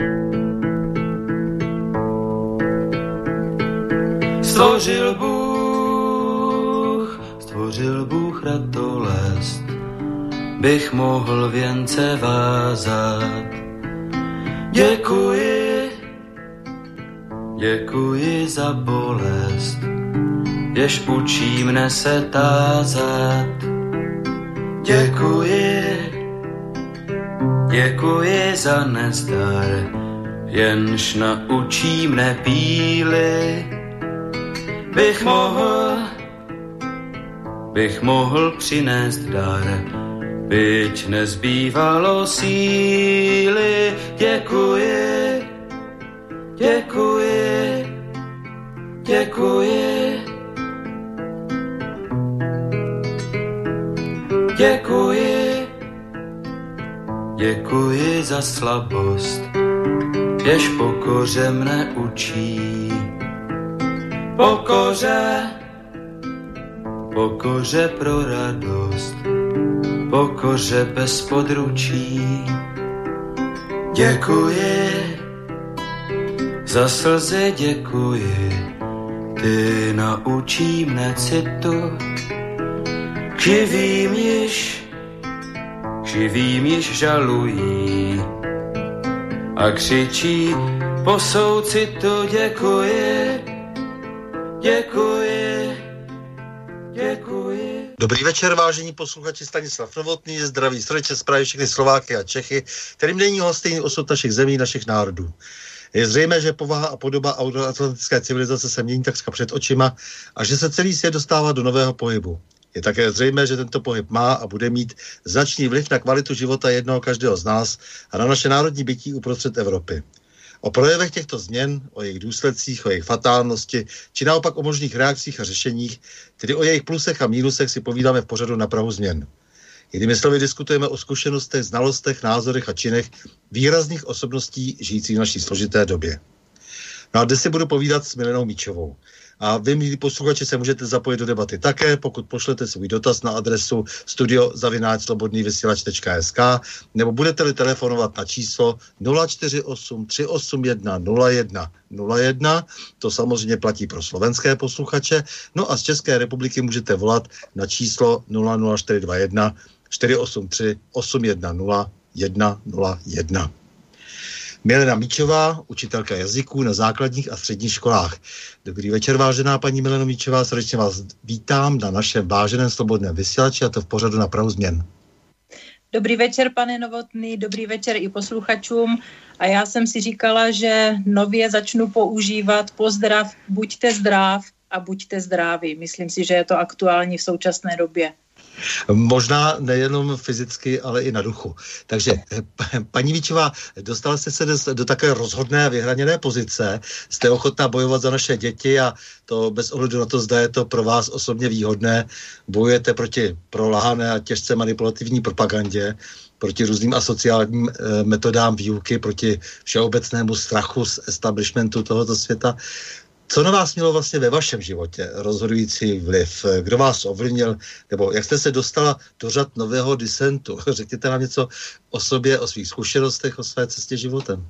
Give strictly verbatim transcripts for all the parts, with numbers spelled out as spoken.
Stvořil Bůh, stvořil Bůh ratolest, bych mohl věnce vázat. Děkuji, děkuji za bolest, jež učí mne se tázat. Děkuji, děkuji za nezdar, jenž naučí mne píly. Bych mohl, bych mohl přinést dar, byť nezbývalo síly. Děkuji, děkuji, děkuji, děkuji, děkuji za slabost, jež pokoře mne učí. Pokoře, pokoře pro radost, pokoře bez područí. Děkuji, za slzy děkuji, ty naučí mne citu. K živým již, k živým již žalují a křičí po soucitu. Děkuji, děkuji, děkuji. Dobrý večer, vážení posluchači, Stanislav Novotný, zdraví srdečně zprávy všechny Slováky a Čechy, kterým není hostejný osud našich zemí, našich národů. Je zřejmé, že povaha a podoba euroatlantické civilizace se mění takřka před očima a že se celý svět dostává do nového pohybu. Je také zřejmé, že tento pohyb má a bude mít značný vliv na kvalitu života jednoho každého z nás a na naše národní bytí uprostřed Evropy. O projevech těchto změn, o jejich důsledcích, o jejich fatálnosti, či naopak o možných reakcích a řešeních, tedy o jejich plusech a mínusech si povídáme v pořadu Na prahu změn. Jinými slovy diskutujeme o zkušenostech, znalostech, názorech a činech výrazných osobností žijících v naší složité době. No a dnes si budu povídat s Milenou Míčovou. A vy, milí posluchači, se můžete zapojit do debaty také, pokud pošlete svůj dotaz na adresu studio zavináč slobodný vysílač tečka es ká nebo budete-li telefonovat na číslo nula čtyři osm tři osm jedna nula jedna nula jedna, to samozřejmě platí pro slovenské posluchače, no a z České republiky můžete volat na číslo nula nula čtyři dva jedna čtyři osm tři osm jedna nula jedna nula jedna. Milena Míčová, učitelka jazyků na základních a středních školách. Dobrý večer, vážená paní Mileno Míčová, srdečně vás vítám na našem váženém slobodném vysílači a to v pořadu Na prahu změn. Dobrý večer, pane Novotný, dobrý večer i posluchačům. A já jsem si říkala, že nově začnu používat pozdrav buďte zdrav a buďte zdraví. Myslím si, že je to aktuální v současné době. Možná nejenom fyzicky, ale i na duchu. Takže, paní Míčová, dostala jste se do, do také rozhodné a vyhraněné pozice. Jste ochotná bojovat za naše děti a to bez ohledu na to, zda je to pro vás osobně výhodné. Bojujete proti prolahané a těžce manipulativní propagandě, proti různým asociálním e, metodám výuky, proti všeobecnému strachu z establishmentu tohoto světa. Co na vás mělo vlastně ve vašem životě rozhodující vliv? Kdo vás ovlivnil? Nebo jak jste se dostala do řad nového disentu? Řekněte nám něco o sobě, o svých zkušenostech, o své cestě životem.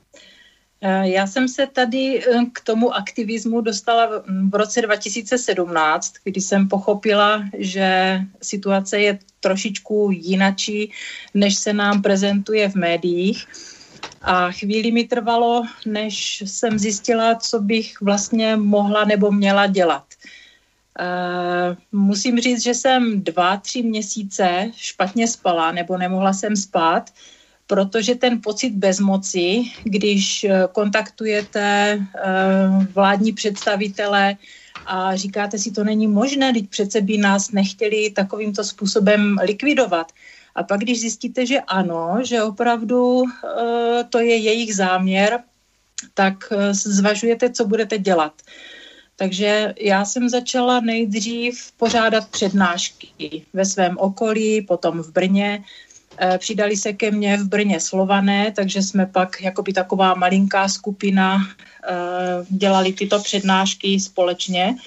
Já jsem se tady k tomu aktivismu dostala v roce dva tisíce sedmnáct, kdy jsem pochopila, že situace je trošičku jinačí, než se nám prezentuje v médiích. A chvíli mi trvalo, než jsem zjistila, co bych vlastně mohla nebo měla dělat. Uh, musím říct, že jsem dva, tři měsíce špatně spala nebo nemohla jsem spát, protože ten pocit bezmoci, když kontaktujete uh, vládní představitele a říkáte si, to není možné, teď přece by nás nechtěli takovýmto způsobem likvidovat. A pak, když zjistíte, že ano, že opravdu e, to je jejich záměr, tak e, zvažujete, co budete dělat. Takže já jsem začala nejdřív pořádat přednášky ve svém okolí, potom v Brně. E, přidali se ke mně v Brně Slované, takže jsme pak jakoby taková malinká skupina e, dělali tyto přednášky společně.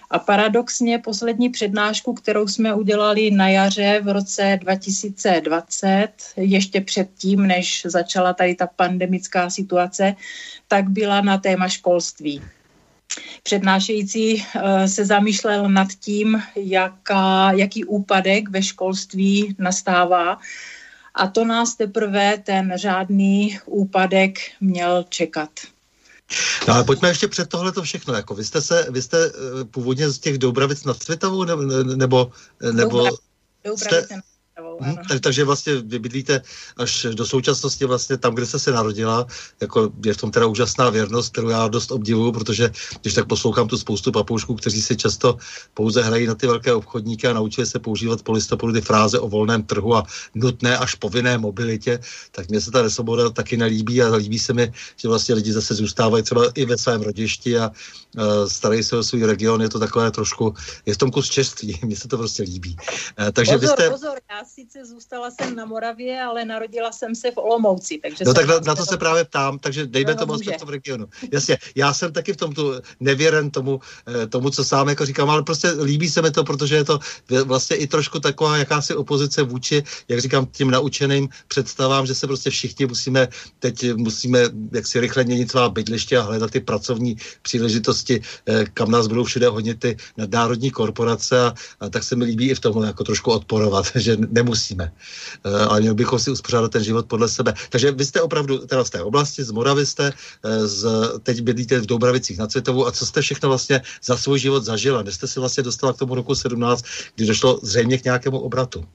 A paradoxně poslední přednášku, kterou jsme udělali na jaře v roce dva tisíce dvacet, ještě předtím, než začala tady ta pandemická situace, tak byla na téma školství. Přednášející se zamýšlel nad tím, jaká, jaký úpadek ve školství nastává, a to nás teprve ten řádný úpadek měl čekat. No ale pojďme ještě před tohleto všechno. Jako vy jste se, vy jste původně z těch Doubravic nad Svitavou, nebo, nebo, nebo Doubravice jste... nad Hmm, tak, takže vlastně vy bydlíte až do současnosti vlastně tam, kde jste se narodila, jako je v tom teda úžasná věrnost, kterou já dost obdivuju, protože když tak poslouchám tu spoustu papoušků, kteří si často pouze hrají na ty velké obchodníky a naučili se používat po listopadu ty fráze o volném trhu a nutné až povinné mobilitě, tak mně se ta nesvoboda taky nelíbí a líbí se mi, že vlastně lidi zase zůstávají třeba i ve svém rodišti a uh, starají se o svůj region, je to takové trošku, je v tom kus čeství, mně se to prostě líbí. Uh, takže pozor, vy jste... pozor, já sice zůstala jsem na Moravě, ale narodila jsem se v Olomouci. Takže no tak na, na to se právě ptám, takže dejme tomu aspoň v tom regionu. Jasně, já jsem taky v tomto nevěren tomu, tomu, co sám jako říkám, ale prostě líbí se mi to, protože je to vlastně i trošku taková jakási opozice vůči, jak říkám, tím naučeným představám, že se prostě všichni musíme, teď musíme jaksi rychle měnit svá bydliště a hledat ty pracovní příležitosti, kam nás budou všude hodně ty nadnárodní korporace a, a tak se mi líbí i v tom jako trošku odporovat, že nemusíme. Ale měli bychom si uspořádat ten život podle sebe. Takže vy jste opravdu teda z té oblasti, z Moravy jste, z, teď bydlíte v Doubravicích nad Svitavou a co jste všechno vlastně za svůj život zažila? Než jste si vlastně dostala k tomu roku sedmnáct, kdy došlo zřejmě k nějakému obratu?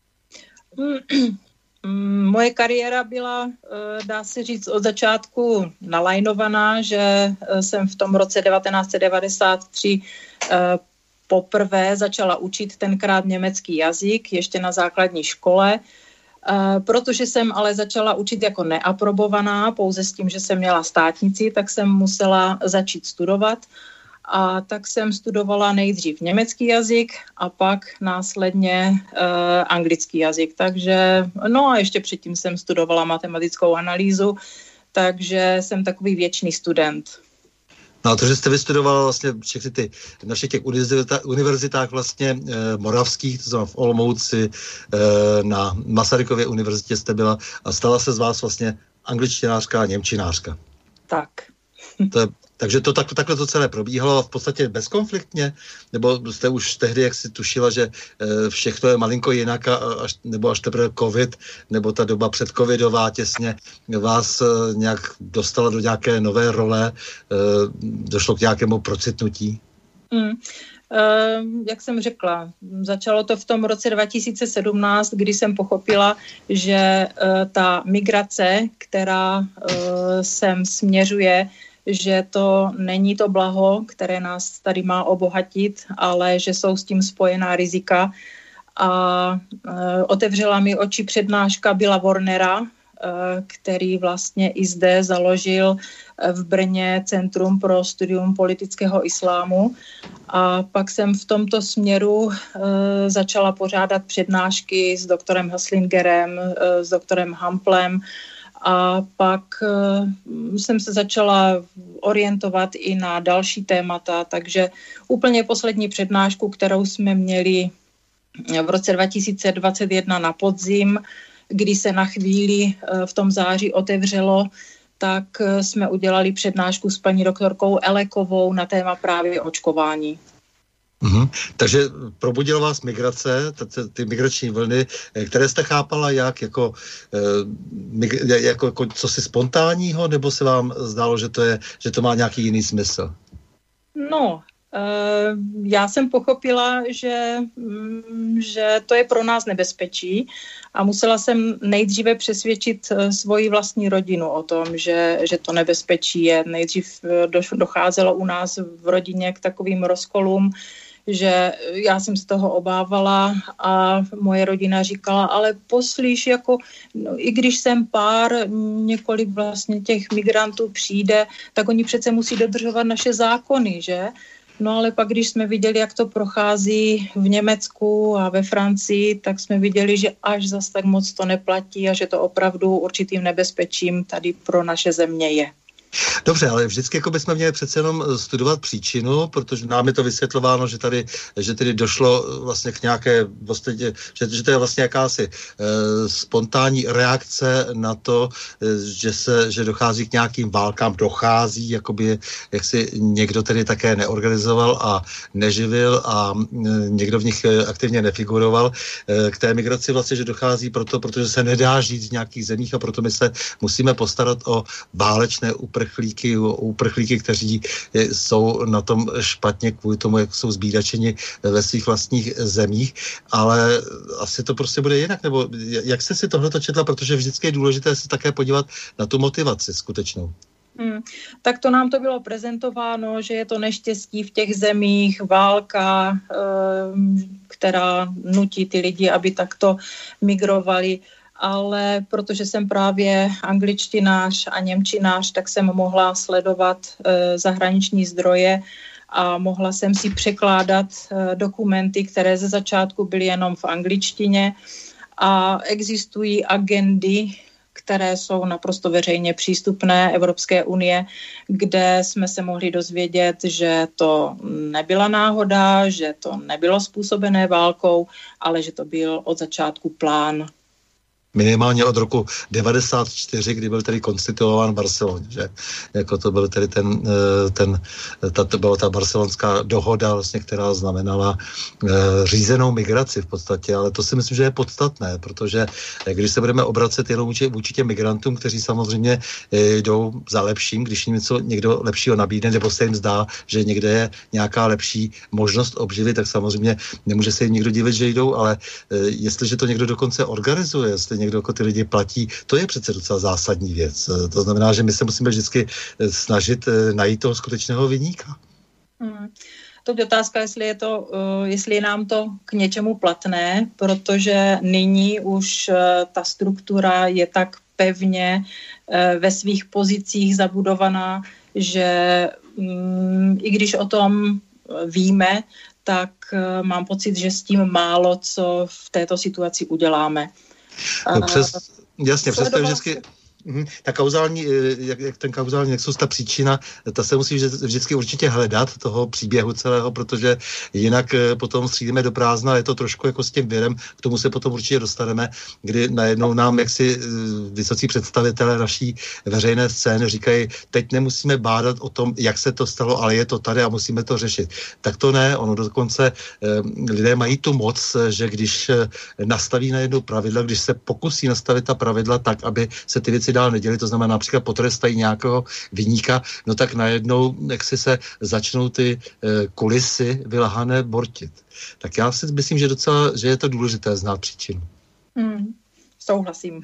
Moje kariéra byla, dá se říct, od začátku nalajnovaná, že jsem v tom roce devatenáct set devadesát tři poprvé začala učit tenkrát německý jazyk, ještě na základní škole, protože jsem ale začala učit jako neaprobovaná, pouze s tím, že jsem měla státnici, tak jsem musela začít studovat. A tak jsem studovala nejdřív německý jazyk a pak následně uh, anglický jazyk. Takže, no a ještě předtím jsem studovala matematickou analýzu, takže jsem takový věčný student. No a to, že jste vystudovala vlastně všechny ty, na všech těch univerzitách, univerzitách vlastně e, moravských, to znamená v Olomouci, e, na Masarykově univerzitě jste byla a stala se z vás vlastně angličtinářka a němčinářka. Tak. To je, takže to tak, takhle to celé probíhalo v podstatě bezkonfliktně? Nebo jste už tehdy, jak si tušila, že e, všechno je malinko jinak, a, až, nebo až teprve covid, nebo ta doba předcovidová těsně vás e, nějak dostala do nějaké nové role, e, došlo k nějakému procitnutí? Mm. Uh, jak jsem řekla, začalo to v tom roce dva tisíce sedmnáct, kdy jsem pochopila, že uh, ta migrace, která uh, sem směřuje, že to není to blaho, které nás tady má obohatit, ale že jsou s tím spojená rizika. A uh, otevřela mi oči přednáška Billa Warnera, uh, který vlastně i zde založil v Brně Centrum pro studium politického islámu. A pak jsem v tomto směru uh, začala pořádat přednášky s doktorem Haslingerem, uh, s doktorem Hamplem, a pak uh, jsem se začala orientovat i na další témata, takže úplně poslední přednášku, kterou jsme měli v roce dva tisíce dvacet jedna na podzim, kdy se na chvíli uh, v tom září otevřelo, tak uh, jsme udělali přednášku s paní doktorkou Elekovou na téma právě očkování. Mm-hmm. Takže probudila vás migrace, t- ty migrační vlny, které jste chápala jak? Jako, eh, jako, jako cosi spontánního, nebo se vám zdálo, že to, je, že to má nějaký jiný smysl? No, eh, já jsem pochopila, že, mm, že to je pro nás nebezpečí a musela jsem nejdříve přesvědčit svoji vlastní rodinu o tom, že, že to nebezpečí je. Nejdřív docházelo u nás v rodině k takovým rozkolům, že já jsem z toho obávala a moje rodina říkala, ale poslíš, jako, no, i když sem pár, několik vlastně těch migrantů přijde, tak oni přece musí dodržovat naše zákony, že? No ale pak, když jsme viděli, jak to prochází v Německu a ve Francii, tak jsme viděli, že až zas tak moc to neplatí a že to opravdu určitým nebezpečím tady pro naše země je. Dobře, ale vždycky jako bychom měli přece jenom studovat příčinu, protože nám je to vysvětlováno, že tady, že tady došlo vlastně k nějaké, vlastně, že, že to je vlastně jakási eh, spontánní reakce na to, eh, že se, že dochází k nějakým válkám, dochází, jakoby, jak si někdo tedy také neorganizoval a neživil a eh, někdo v nich aktivně nefiguroval. Eh, k té migraci vlastně, že dochází proto, protože se nedá žít v nějakých zemích a proto my se musíme postarat o válečné uprchlíky, uprchlíky, kteří jsou na tom špatně kvůli tomu, jak jsou zbídačeni ve svých vlastních zemích, ale asi to prostě bude jinak, nebo jak jste si tohleto četla, protože vždycky je důležité se také podívat na tu motivaci skutečnou. Hmm. Tak to nám to bylo prezentováno, že je to neštěstí v těch zemích, válka, která nutí ty lidi, aby takto migrovali. Ale protože jsem právě angličtinář a němčinář, tak jsem mohla sledovat e, zahraniční zdroje a mohla jsem si překládat e, dokumenty, které ze začátku byly jenom v angličtině a existují agendy, které jsou naprosto veřejně přístupné Evropské unie, kde jsme se mohli dozvědět, že to nebyla náhoda, že to nebylo způsobené válkou, ale že to byl od začátku plán. Minimálně od roku devadesát čtyři, kdy byl tedy konstituován v Barceloně, že? Jako to byl tedy ten, ten ta, to byla ta barcelonská dohoda, vlastně, která znamenala e, řízenou migraci v podstatě, ale to si myslím, že je podstatné, protože když se budeme obracet jenom vůči, vůči těm migrantům, kteří samozřejmě jdou za lepším, když jim něco někdo lepšího nabídne, nebo se jim zdá, že někde je nějaká lepší možnost obživy, tak samozřejmě nemůže se jim nikdo divit, že jdou, ale e, jestliže to někdo dokonce organizuje, jestli někdo jako ty lidi platí, to je přece docela zásadní věc. To znamená, že my se musíme vždycky snažit najít toho skutečného viníka. Hmm. To je otázka, jestli je to, jestli je nám to k něčemu platné, protože nyní už ta struktura je tak pevně ve svých pozicích zabudovaná, že i když o tom víme, tak mám pocit, že s tím málo co v této situaci uděláme. No přes, jasně, přesto vždycky ta kauzální, jak, jak ten kauzální nexus, ta příčina, ta se musí vždycky určitě hledat toho příběhu celého, protože jinak potom střídíme do prázdna, je to trošku jako s tím virem, k tomu se potom určitě dostaneme, kdy najednou nám jaksi vysocí představitelé naší veřejné scény říkají, teď nemusíme bádat o tom, jak se to stalo, ale je to tady a musíme to řešit. Tak to ne, ono dokonce lidé mají tu moc, že když nastaví najednou pravidla, když se pokusí nastavit ta pravidla tak, aby se ty věci dál neděli, to znamená například potrestají nějakého viníka, no tak najednou jak si se začnou ty e, kulisy vylahané bortit. Tak já si myslím, že docela, že je to důležité znát příčinu. Hmm, souhlasím.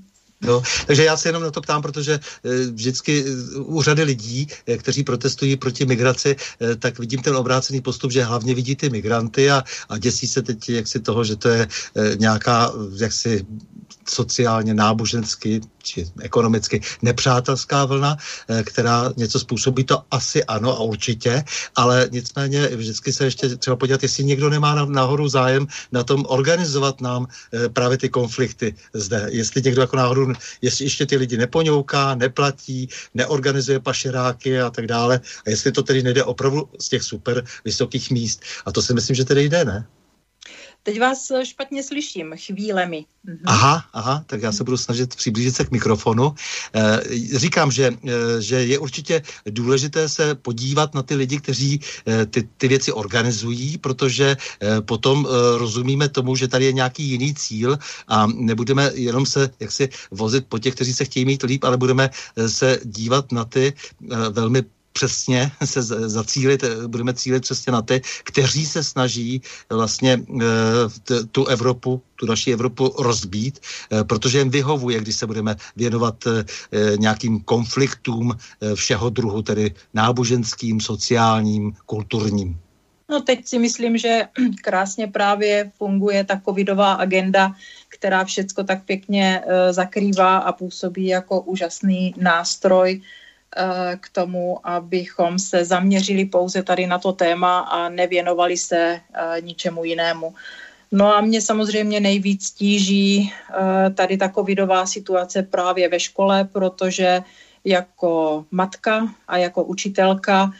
No, takže já se jenom na to ptám, protože e, vždycky u řady lidí, e, kteří protestují proti migraci, e, tak vidím ten obrácený postup, že hlavně vidí ty migranty a, a děsí se teď jaksi toho, že to je e, nějaká jaksi sociálně, nábožensky či ekonomicky nepřátelská vlna, která něco způsobí, to asi ano a určitě, ale nicméně vždycky se ještě třeba podívat, jestli někdo nemá nahoru zájem na tom organizovat nám právě ty konflikty zde. Jestli někdo jako náhodou, jestli ještě ty lidi nepoňouká, neplatí, neorganizuje pašeráky a tak dále, a jestli to tedy nejde opravdu z těch super vysokých míst. A to si myslím, že tedy jde, ne? Teď vás špatně slyším, chvílemi. Mhm. Aha, aha, tak já se budu snažit přiblížit se k mikrofonu. E, říkám, že, e, že je určitě důležité se podívat na ty lidi, kteří e, ty, ty věci organizují, protože e, potom e, rozumíme tomu, že tady je nějaký jiný cíl a nebudeme jenom se jaksi vozit po těch, kteří se chtějí mít líp, ale budeme e, se dívat na ty e, velmi přesně se zacílit, budeme cílit přesně na ty, kteří se snaží vlastně t, tu Evropu, tu naši Evropu rozbít, protože jim vyhovuje, když se budeme věnovat nějakým konfliktům všeho druhu, tedy náboženským, sociálním, kulturním. No teď si myslím, že krásně právě funguje ta covidová agenda, která všecko tak pěkně zakrývá a působí jako úžasný nástroj k tomu, abychom se zaměřili pouze tady na to téma a nevěnovali se ničemu jinému. No a mě samozřejmě nejvíc tíží tady ta covidová situace právě ve škole, protože jako matka a jako učitelka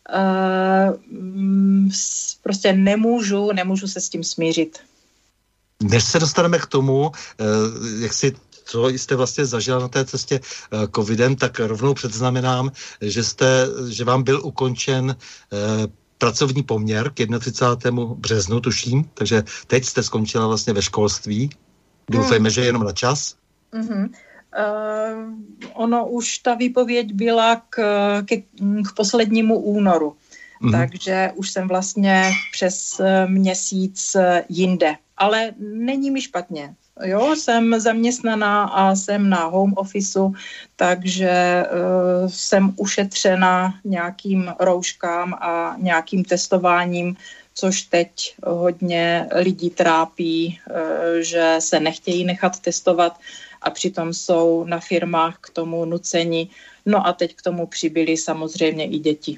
prostě nemůžu, nemůžu se s tím smířit. Než se dostaneme k tomu, jak si co jste vlastně zažila na té cestě covidem, tak rovnou předznamenám, že jste, že vám byl ukončen pracovní poměr k třicátému prvnímu březnu, tuším, takže teď jste skončila vlastně ve školství. Doufejme, hmm. že jenom na čas. Mm-hmm. Uh, ono už ta výpověď byla k, k, k poslednímu únoru, mm. takže už jsem vlastně přes měsíc jinde. Ale není mi špatně. Jo, jsem zaměstnaná a jsem na home officeu, takže uh, jsem ušetřena nějakým rouškám a nějakým testováním, což teď hodně lidí trápí, uh, že se nechtějí nechat testovat a přitom jsou na firmách k tomu nuceni. No a teď k tomu přibyly samozřejmě i děti.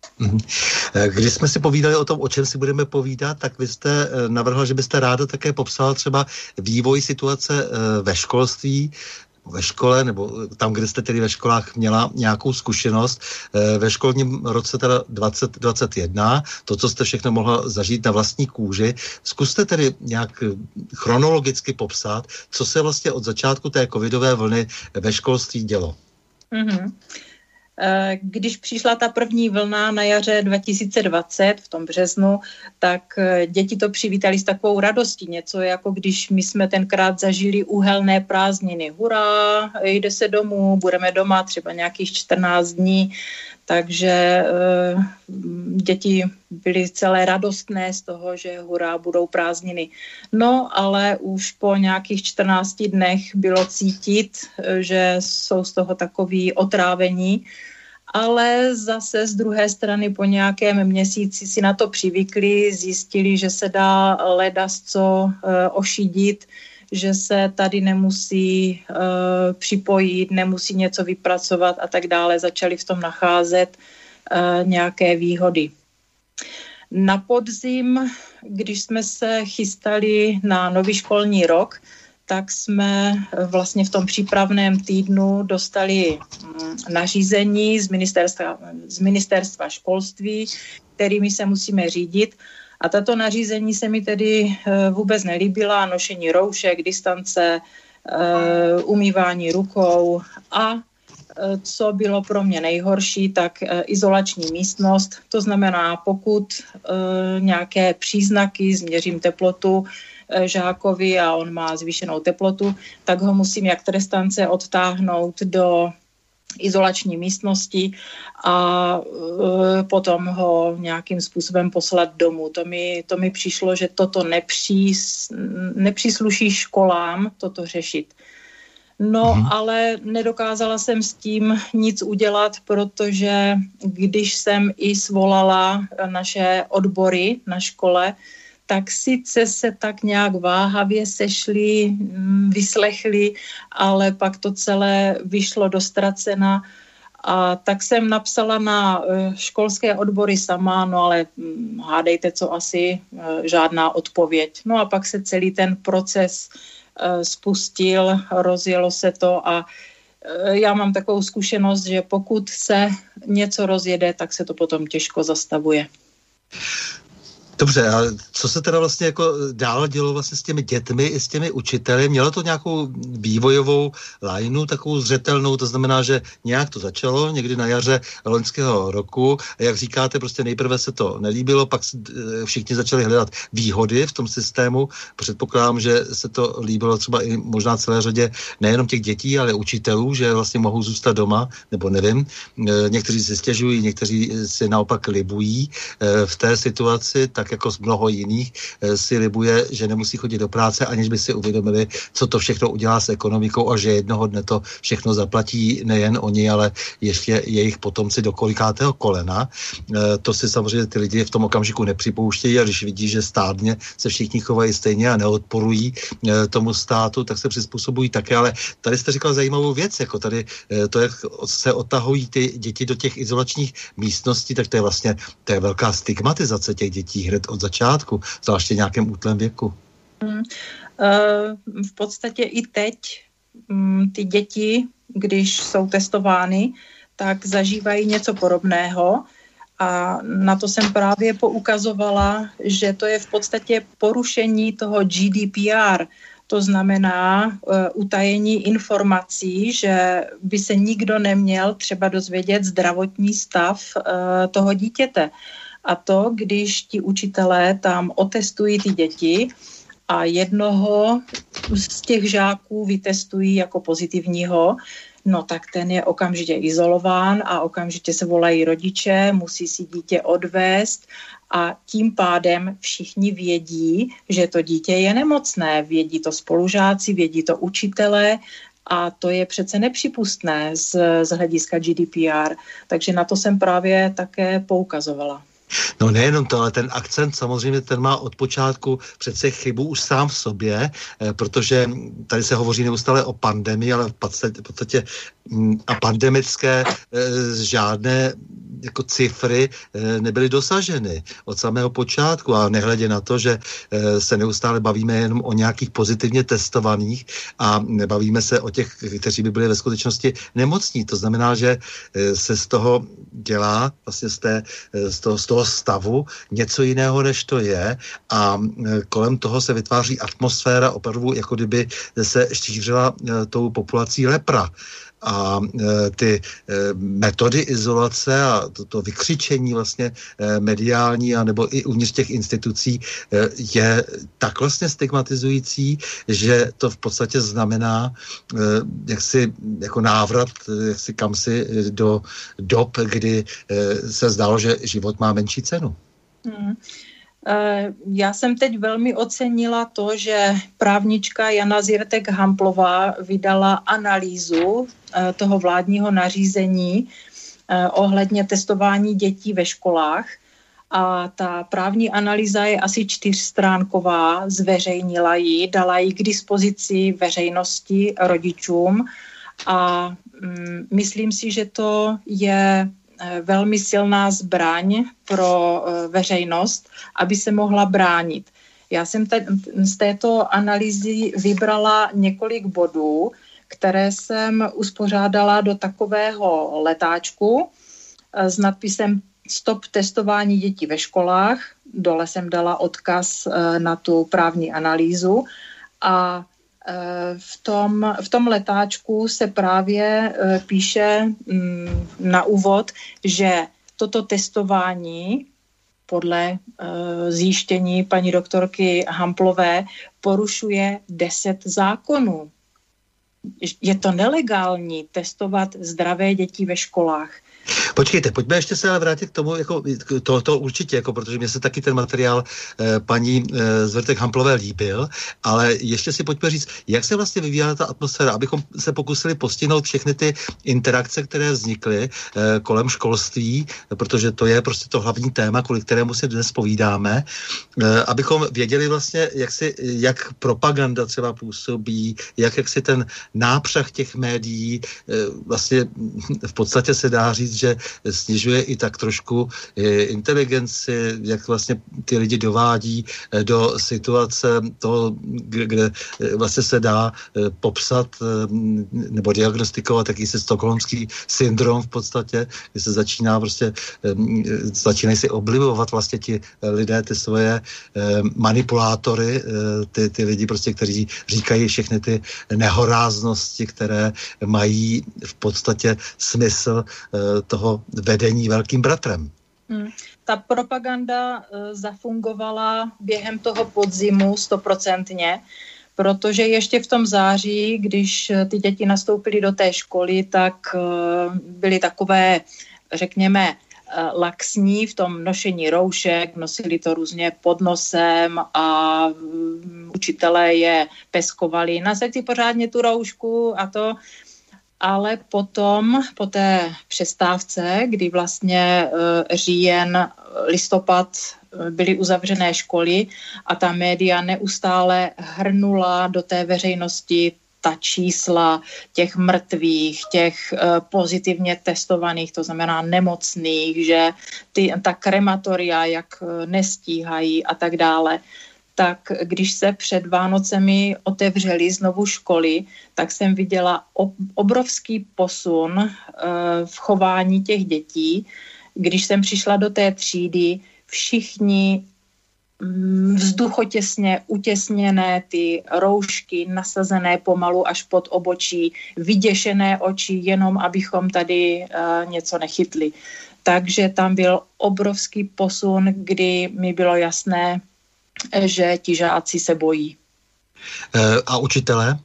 Když jsme si povídali o tom, o čem si budeme povídat, tak vy jste navrhla, že byste ráda také popsala třeba vývoj situace ve školství, ve škole, nebo tam, kde jste tedy ve školách měla nějakou zkušenost. Ve školním roce teda dvacet dvacet jedna, to, co jste všechno mohla zažít na vlastní kůži. Zkuste tedy nějak chronologicky popsat, co se vlastně od začátku té covidové vlny ve školství dělo. Mm-hmm. Když přišla ta první vlna na jaře dva tisíce dvacet, v tom březnu, tak děti to přivítali s takovou radostí. Něco jako když my jsme tenkrát zažili uhelné prázdniny. Hurá, jde se domů, budeme doma třeba nějakých čtrnáct dní. Takže uh, děti byly celé radostné z toho, že hurá, budou prázdniny. No, ale už po nějakých čtrnácti dnech bylo cítit, že jsou z toho takový otrávení, ale zase z druhé strany po nějakém měsíci si na to přivykli, zjistili, že se dá ledasco uh, ošidit, že se tady nemusí uh, připojit, nemusí něco vypracovat a tak dále. Začali v tom nacházet uh, nějaké výhody. Na podzim, když jsme se chystali na nový školní rok, tak jsme vlastně v tom přípravném týdnu dostali um, nařízení z ministerstva, z ministerstva školství, kterými se musíme řídit. A tato nařízení se mi tedy vůbec nelíbila, nošení roušek, distance, umývání rukou a co bylo pro mě nejhorší, tak izolační místnost. To znamená, pokud nějaké příznaky, změřím teplotu žákovi a on má zvýšenou teplotu, tak ho musím jak trestance odtáhnout do izolační místnosti a e, potom ho nějakým způsobem poslat domů. To mi, to mi přišlo, že toto nepřís, nepřísluší školám toto řešit. No, mm-hmm. ale nedokázala jsem s tím nic udělat, protože když jsem i svolala naše odbory na škole, tak sice se tak nějak váhavě sešli, vyslechli, ale pak to celé vyšlo do ztracena. A tak jsem napsala na školské odbory sama, no ale hádejte, co asi, žádná odpověď. No a pak se celý ten proces spustil, rozjelo se to a já mám takovou zkušenost, že pokud se něco rozjede, tak se to potom těžko zastavuje. Dobře, a co se teda vlastně jako dál dělo vlastně s těmi dětmi i s těmi učiteli? Mělo to nějakou vývojovou lajnu, takovou zřetelnou, to znamená, že nějak to začalo někdy na jaře loňského roku. A jak říkáte, prostě nejprve se to nelíbilo, pak všichni začali hledat výhody v tom systému. Předpokládám, že se to líbilo třeba i možná celé řadě nejenom těch dětí, ale učitelů, že vlastně mohou zůstat doma, nebo nevím. Někteří si stěžují, někteří si naopak libují v té situaci, tak jako z mnoho jiných si libuje, že nemusí chodit do práce, aniž by si uvědomili, co to všechno udělá s ekonomikou a že jednoho dne to všechno zaplatí nejen oni, ale ještě jejich potomci do kolikátého kolena. To si samozřejmě ty lidi v tom okamžiku nepřipouštějí a když vidí, že stádně se všichni chovají stejně a neodporují tomu státu, tak se přizpůsobují také, ale tady jste říkal zajímavou věc, jako tady to, jak se odtahují ty děti do těch izolačních místností, tak to je vlastně to je velká stigmatizace těch dětí hned od začátku, zvláště v nějakém útlém věku. Hmm. V podstatě i teď ty děti, když jsou testovány, tak zažívají něco podobného. A na to jsem právě poukazovala, že to je v podstatě porušení toho G D P R. To znamená uh, utajení informací, že by se nikdo neměl třeba dozvědět zdravotní stav uh, toho dítěte. A to, když ti učitelé tam otestují ty děti a jednoho z těch žáků vytestují jako pozitivního, no tak ten je okamžitě izolován a okamžitě se volají rodiče, musí si dítě odvést a tím pádem všichni vědí, že to dítě je nemocné. Vědí to spolužáci, vědí to učitelé a to je přece nepřípustné z, z hlediska G D P R. Takže na to jsem právě také poukazovala. No nejenom to, ale ten akcent samozřejmě ten má od počátku přece chybu už sám v sobě, protože tady se hovoří neustále o pandemii, ale v podstatě, v podstatě a pandemické žádné jako cifry nebyly dosaženy od samého počátku a nehledě na to, že se neustále bavíme jenom o nějakých pozitivně testovaných a nebavíme se o těch, kteří by byli ve skutečnosti nemocní. To znamená, že se z toho dělá vlastně z, té, z, toho, z toho stavu něco jiného, než to je a kolem toho se vytváří atmosféra opravdu, jako kdyby se šířila tou populací lepra. A e, ty e, metody izolace a to, to vykřičení vlastně e, mediální a nebo i uvnitř těch institucí e, je tak vlastně stigmatizující, že to v podstatě znamená e, jaksi jako návrat jaksi kamsi do dob, kdy e, se zdálo, že život má menší cenu. Hmm. Já jsem teď velmi ocenila to, že právnička Jana Zirtek-Hamplová vydala analýzu toho vládního nařízení ohledně testování dětí ve školách. A ta právní analýza je asi čtyřstránková, zveřejnila ji, dala ji k dispozici veřejnosti, rodičům a mm, myslím si, že to je velmi silná zbraň pro veřejnost, aby se mohla bránit. Já jsem te- z této analýzy vybrala několik bodů, které jsem uspořádala do takového letáčku s nadpisem Stop testování dětí ve školách. Dole jsem dala odkaz na tu právní analýzu a V tom, v tom letáčku se právě píše na úvod, že toto testování podle zjištění paní doktorky Hamplové porušuje deset zákonů. Je to nelegální testovat zdravé děti ve školách. Počkejte, pojďme ještě se ale vrátit k tomu, jako, to, to určitě, jako, protože mě se taky ten materiál eh, paní eh, Zirtek-Hamplové líbil, ale ještě si pojďme říct, jak se vlastně vyvíjela ta atmosféra, abychom se pokusili postihnout všechny ty interakce, které vznikly eh, kolem školství, protože to je prostě to hlavní téma, kvůli kterému si dnes povídáme, eh, abychom věděli vlastně, jak, si, jak propaganda třeba působí, jak, jak si ten nápřah těch médií eh, vlastně v podstatě se dá říct, že snižuje i tak trošku inteligenci, jak vlastně ty lidi dovádí do situace toho, kde vlastně se dá popsat nebo diagnostikovat jakýsi stockholmský syndrom v podstatě, kdy se začíná prostě, začínají si oblivovat vlastně ti lidé ty svoje manipulátory, ty, ty lidi prostě, kteří říkají všechny ty nehoráznosti, které mají v podstatě smysl toho vedení velkým bratrem. Hmm. Ta propaganda uh, zafungovala během toho podzimu stoprocentně, protože ještě v tom září, když ty děti nastoupily do té školy, tak uh, byly takové, řekněme, uh, laxní v tom nošení roušek, nosili to různě pod nosem a um, učitelé je peskovali. Nasaď si pořádně tu roušku a to. Ale potom, po té přestávce, kdy vlastně říjen, listopad byly uzavřené školy a ta média neustále hrnula do té veřejnosti ta čísla těch mrtvých, těch pozitivně testovaných, to znamená nemocných, že ty, ta krematoria jak nestíhají a tak dále, tak když se před Vánocemi otevřely znovu školy, tak jsem viděla obrovský posun v chování těch dětí. Když jsem přišla do té třídy, všichni vzduchotěsně utěsněné ty roušky, nasazené pomalu až pod obočí, vyděšené oči, jenom abychom tady uh, něco nechytli. Takže tam byl obrovský posun, kdy mi bylo jasné, že ti žáci se bojí. E, a učitelé?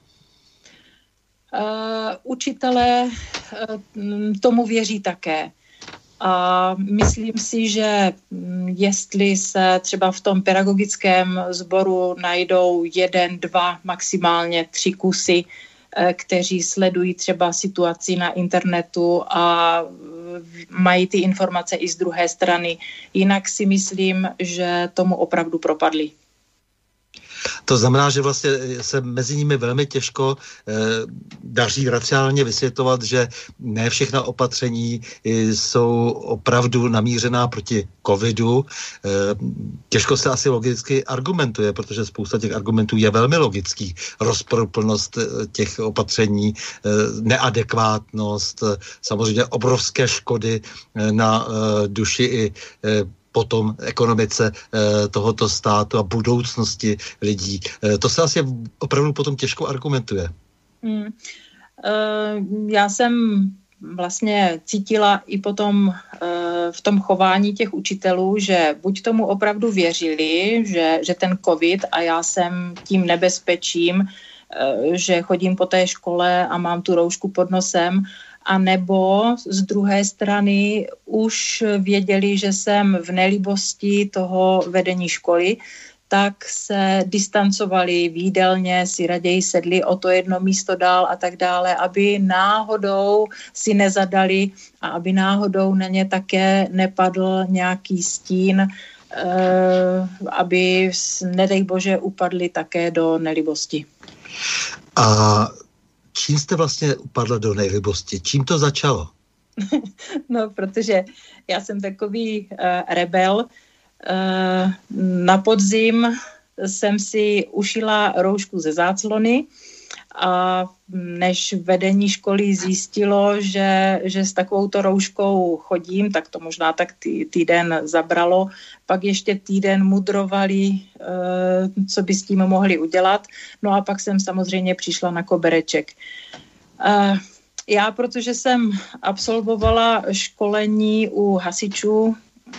Uh, učitelé uh, tomu věří také. A myslím si, že jestli se třeba v tom pedagogickém sboru najdou jeden, dva, maximálně tři kusy, kteří sledují třeba situaci na internetu a mají ty informace i z druhé strany. Jinak si myslím, že tomu opravdu propadli. To znamená, že vlastně se mezi nimi velmi těžko eh, daří racionálně vysvětlovat, že ne všechna opatření jsou opravdu namířená proti covidu. Eh, těžko se asi logicky argumentuje, protože spousta těch argumentů je velmi logický. Rozporuplnost těch opatření, eh, neadekvátnost, eh, samozřejmě obrovské škody eh, na eh, duši i eh, potom ekonomice e, tohoto státu a budoucnosti lidí. E, to se asi opravdu potom těžko argumentuje. Hmm. E, já jsem vlastně cítila i potom e, v tom chování těch učitelů, že buď tomu opravdu věřili, že, že ten covid a já jsem tím nebezpečím, e, že chodím po té škole a mám tu roušku pod nosem, a nebo z druhé strany už věděli, že jsem v nelibosti toho vedení školy, tak se distancovali v jídelně, si raději sedli o to jedno místo dál a tak dále, aby náhodou si nezadali a aby náhodou na ně také nepadl nějaký stín, eh, aby, nedej bože, upadli také do nelibosti. A čím jste vlastně upadla do nelibosti? Čím to začalo? No, protože já jsem takový uh, rebel. Uh, na podzim jsem si ušila roušku ze záclony a než vedení školy zjistilo, že, že s takovouto rouškou chodím, tak to možná tak tý, týden zabralo. Pak ještě týden mudrovali, uh, co by s tím mohli udělat. No a pak jsem samozřejmě přišla na kobereček. Uh, já, protože jsem absolvovala školení u hasičů uh,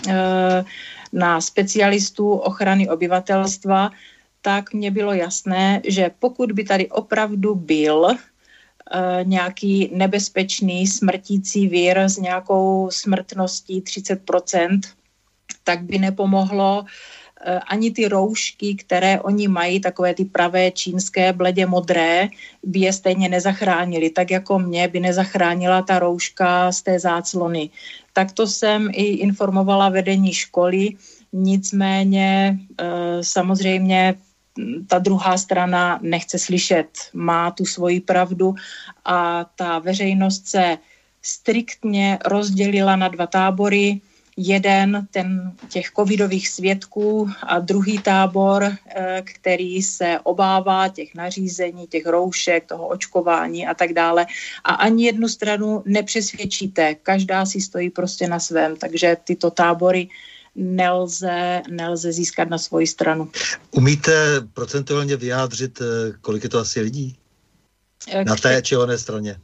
na specialistů ochrany obyvatelstva, tak mně bylo jasné, že pokud by tady opravdu byl e, nějaký nebezpečný smrtící vír s nějakou smrtností třicet procent, tak by nepomohlo e, ani ty roušky, které oni mají, takové ty pravé čínské bledě modré, by je stejně nezachránili. Tak jako mě by nezachránila ta rouška z té záclony. Tak to jsem i informovala vedení školy, nicméně e, samozřejmě ta druhá strana nechce slyšet, má tu svoji pravdu a ta veřejnost se striktně rozdělila na dva tábory. Jeden, ten těch covidových svědků a druhý tábor, který se obává těch nařízení, těch roušek, toho očkování a tak dále. A ani jednu stranu nepřesvědčíte, každá si stojí prostě na svém, takže tyto tábory nelze, nelze získat na svoji stranu. Umíte procentuálně vyjádřit, kolik je to asi lidí? Na té či oné straně?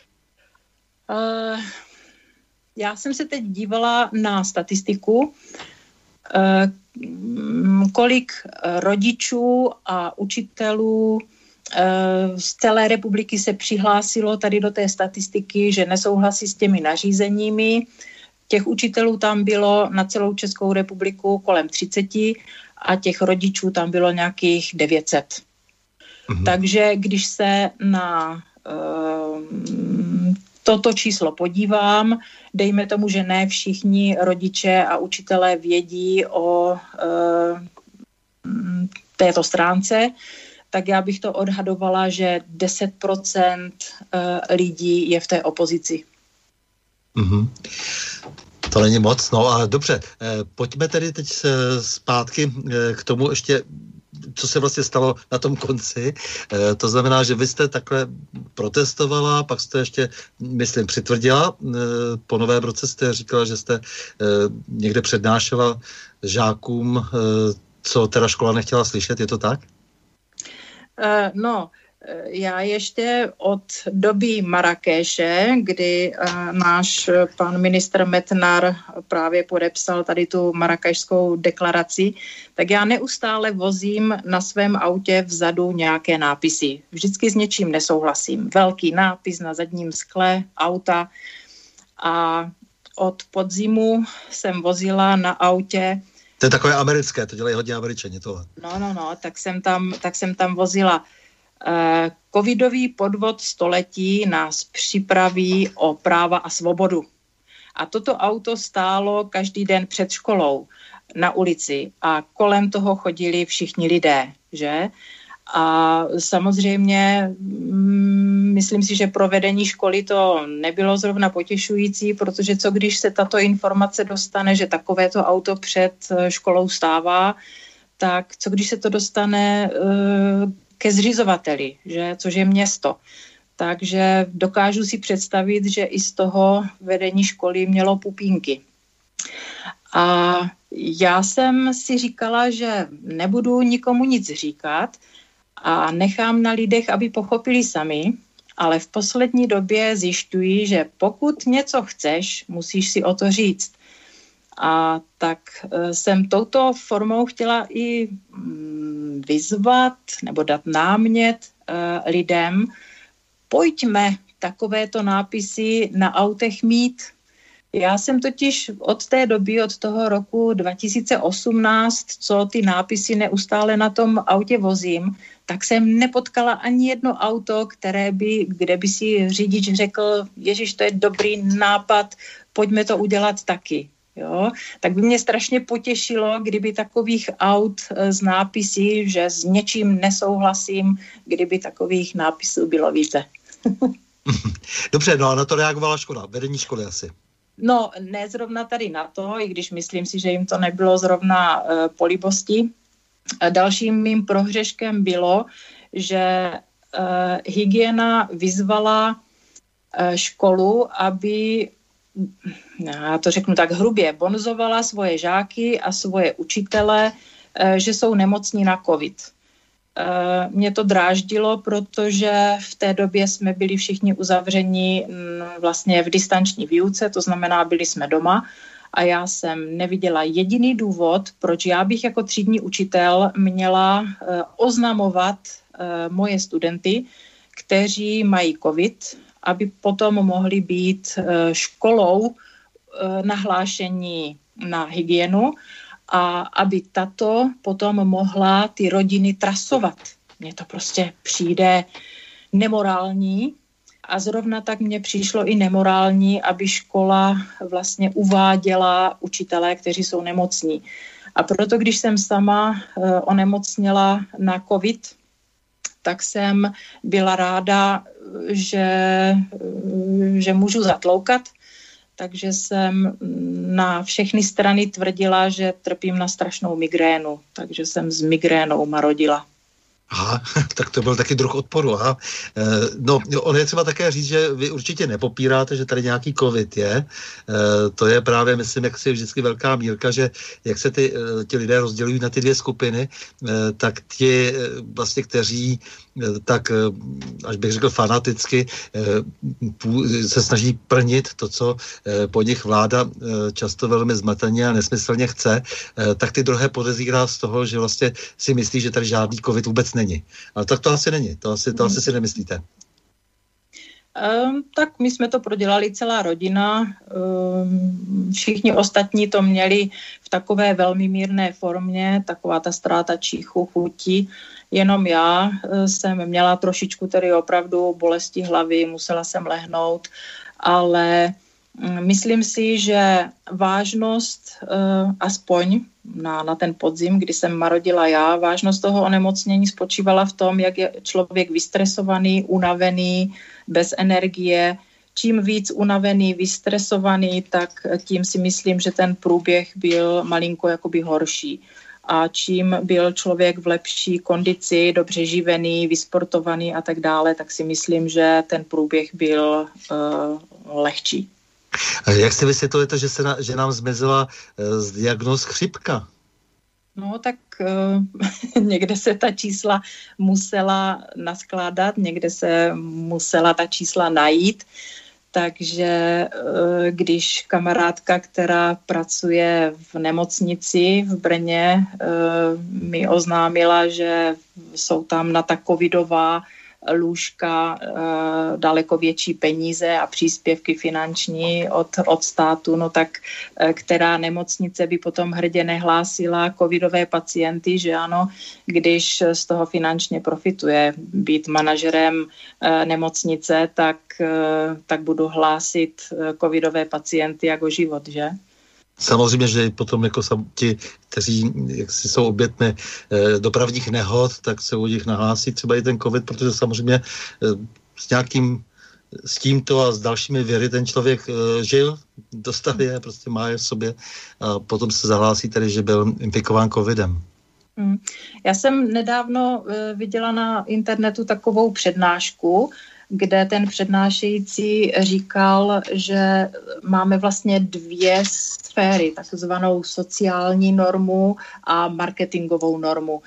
Uh, já jsem se teď dívala na statistiku, uh, kolik rodičů a učitelů uh, z celé republiky se přihlásilo tady do té statistiky, že nesouhlasí s těmi nařízeními. Těch učitelů tam bylo na celou Českou republiku kolem třiceti a těch rodičů tam bylo nějakých devět set. Mhm. Takže když se na uh, toto číslo podívám, dejme tomu, že ne všichni rodiče a učitelé vědí o uh, této stránce, tak já bych to odhadovala, že deset procent uh, lidí je v té opozici. Mhm. To není moc, no a dobře, pojďme tedy teď zpátky k tomu ještě co se vlastně stalo na tom konci. E, to znamená, že vy jste takhle protestovala, pak jste ještě, myslím, přitvrdila. E, po Novém roce jste říkala, že jste e, někde přednášela žákům, e, co teda škola nechtěla slyšet, je to tak? E, no, já ještě od doby Marrakeše, kdy uh, náš pan ministr Metnar právě podepsal tady tu marrakešskou deklaraci, tak já neustále vozím na svém autě vzadu nějaké nápisy. Vždycky s něčím nesouhlasím. Velký nápis na zadním skle auta a od podzimu jsem vozila na autě. To je takové americké, to dělají hodně Američani tohle. No, no, no, tak jsem tam, tak jsem tam vozila Uh, covidový podvod století nás připraví o práva a svobodu. A toto auto stálo každý den před školou na ulici a kolem toho chodili všichni lidé, že? A samozřejmě mm, myslím si, že pro vedení školy to nebylo zrovna potěšující, protože co když se tato informace dostane, že takovéto auto před školou stává, tak co když se to dostane uh, ke zřizovateli, že, což je město. Takže dokážu si představit, že i z toho vedení školy mělo pupínky. A já jsem si říkala, že nebudu nikomu nic říkat a nechám na lidech, aby pochopili sami, ale v poslední době zjišťuji, že pokud něco chceš, musíš si o to říct. A tak jsem touto formou chtěla i vyzvat nebo dát námět lidem, pojďme takovéto nápisy na autech mít. Já jsem totiž od té doby, od toho roku dva tisíce osmnáct, co ty nápisy neustále na tom autě vozím, tak jsem nepotkala ani jedno auto, které by, kde by si řidič řekl, ježiš, to je dobrý nápad, pojďme to udělat taky. Jo? Tak by mě strašně potěšilo, kdyby takových aut z nápisy, že s něčím nesouhlasím, kdyby takových nápisů bylo více. Dobře, no a na to reagovala škola, vedení školy asi. No, ne zrovna tady na to, i když myslím si, že jim to nebylo zrovna uh, po libosti. Dalším mým prohřeškem bylo, že uh, hygiena vyzvala uh, školu, aby, já to řeknu tak hrubě, bonzovala svoje žáky a svoje učitele, uh, že jsou nemocní na covid. Uh, mě to dráždilo, protože v té době jsme byli všichni uzavření m, vlastně v distanční výuce, to znamená, byli jsme doma a já jsem neviděla jediný důvod, proč já bych jako třídní učitel měla uh, oznamovat uh, moje studenty, kteří mají covid, aby potom mohli být uh, školou uh, nahlášení na hygienu, a aby tato potom mohla ty rodiny trasovat. Mně to prostě přijde nemorální a zrovna tak mně přišlo i nemorální, aby škola vlastně uváděla učitelé, kteří jsou nemocní. A proto, když jsem sama uh, onemocněla na covid, tak jsem byla ráda, že, uh, že můžu zatloukat. Takže jsem na všechny strany tvrdila, že trpím na strašnou migrénu. Takže jsem s migrénou marodila. Aha, tak to byl taky druh odporu. Aha. No, on je třeba také říct, že vy určitě nepopíráte, že tady nějaký covid je. To je právě, myslím, jak si je vždycky velká mírka, že jak se ty, ti lidé rozdělují na ty dvě skupiny, tak ti vlastně, kteří tak, až bych řekl fanaticky, se snaží plnit to, co po nich vláda často velmi zmateně a nesmyslně chce, tak ty druhé podezírá z toho, že vlastně si myslí, že tady žádný covid vůbec není. Ale tak to asi není. To asi, to asi si nemyslíte. Um, tak my jsme to prodělali celá rodina. Um, všichni ostatní to měli v takové velmi mírné formě, taková ta ztráta čichu, chuti. Jenom já jsem měla trošičku tedy opravdu bolesti hlavy, musela jsem lehnout, ale myslím si, že vážnost, aspoň na, na ten podzim, kdy jsem marodila já, vážnost toho onemocnění spočívala v tom, jak je člověk vystresovaný, unavený, bez energie. Čím víc unavený, vystresovaný, tak tím si myslím, že ten průběh byl malinko jakoby horší. a čím byl člověk v lepší kondici, dobře živený, vysportovaný a tak dále, tak si myslím, že ten průběh byl uh, lehčí. A jak si vysvětlujete, že, se na, že nám zmizela uh, z diagnóz chřipka? No tak uh, někde se ta čísla musela naskládat, někde se musela ta čísla najít, takže uh, když kamarádka, která pracuje v nemocnici v Brně, uh, mi oznámila, že jsou tam na ta covidová lůžka e, daleko větší peníze a příspěvky finanční od, od státu, no tak e, která nemocnice by potom hrdě nehlásila covidové pacienty, že ano, když z toho finančně profituje. Být manažerem e, nemocnice, tak, e, tak budu hlásit e, covidové pacienty jako život, že? Samozřejmě, že potom jako ti, kteří jaksi jsou obětmi e, dopravních nehod, tak se u nich nahlásí třeba i ten covid, protože samozřejmě e, s nějakým, s tímto a s dalšími věry ten člověk e, žil, dostal je, prostě má je v sobě a potom se zahlásí tedy, že byl infikován covidem. Hmm. Já jsem nedávno e, viděla na internetu takovou přednášku, kde ten přednášející říkal, že máme vlastně dvě sféry, takzvanou sociální normu a marketingovou normu.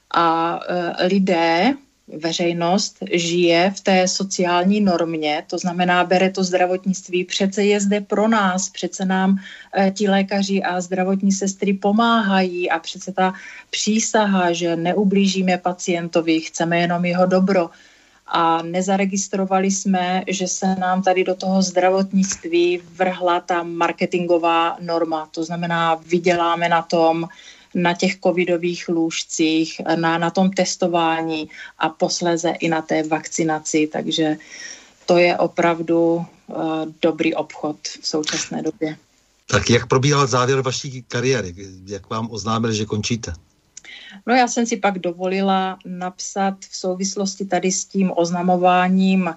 A e, lidé, veřejnost žije v té sociální normě, to znamená, bere to zdravotnictví, přece je zde pro nás, přece nám e, ti lékaři a zdravotní sestry pomáhají a přece ta přísaha, že neublížíme pacientovi, chceme jenom jeho dobro. A nezaregistrovali jsme, že se nám tady do toho zdravotnictví vrhla ta marketingová norma. To znamená, vyděláme na tom, na těch covidových lůžcích, na, na tom testování a posléze i na té vakcinaci. Takže to je opravdu uh, dobrý obchod v současné době. Tak jak probíhal závěr vaší kariéry? Jak vám oznámili, že končíte? No já jsem si pak dovolila napsat v souvislosti tady s tím oznamováním,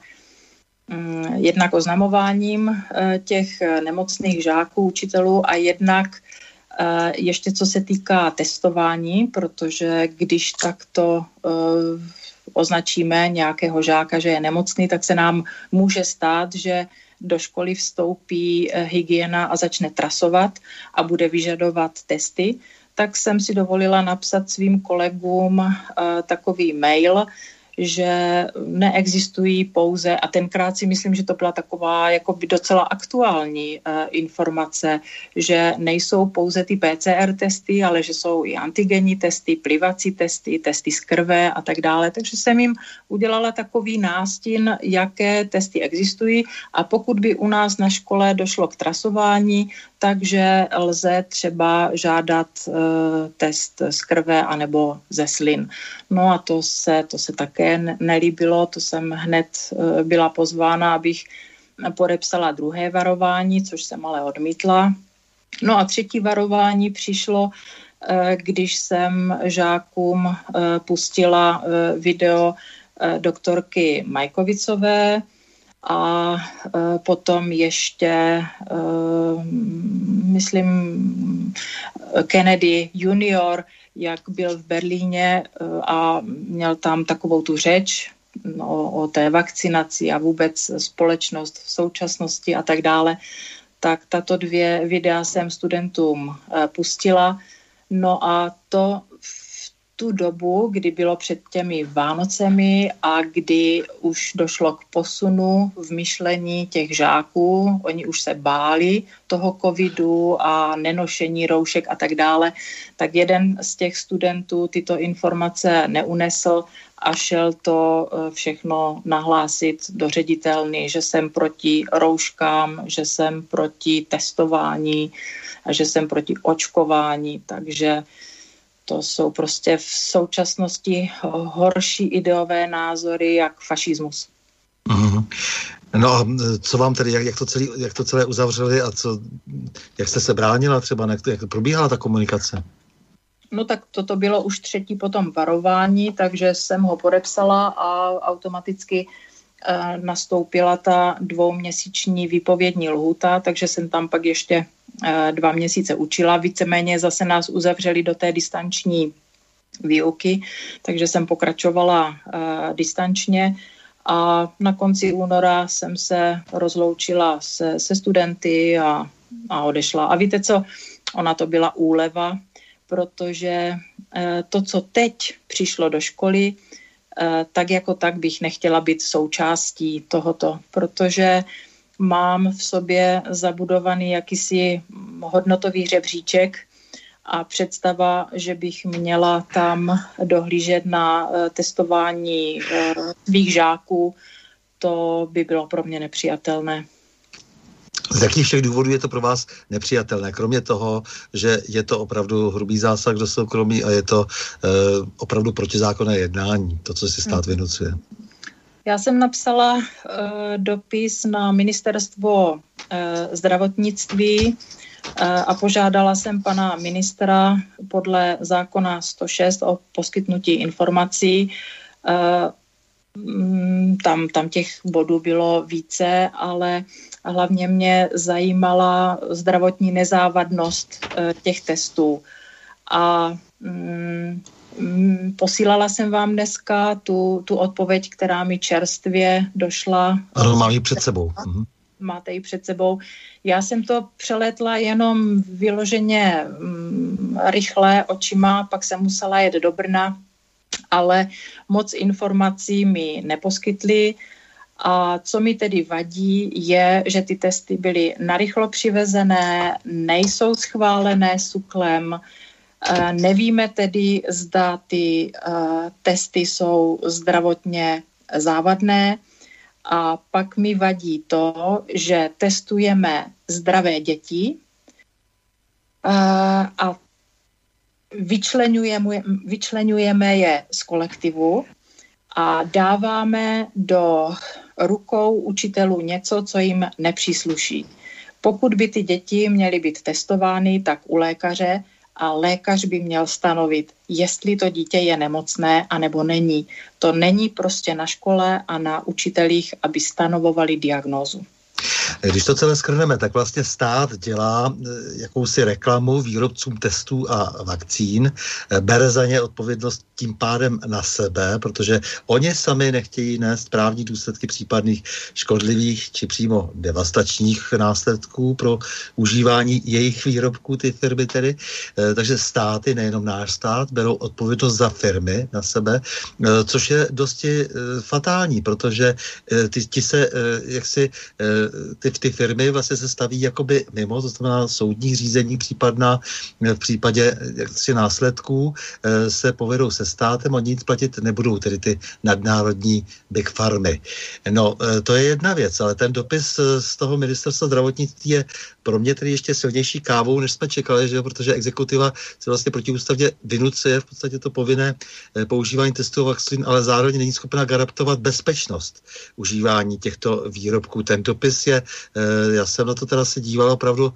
jednak oznamováním těch nemocných žáků, učitelů a jednak ještě co se týká testování, protože když takto označíme nějakého žáka, že je nemocný, tak se nám může stát, že do školy vstoupí hygiena a začne trasovat a bude vyžadovat testy. Tak jsem si dovolila napsat svým kolegům uh, takový mail, že neexistují pouze, a tenkrát si myslím, že to byla taková jakoby docela aktuální uh, informace, že nejsou pouze ty P C R testy, ale že jsou i antigenní testy, plivací testy, testy z krve a tak dále. Takže jsem jim udělala takový nástin, jaké testy existují a pokud by u nás na škole došlo k trasování, takže lze třeba žádat uh, test z krve anebo ze slin. No a to se, to se také nelíbilo, to jsem hned uh, byla pozvána, abych podepsala druhé varování, což jsem ale odmítla. No a třetí varování přišlo, uh, když jsem žákům uh, pustila uh, video uh, doktorky Majkovicové, a e, potom ještě, e, myslím, Kennedy junior, jak byl v Berlíně e, a měl tam takovou tu řeč no, o té vakcinaci a vůbec společnost v současnosti a tak dále, tak tato dvě videa jsem studentům e, pustila. No a to tu dobu, kdy bylo před těmi Vánocemi a kdy už došlo k posunu v myšlení těch žáků, oni už se báli toho covidu a nenošení roušek a tak dále, tak jeden z těch studentů tyto informace neunesl a šel to všechno nahlásit do ředitelny, že jsem proti rouškám, že jsem proti testování a že jsem proti očkování, takže to jsou prostě v současnosti horší ideové názory jak fašismus. Mm-hmm. No a co vám tedy, jak, jak, to celé, jak to celé uzavřeli a co, jak jste se bránila třeba, jak, to, jak probíhala ta komunikace? No tak toto bylo už třetí potom varování, takže jsem ho podepsala a automaticky uh, nastoupila ta dvouměsíční výpovědní lhůta, takže jsem tam pak ještě dva měsíce učila. Víceméně zase nás uzavřeli do té distanční výuky, takže jsem pokračovala distančně a na konci února jsem se rozloučila se, se studenty a, a odešla. A víte co, ona to byla úleva, protože to, co teď přišlo do školy, tak jako tak bych nechtěla být součástí tohoto, protože mám v sobě zabudovaný jakýsi hodnotový žebříček a představa, že bych měla tam dohlížet na testování svých žáků, to by bylo pro mě nepřijatelné. Z jakých všech důvodů je to pro vás nepřijatelné? Kromě toho, že je to opravdu hrubý zásah do soukromí a je to eh, opravdu protizákonné jednání, to, co si stát vynucuje. Já jsem napsala uh, dopis na ministerstvo uh, zdravotnictví uh, a požádala jsem pana ministra podle zákona sto šest o poskytnutí informací. Uh, tam, tam těch bodů bylo více, ale hlavně mě zajímala zdravotní nezávadnost uh, těch testů. A um, posílala jsem vám dneska tu, tu odpověď, která mi čerstvě došla. Ano, mám ji před sebou. Máte ji před sebou. Já jsem to přeletla jenom vyloženě mm, rychle očima, pak jsem musela jet do Brna, ale moc informací mi neposkytli. A co mi tedy vadí, je, že ty testy byly narychlo přivezené, nejsou schválené SÚKLem. Nevíme tedy, zda ty uh, testy jsou zdravotně závadné a pak mi vadí to, že testujeme zdravé děti uh, a vyčleňujeme, vyčleňujeme je z kolektivu a dáváme do rukou učitelů něco, co jim nepřísluší. Pokud by ty děti měly být testovány, tak u lékaře, a lékař by měl stanovit, jestli to dítě je nemocné, anebo není. To není prostě na škole a na učitelích, aby stanovovali diagnózu. Když to celé shrneme, tak vlastně stát dělá jakousi reklamu výrobcům testů a vakcín, bere za ně odpovědnost tím pádem na sebe, protože oni sami nechtějí nést právní důsledky případných škodlivých či přímo devastačních následků pro užívání jejich výrobků, ty firmy tedy. Takže státy, nejenom náš stát, berou odpovědnost za firmy na sebe, což je dosti fatální, protože ty, ty se jaksi ty, ty firmy vlastně se staví jakoby mimo, to znamená soudních řízení případná v případě jaksi následků se povedou se státem, oni nic platit nebudou, tedy ty nadnárodní big farmy. No, to je jedna věc, ale ten dopis z toho ministerstva zdravotnictví je pro mě tedy ještě silnější kávou, než jsme čekali, že jo, protože exekutiva se vlastně protiústavně vynucuje v podstatě to povinné používání testů a vakcín, ale zároveň není schopna garantovat bezpečnost užívání těchto výrobků. Ten dopis je, já jsem na to teda se díval opravdu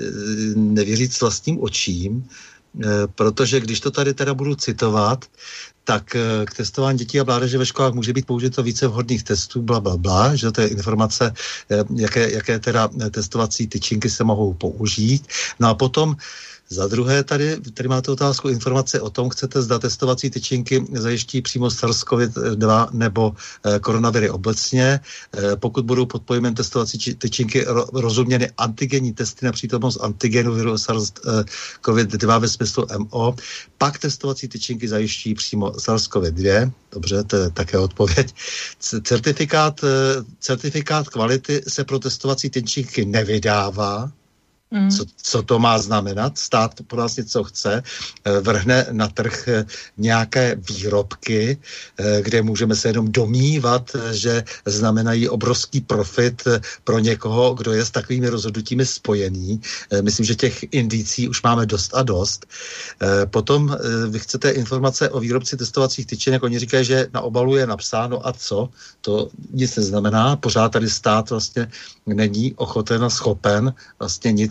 nevěřit vlastním očím, protože když to tady teda budu citovat, tak k testování dětí a mládeže ve školách může být použito více vhodných testů, bla, bla, bla, že to je informace, jaké, jaké teda testovací tyčinky se mohou použít. No a potom za druhé, tady, tady máte otázku informace o tom, chcete zda testovací tyčinky zajiští přímo SARS-C o V dva nebo eh, koronaviry obecně. Eh, pokud budou pod pojmem testovací či, tyčinky ro, rozuměny antigenní testy na přítomnost antigenu viru SARS-C o V dva ve smyslu M O, pak testovací tyčinky zajiští přímo SARS-C o V dva. Dobře, to je také odpověď. Certifikát, eh, certifikát kvality se pro testovací tyčinky nevydává. Mm. Co, co to má znamenat? Stát po nás něco chce, vrhne na trh nějaké výrobky, kde můžeme se jenom domnívat, že znamenají obrovský profit pro někoho, kdo je s takovými rozhodnutími spojený. Myslím, že těch indicí už máme dost a dost. Potom vy chcete informace o výrobci testovacích tyčinek, oni říkají, že na obalu je napsáno a co? To nic neznamená, pořád tady stát vlastně není ochoten a schopen vlastně nic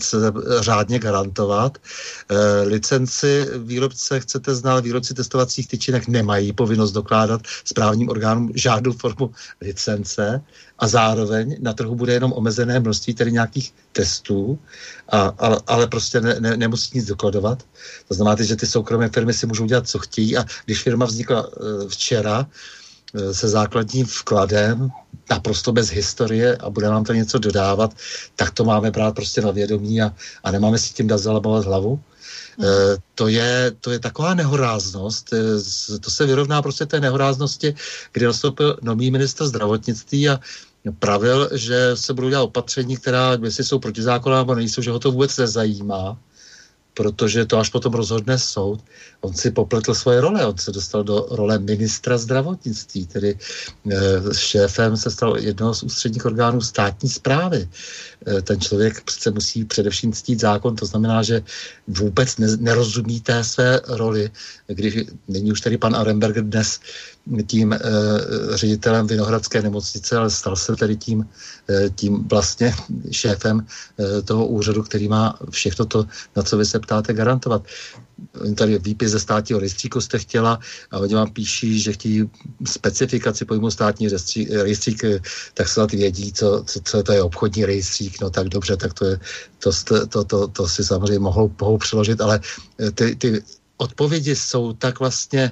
se řádně garantovat. Licenci výrobce chcete znát, výrobci testovacích tyčinek nemají povinnost dokládat správním orgánům žádnou formu licence a zároveň na trhu bude jenom omezené množství tedy nějakých testů, a, ale, ale prostě ne, ne, nemusí nic dokladovat. To znamená, že ty soukromé firmy si můžou dělat, co chtějí, a když firma vznikla včera se základním vkladem, naprosto bez historie, a bude nám to něco dodávat, tak to máme brát prostě na vědomí a, a nemáme si tím dát zalabovat hlavu. Mm. E, to, je, to je taková nehoráznost, e, to se vyrovná prostě té nehoráznosti, kdy nastoupil nový ministr zdravotnictví a pravil, že se budou dělat opatření, která, jestli jsou protizákonná nebo nejsou, že ho to vůbec nezajímá, protože to až potom rozhodne soud. On si popletl svoje role, on se dostal do role ministra zdravotnictví, tedy e, šéfem se stal jednoho z ústředních orgánů státní správy. E, ten člověk přece musí především ctít zákon, to znamená, že vůbec ne, nerozumí té své roli, když není už tady pan Arenberger dnes tím e, ředitelem Vinohradské nemocnice, ale stal se tedy tím, e, tím vlastně šéfem e, toho úřadu, který má všechno to, na co vy se ptáte, garantovat. Oni tady výpis ze státního rejstříku jste chtěla a oni vám píší, že chtějí specifikaci pojmu státní rejstřík, rejstřík tak snad vědí, co, co, co to je obchodní rejstřík, no tak dobře, tak to, je, to, to, to, to si samozřejmě mohou, mohou přeložit, ale ty, ty odpovědi jsou tak vlastně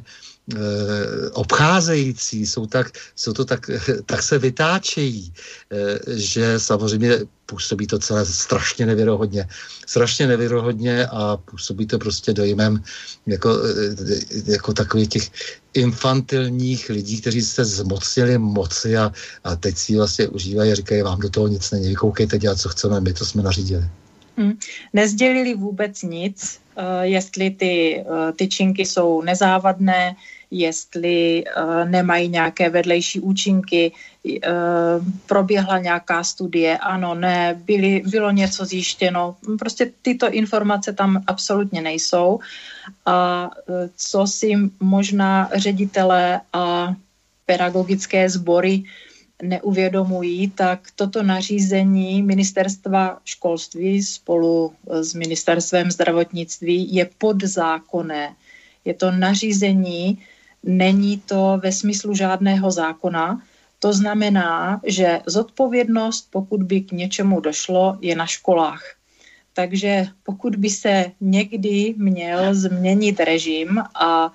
obcházející, jsou, tak, jsou to tak, tak se vytáčejí, že samozřejmě působí to celé strašně nevěrohodně. Strašně nevěrohodně a působí to prostě dojmem jako, jako takových těch infantilních lidí, kteří se zmocnili moci a, a teď si vlastně užívají a říkají, vám do toho nic není, vykoukejte dělat, co chceme, my to jsme nařídili. Hmm. Nezdělili vůbec nic, uh, jestli ty uh, tyčinky jsou nezávadné, jestli uh, nemají nějaké vedlejší účinky, uh, proběhla nějaká studie, ano, ne, byly, bylo něco zjištěno. Prostě tyto informace tam absolutně nejsou. A uh, co si možná ředitelé a pedagogické sbory neuvědomují, tak toto nařízení ministerstva školství spolu s ministerstvem zdravotnictví je podzákonné. Je to nařízení, není to ve smyslu žádného zákona. To znamená, že zodpovědnost, pokud by k něčemu došlo, je na školách. Takže pokud by se někdy měl změnit režim a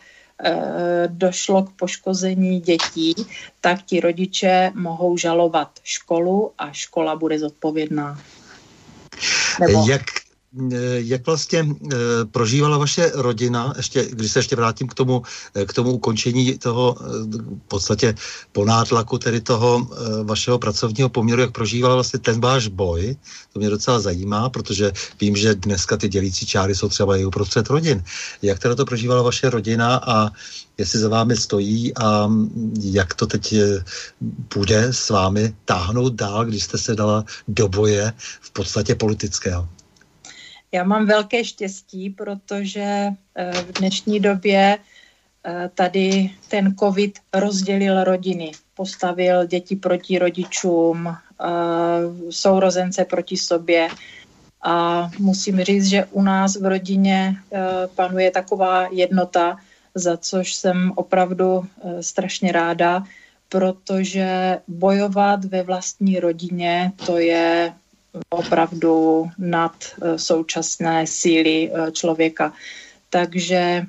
došlo k poškození dětí, tak ti rodiče mohou žalovat školu a škola bude zodpovědná. Nebo... Jak, jak vlastně prožívala vaše rodina, ještě, když se ještě vrátím k tomu, k tomu ukončení toho v podstatě po nátlaku tedy toho vašeho pracovního poměru, jak prožívala vlastně ten váš boj, to mě docela zajímá, protože vím, že dneska ty dělící čáry jsou třeba i uprostřed rodin. Jak teda to prožívala vaše rodina a jestli za vámi stojí a jak to teď bude s vámi táhnout dál, když jste se dala do boje v podstatě politického? Já mám velké štěstí, protože v dnešní době tady ten covid rozdělil rodiny, postavil děti proti rodičům, sourozence proti sobě a musím říct, že u nás v rodině panuje taková jednota, za což jsem opravdu strašně ráda, protože bojovat ve vlastní rodině, to je opravdu nad současné síly člověka. Takže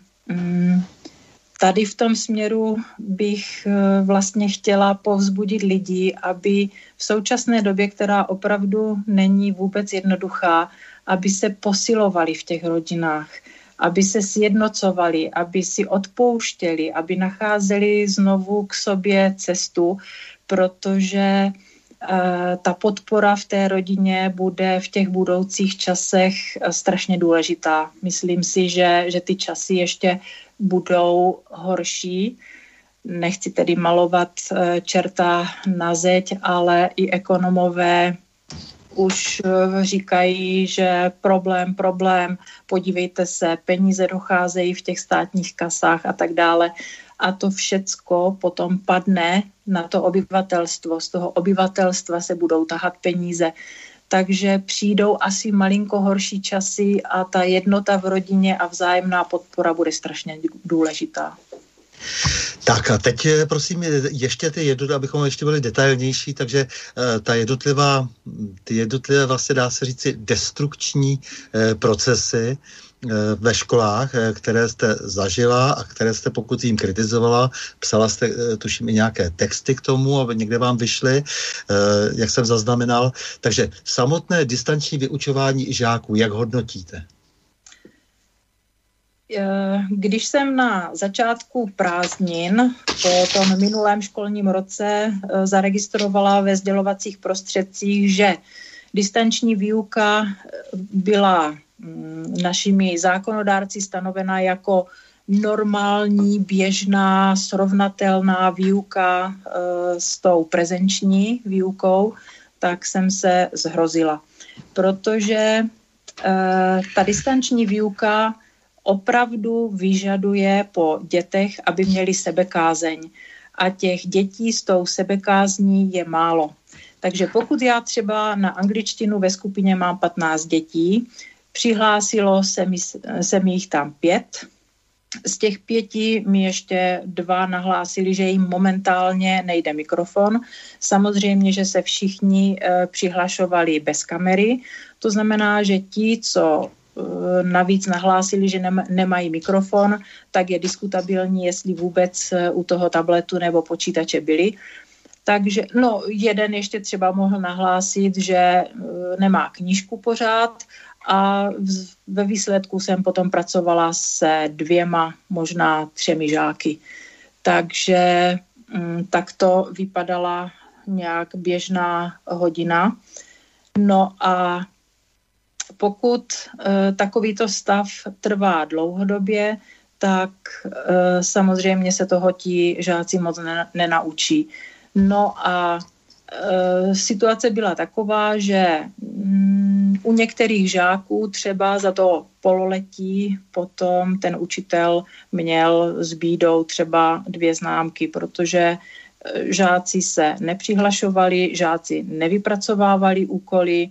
tady v tom směru bych vlastně chtěla povzbudit lidi, aby v současné době, která opravdu není vůbec jednoduchá, aby se posilovali v těch rodinách, aby se sjednocovali, aby si odpouštěli, aby nacházeli znovu k sobě cestu, protože ta podpora v té rodině bude v těch budoucích časech strašně důležitá. Myslím si, že, že ty časy ještě budou horší. Nechci tedy malovat čerta na zeď, ale i ekonomové už říkají, že problém, problém, podívejte se, peníze docházejí v těch státních kasách a tak dále. A to všecko potom padne na to obyvatelstvo. Z toho obyvatelstva se budou tahat peníze. takže přijdou asi malinko horší časy a ta jednota v rodině a vzájemná podpora bude strašně důležitá. Tak a teď prosím ještě ty jednotlivé, abychom ještě byli detailnější, takže uh, ta jednotlivá, ty jednotlivé vlastně dá se říci destrukční uh, procesy uh, ve školách, uh, které jste zažila a které jste pokud jim kritizovala, psala jste uh, tuším i nějaké texty k tomu, aby někde vám vyšly, uh, jak jsem zaznamenal. Takže samotné distanční vyučování žáků, jak hodnotíte? Když jsem na začátku prázdnin po tom minulém školním roce zaregistrovala ve sdělovacích prostředcích, že distanční výuka byla našimi zákonodárci stanovena jako normální, běžná, srovnatelná výuka s tou prezenční výukou, tak jsem se zhrozila. Protože ta distanční výuka opravdu vyžaduje po dětech, aby měli sebekázeň. A těch dětí s tou sebekázní je málo. Takže pokud já třeba na angličtinu ve skupině mám patnáct dětí, přihlásilo se mi, se mi jich tam pět. Z těch pěti mi ještě dva nahlásili, že jim momentálně nejde mikrofon. Samozřejmě, že se všichni e, přihlašovali bez kamery. To znamená, že ti, co navíc nahlásili, že nemají mikrofon, tak je diskutabilní, jestli vůbec u toho tabletu nebo počítače byli. Takže, no, jeden ještě třeba mohl nahlásit, že nemá knížku pořád a ve výsledku jsem potom pracovala se dvěma, možná třemi žáky. Takže takto vypadala nějak běžná hodina. No a pokud e, takovýto stav trvá dlouhodobě, tak e, samozřejmě se toho ti žáci moc ne, nenaučí. No a e, situace byla taková, že mm, u některých žáků třeba za to pololetí potom ten učitel měl s bídou třeba dvě známky, protože žáci se nepřihlašovali, žáci nevypracovávali úkoly,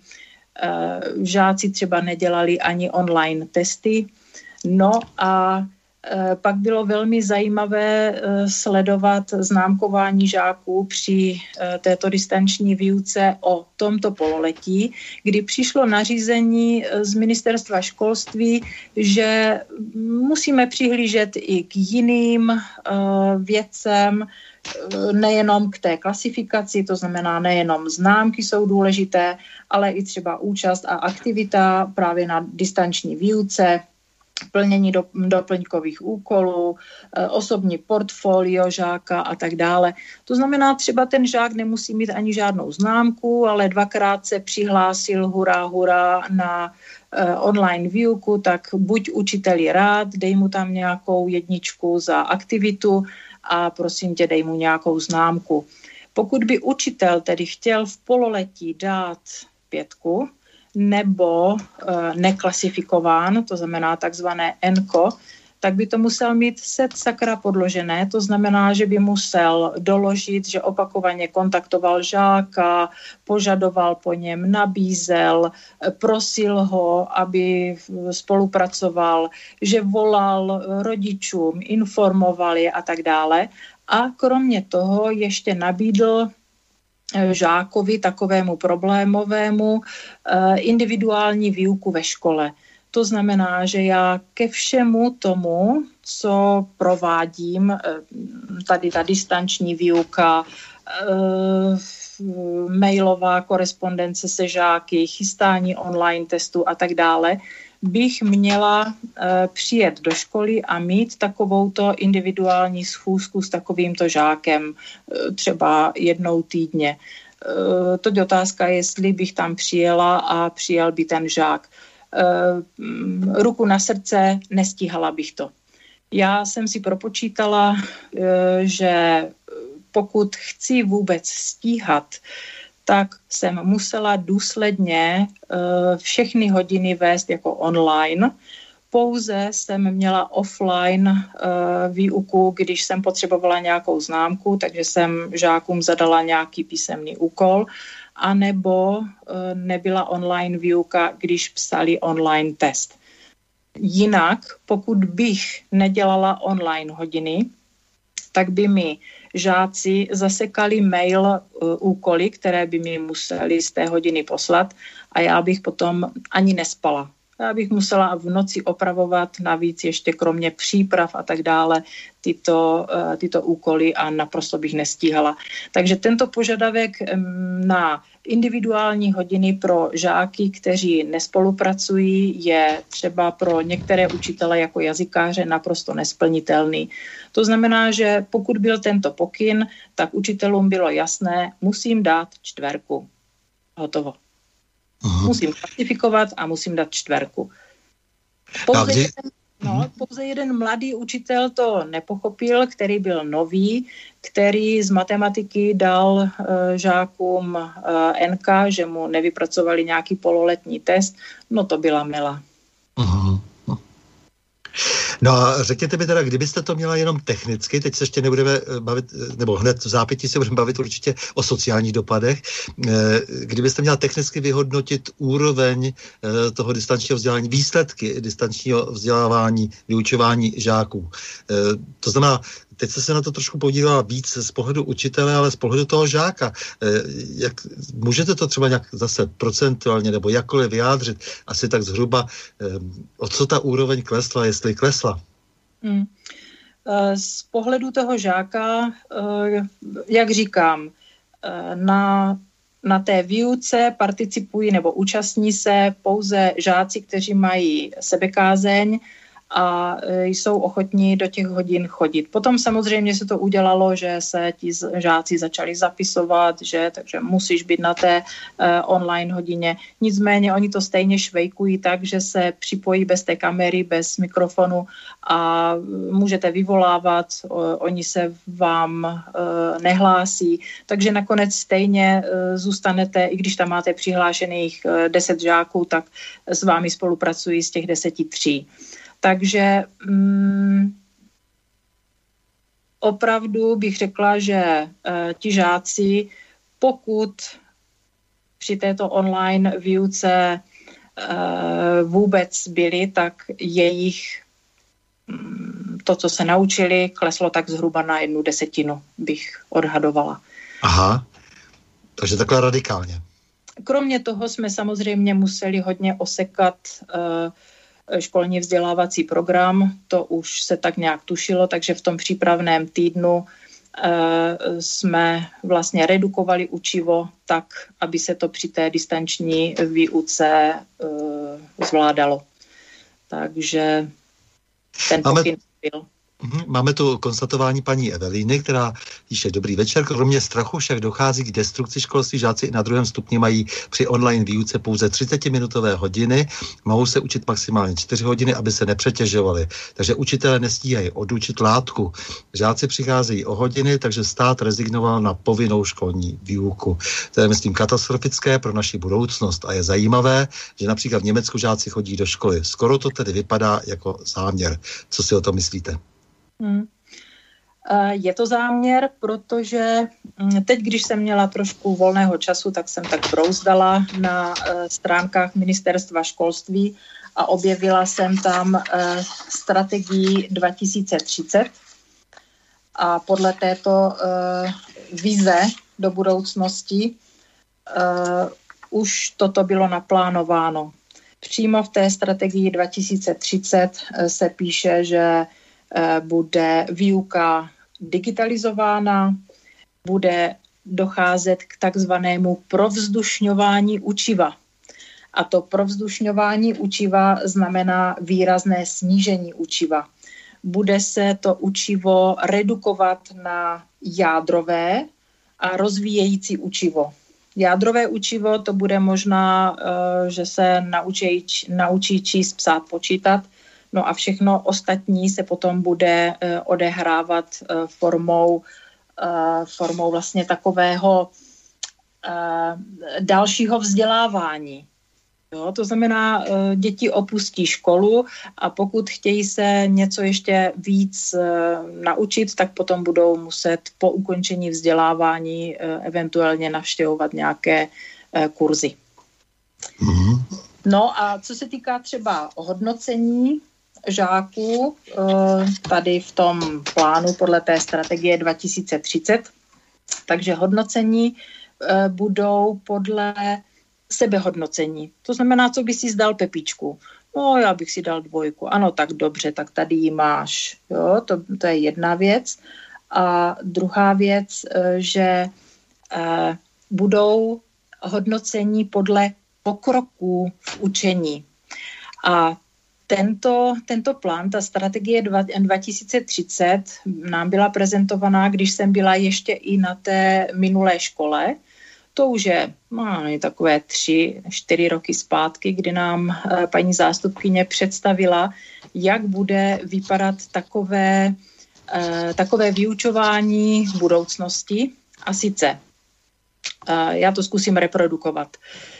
žáci třeba nedělali ani online testy. No a pak bylo velmi zajímavé sledovat známkování žáků při této distanční výuce o tomto pololetí, kdy přišlo nařízení z ministerstva školství, že musíme přihlížet i k jiným věcem, nejenom k té klasifikaci, to znamená nejenom známky jsou důležité, ale i třeba účast a aktivita právě na distanční výuce, plnění do, doplňkových úkolů, osobní portfolio žáka a tak dále. To znamená, třeba ten žák nemusí mít ani žádnou známku, ale dvakrát se přihlásil hurá, hurá na uh, online výuku, tak buď učitel je rád, dej mu tam nějakou jedničku za aktivitu a prosím tě, dej mu nějakou známku. Pokud by učitel tedy chtěl v pololetí dát pětku, nebo e, neklasifikován, to znamená takzvané enko, tak by to musel mít set sakra podložené, to znamená, že by musel doložit, že opakovaně kontaktoval žáka, požadoval po něm, nabízel, prosil ho, aby spolupracoval, že volal rodičům, informoval je a tak dále. A kromě toho ještě nabídl žákovi takovému problémovému individuální výuku ve škole. To znamená, že já ke všemu tomu, co provádím, tady ta distanční výuka, mailová korespondence se žáky, chystání online testů a tak dále, bych měla přijet do školy a mít takovouto individuální schůzku s takovýmto žákem třeba jednou týdně. To je otázka, jestli bych tam přijela a přijel by ten žák. Ruku na srdce, nestíhala bych to. Já jsem si propočítala, že pokud chci vůbec stíhat, tak jsem musela důsledně všechny hodiny vést jako online. Pouze jsem měla offline výuku, když jsem potřebovala nějakou známku, takže jsem žákům zadala nějaký písemný úkol anebo nebyla online výuka, když psali online test. Jinak, pokud bych nedělala online hodiny, tak by mi žáci zasekali mail uh, úkoly, které by mi museli z té hodiny poslat a já bych potom ani nespala. Já bych musela v noci opravovat navíc ještě kromě příprav a tak dále tyto, uh, tyto úkoly a naprosto bych nestíhala. Takže tento požadavek um, na individuální hodiny pro žáky, kteří nespolupracují, je třeba pro některé učitele jako jazykáře naprosto nesplnitelný. To znamená, že pokud byl tento pokyn, tak učitelům bylo jasné, musím dát čtverku. Hotovo. Aha. Musím klasifikovat a musím dát čtverku. Pouze jeden, no, pouze jeden mladý učitel to nepochopil, který byl nový, který z matematiky dal uh, žákům uh, N K, že mu nevypracovali nějaký pololetní test. No to byla mela. Aha. No a řekněte mi teda, kdybyste to měla jenom technicky, teď se ještě nebudeme bavit, nebo hned v zápětí se budeme bavit určitě o sociálních dopadech, kdybyste měla technicky vyhodnotit úroveň toho distančního vzdělání, výsledky distančního vzdělávání, vyučování žáků. To znamená, teď jste se na to trošku podívala víc z pohledu učitele, ale z pohledu toho žáka. Jak, můžete to třeba nějak zase procentuálně nebo jakkoliv vyjádřit, asi tak zhruba, o co ta úroveň klesla, jestli klesla? Hmm. Z pohledu toho žáka, jak říkám, na, na té výuce participují nebo účastní se pouze žáci, kteří mají sebekázeň a jsou ochotní do těch hodin chodit. Potom samozřejmě se to udělalo, že se ti žáci začali zapisovat, že takže musíš být na té uh, online hodině. Nicméně oni to stejně švejkují tak, že se připojí bez té kamery, bez mikrofonu a můžete vyvolávat, uh, oni se vám uh, nehlásí, takže nakonec stejně uh, zůstanete, i když tam máte přihlášených uh, deset žáků, tak s vámi spolupracují z těch deseti tři. Takže mm, opravdu bych řekla, že e, ti žáci, pokud při této online výuce e, vůbec byli, tak jejich mm, to, co se naučili, kleslo tak zhruba na jednu desetinu, bych odhadovala. Aha, takže takhle radikálně. Kromě toho jsme samozřejmě museli hodně osekat e, školní vzdělávací program, to už se tak nějak tušilo, takže v tom přípravném týdnu e, jsme vlastně redukovali učivo tak, aby se to při té distanční výuce e, zvládalo. Takže ten pokyn byl. Máme tu konstatování paní Evelíny, která píše: dobrý večer, kromě strachu však dochází k destrukci školství. Žáci i na druhém stupni mají při online výuce pouze třicetiminutové hodiny, mohou se učit maximálně čtyři hodiny, aby se nepřetěžovali. Takže učitelé nestíhají odučit látku. Žáci přicházejí o hodiny, takže stát rezignoval na povinnou školní výuku. To je, myslím, katastrofické pro naši budoucnost a je zajímavé, že například v Německu žáci chodí do školy. Skoro to tedy vypadá jako záměr. Co si o tom myslíte? Hmm. Je to záměr, protože teď, když jsem měla trošku volného času, tak jsem tak brouzdala na stránkách Ministerstva školství a objevila jsem tam strategii dva tisíce třicet a podle této vize do budoucnosti už toto bylo naplánováno. Přímo v té strategii dva tisíce třicet se píše, že bude výuka digitalizována, bude docházet k takzvanému provzdušňování učiva. A to provzdušňování učiva znamená výrazné snížení učiva. Bude se to učivo redukovat na jádrové a rozvíjející učivo. Jádrové učivo to bude možná, že se naučí, naučí číst, psát, počítat, no a všechno ostatní se potom bude uh, odehrávat uh, formou, uh, formou vlastně takového uh, dalšího vzdělávání. Jo, to znamená, děti opustí školu a pokud chtějí se něco ještě víc naučit, tak potom budou muset po ukončení vzdělávání eventuálně navštěvovat nějaké kurzy. Mm-hmm. No a co se týká třeba hodnocení žáků, tady v tom plánu podle té strategie dva tisíce třicet, takže hodnocení budou podle sebehodnocení. To znamená, co by si zdal Pepíčku. No, já bych si dal dvojku. Ano, tak dobře, tak tady ji máš. Jo, to, to je jedna věc. A druhá věc, že eh, budou hodnocení podle pokroků v učení. A tento, tento plán, ta strategie dva tisíce třicet nám byla prezentovaná, když jsem byla ještě i na té minulé škole. To už je no, takové tři, čtyři roky zpátky, kdy nám e, paní zástupkyně představila, jak bude vypadat takové, e, takové vyučování v budoucnosti. A sice, e, já to zkusím reprodukovat.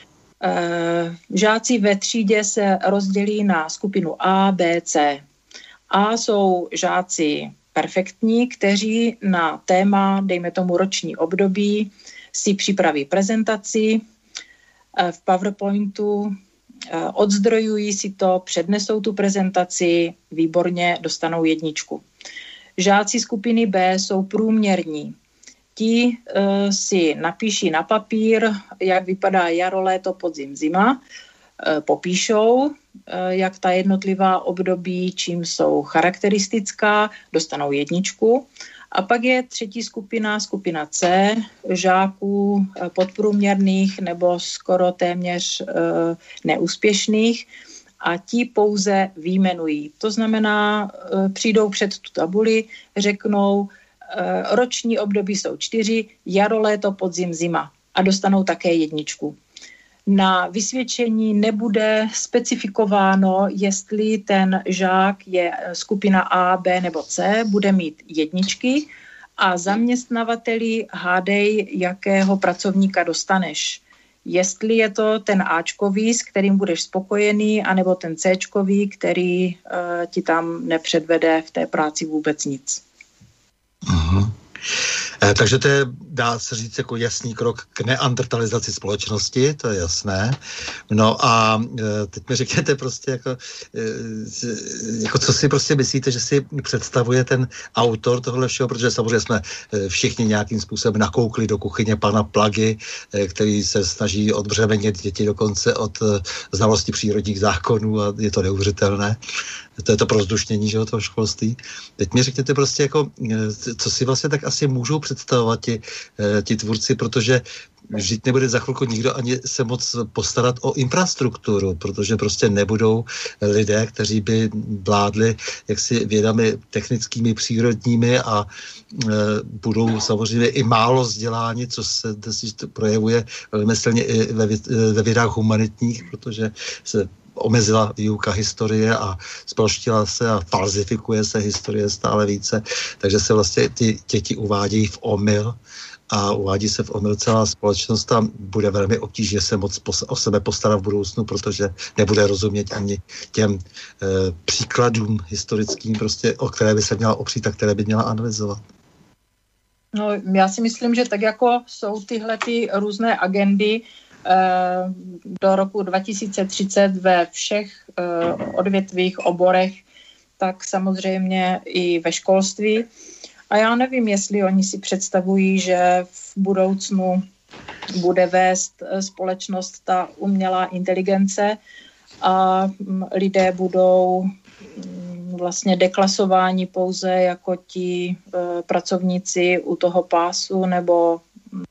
E, žáci ve třídě se rozdělí na skupinu A, B, C. A jsou žáci perfektní, kteří na téma, dejme tomu roční období, si připraví prezentaci v PowerPointu, odzdrojují si to, přednesou tu prezentaci, výborně dostanou jedničku. Žáci skupiny B jsou průměrní. Ti uh, si napíší na papír, jak vypadá jaro, léto, podzim, zima, uh, popíšou, uh, jak ta jednotlivá období, čím jsou charakteristická, dostanou jedničku. A pak je třetí skupina, skupina C, žáků podprůměrných nebo skoro téměř e, neúspěšných a ti pouze výjmenují. To znamená, e, přijdou před tu tabuli, řeknou, e, roční období jsou čtyři, jaro, léto, podzim, zima a dostanou také jedničku. Na vysvědčení nebude specifikováno, jestli ten žák je skupina A, B nebo C, bude mít jedničky a zaměstnavateli hádej, jakého pracovníka dostaneš. Jestli je to ten Ačkový, s kterým budeš spokojený, anebo ten Cčkový, který uh, ti tam nepředvede v té práci vůbec nic. Aha. Eh, takže to je, dá se říct, jako jasný krok k neandertalizaci společnosti, to je jasné. No a eh, teď mi řekněte prostě, jako, eh, jako co si prostě myslíte, že si představuje ten autor tohle všeho, protože samozřejmě jsme eh, všichni nějakým způsobem nakoukli do kuchyně pana Plagy, eh, který se snaží odbřemenit děti dokonce od eh, znalosti přírodních zákonů a je to neuvěřitelné. To je to prozdušnění, že jo, toho školství. Teď mi řekněte prostě jako, co si vlastně tak asi můžou představovat ti, ti tvůrci, protože vždyť nebude za chvilku nikdo ani se moc postarat o infrastrukturu, protože prostě nebudou lidé, kteří by vládli jaksi vědami technickými, přírodními a e, budou samozřejmě i málo vzděláni, co se projevuje velmi silně i ve, ve vědách humanitních, protože se omezila výuka historie a spolštila se a falzifikuje se historie stále více, takže se vlastně ty děti uvádějí v omyl a uvádí se v omyl celá společnost a bude velmi obtížně se moc o sebe postarat v budoucnu, protože nebude rozumět ani těm e, příkladům historickým, prostě, o které by se měla opřít a které by měla analyzovat. No, já si myslím, že tak jako jsou tyhle ty různé agendy do roku dva tisíce třicet ve všech odvětvích, oborech, tak samozřejmě i ve školství. A já nevím, jestli oni si představují, že v budoucnu bude vést společnost ta umělá inteligence a lidé budou vlastně deklasováni pouze jako ti pracovníci u toho pásu nebo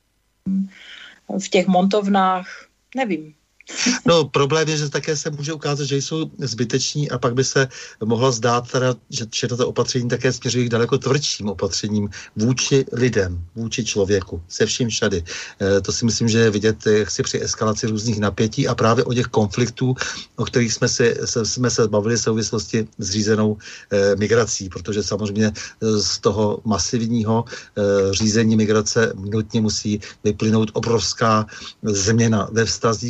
v těch montovnách, nevím. No, problém je, že také se může ukázat, že jsou zbyteční a pak by se mohla zdát, teda, že, že toto opatření také směřují k daleko tvrdším opatřením vůči lidem, vůči člověku, se vším všady. E, to si myslím, že je vidět jaksi při eskalaci různých napětí a právě o těch konfliktů, o kterých jsme, si, se, jsme se bavili v souvislosti s řízenou e, migrací, protože samozřejmě z toho masivního e, řízení migrace nutně musí vyplynout obrovská změna ve vztazích a ta změna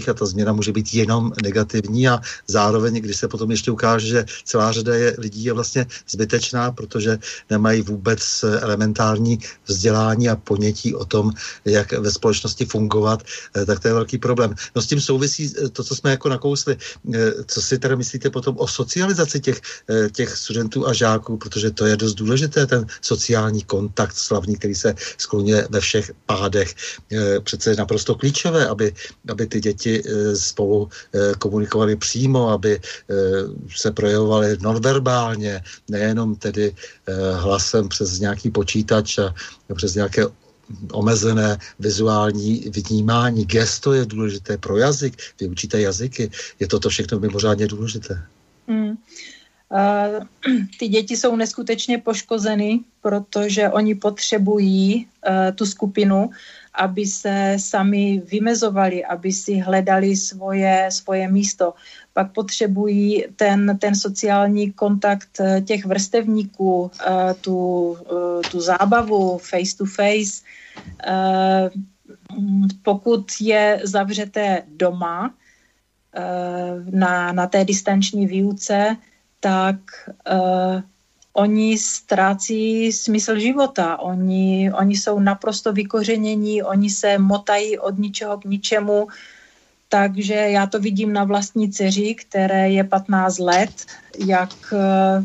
změna může být jenom negativní a zároveň, když se potom ještě ukáže, že celá řada je, lidí je vlastně zbytečná, protože nemají vůbec elementární vzdělání a ponětí o tom, jak ve společnosti fungovat, tak to je velký problém. No s tím souvisí to, co jsme jako nakousli. Co si teda myslíte potom o socializaci těch, těch studentů a žáků, protože to je dost důležité, ten sociální kontakt slavný, který se skloňuje ve všech pádech. Přece je naprosto klíčové, aby, aby ty děti spolu komunikovaly přímo, aby se projevovaly nonverbálně, nejenom tedy hlasem přes nějaký počítač a přes nějaké omezené vizuální vnímání. Gesto je důležité pro jazyk, vy učíte jazyky, je toto všechno mimořádně důležité. Hmm. Uh, ty děti jsou neskutečně poškozeny, protože oni potřebují uh, tu skupinu, aby se sami vymezovali, aby si hledali svoje, svoje místo. Pak potřebují ten, ten sociální kontakt těch vrstevníků, uh, tu, uh, tu zábavu face to face. Uh, pokud je zavřeté doma uh, na, na té distanční výuce, tak uh, oni ztrácí smysl života. Oni, oni jsou naprosto vykořenění, oni se motají od ničeho k ničemu. Takže já to vidím na vlastní dceři, které je patnáct let, jak uh,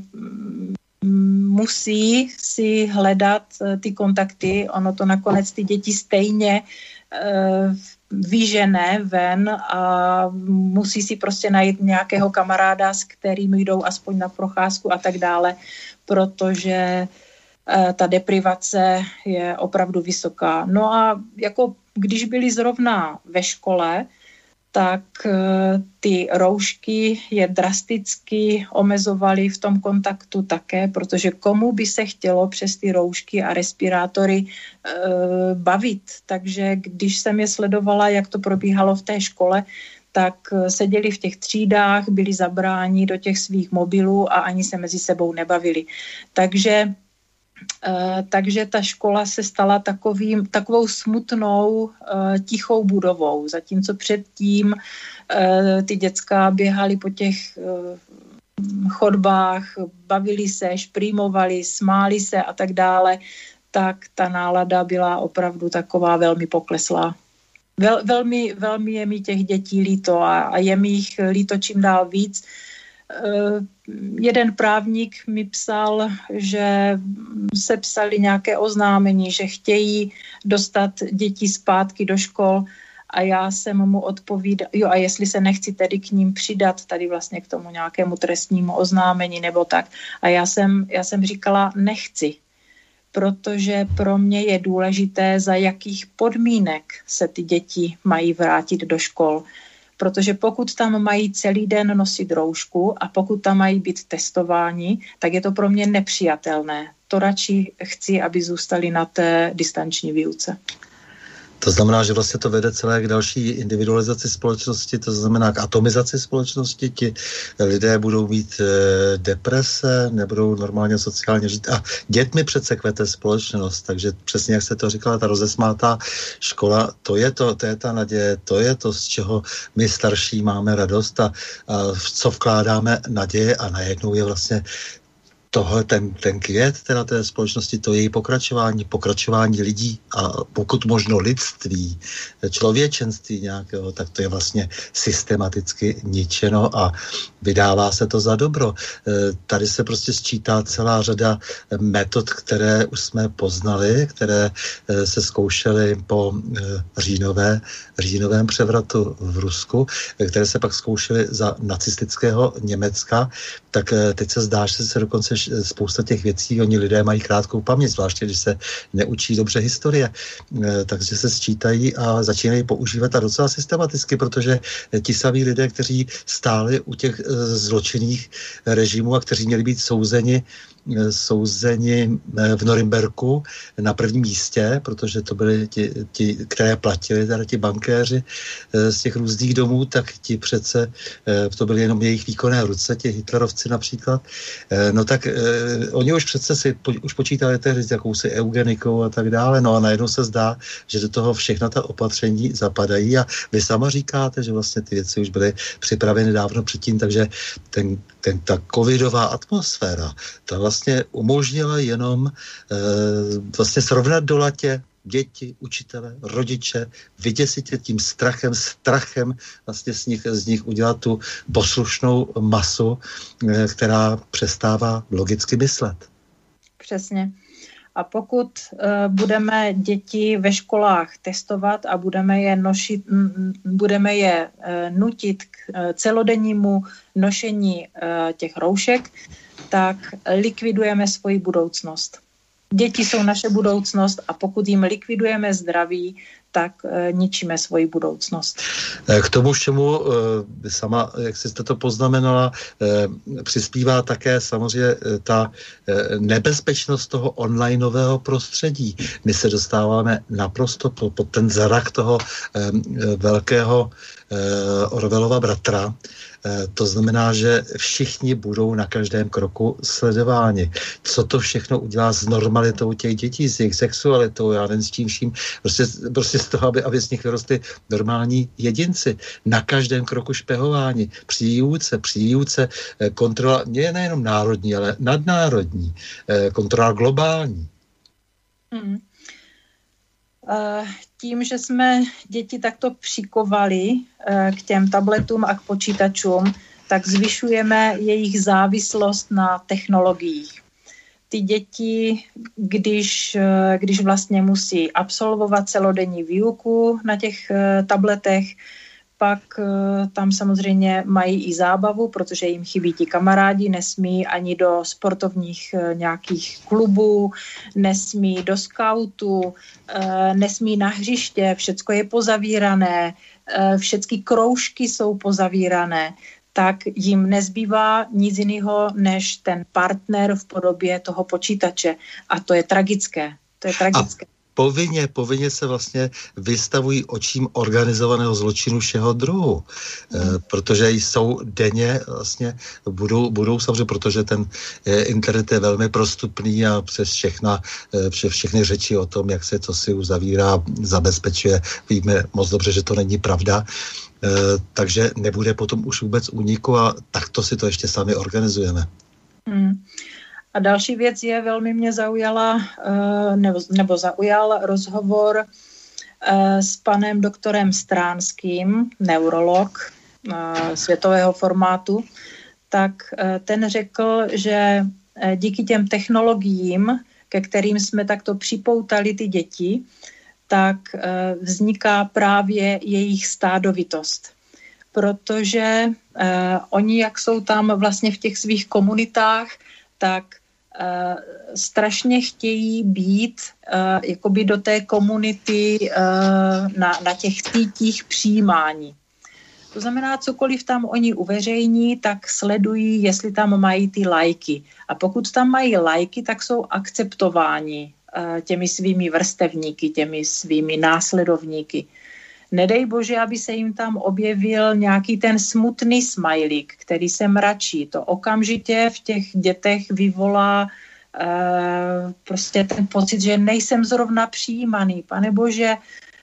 musí si hledat uh, ty kontakty. Ono to nakonec ty děti stejně uh, vyžené ven a musí si prostě najít nějakého kamaráda, s kterým jdou aspoň na procházku a tak dále, protože ta deprivace je opravdu vysoká. No a jako když byli zrovna ve škole, tak ty roušky je drasticky omezovaly v tom kontaktu také, protože komu by se chtělo přes ty roušky a respirátory e, bavit. Takže když jsem je sledovala, jak to probíhalo v té škole, tak seděli v těch třídách, byli zabráni do těch svých mobilů a ani se mezi sebou nebavili. Takže Uh, takže ta škola se stala takovým, takovou smutnou, uh, tichou budovou. Zatímco předtím uh, ty děcka běhali po těch uh, chodbách, bavili se, šprýmovali, smáli se a tak dále, tak ta nálada byla opravdu taková velmi pokleslá. Vel, velmi, velmi je mi těch dětí líto a, a je mi jich líto čím dál víc. Uh, jeden právník mi psal, že se psali nějaké oznámení, že chtějí dostat děti zpátky do škol a já jsem mu odpovídala, jo a jestli se nechci tedy k ním přidat, tady vlastně k tomu nějakému trestnímu oznámení nebo tak. A já jsem, já jsem říkala nechci, protože pro mě je důležité, za jakých podmínek se ty děti mají vrátit do škol. Protože pokud tam mají celý den nosit roušku a pokud tam mají být testováni, tak je to pro mě nepřijatelné. To radši chci, aby zůstali na té distanční výuce. To znamená, že vlastně to vede celé k další individualizaci společnosti, to znamená k atomizaci společnosti. Ti lidé budou mít e, deprese, nebudou normálně sociálně žít. A dětmi přece kvete společnost, takže přesně jak jste to říkala, ta rozesmátá škola, to je to, to je ta naděje, to je to, z čeho my starší máme radost a, a co vkládáme naděje a najednou je vlastně tohle, ten, ten květ teda té společnosti, to její pokračování, pokračování lidí a pokud možno lidství, člověčenství nějakého, tak to je vlastně systematicky ničeno a vydává se to za dobro. Tady se prostě sčítá celá řada metod, které už jsme poznali, které se zkoušely po říjnové, říjnovém převratu v Rusku, které se pak zkoušely za nacistického Německa, tak teď se zdá, že se dokonce spousta těch věcí, oni lidé mají krátkou paměť, zvláště když se neučí dobře historie, takže se sčítají a začínají používat a docela systematicky, protože ti samí lidé, kteří stáli u těch zločinných režimů a kteří měli být souzeni souzeni v Norimberku na prvním místě, protože to byli ti, ti které platili, teda ti bankéři z těch různých domů, tak ti přece, to byly jenom jejich výkonné ruce, ti hitlerovci například, no tak eh, oni už přece si po, už počítali tehdy s jakousi eugenikou a tak dále, no a najednou se zdá, že do toho všechna ta opatření zapadají a vy sama říkáte, že vlastně ty věci už byly připraveny dávno předtím, takže ten, ten, ta covidová atmosféra, ta vlastně umožnila jenom eh, vlastně srovnat do latě děti, učitele, rodiče, vyděsit je tím strachem, strachem vlastně z nich, z nich udělat tu poslušnou masu, která přestává logicky myslet. Přesně. A pokud uh, budeme děti ve školách testovat a budeme je nošit, m, budeme je uh, nutit k uh, celodennímu nošení uh, těch roušek, tak likvidujeme svoji budoucnost. Děti jsou naše budoucnost a pokud jim likvidujeme zdraví, tak e, ničíme svoji budoucnost. K tomu všemu e, sama, jak jste to poznamenala, e, přispívá také samozřejmě ta e, nebezpečnost toho onlineového prostředí. My se dostáváme naprosto pod, pod ten zrak toho e, velkého e, Orwellova bratra. To znamená, že všichni budou na každém kroku sledováni. Co to všechno udělá s normalitou těch dětí, s jejich sexualitou, já nevím s tím vším, prostě, prostě z toho, aby, aby z nich vyrostli normální jedinci. Na každém kroku špehování, při výuce, při výuce kontrola, ne, nejenom národní, ale nadnárodní, kontrola globální. Hmm. Uh, tím, že jsme děti takto přikovali uh, k těm tabletům a k počítačům, tak zvyšujeme jejich závislost na technologiích. Ty děti, když, uh, když vlastně musí absolvovat celodenní výuku na těch uh, tabletech, pak uh, tam samozřejmě mají i zábavu, protože jim chybí ti kamarádi, nesmí ani do sportovních uh, nějakých klubů, nesmí do skautu, uh, nesmí na hřiště, všecko je pozavírané, uh, všechny kroužky jsou pozavírané, tak jim nezbývá nic jiného než ten partner v podobě toho počítače. A to je tragické. To je tragické. A Povinně, povinně se vlastně vystavují očím organizovaného zločinu všeho druhu. Mm. E, protože jsou denně vlastně, budou, budou samozřejmě, protože ten e, internet je velmi prostupný a přes všechna, e, přes všechny řeči o tom, jak se to si uzavírá, zabezpečuje, víme moc dobře, že to není pravda. E, takže nebude potom už vůbec úniku a takto si to ještě sami organizujeme. Mm. A další věc je, velmi mě zaujala, nebo, nebo zaujal rozhovor s panem doktorem Stránským, neurolog světového formátu, tak ten řekl, že díky těm technologiím, ke kterým jsme takto připoutali ty děti, tak vzniká právě jejich stádovitost. Protože oni, jak jsou tam vlastně v těch svých komunitách, tak Uh, strašně chtějí být uh, jakoby do té komunity uh, na, na těch sítích přijímání. To znamená, cokoliv tam oni uveřejní, tak sledují, jestli tam mají ty lajky. A pokud tam mají lajky, tak jsou akceptováni uh, těmi svými vrstevníky, těmi svými následovníky. Nedej bože, aby se jim tam objevil nějaký ten smutný smajlík, který se mračí. To okamžitě v těch dětech vyvolá uh, prostě ten pocit, že nejsem zrovna přijímaný. Pane bože,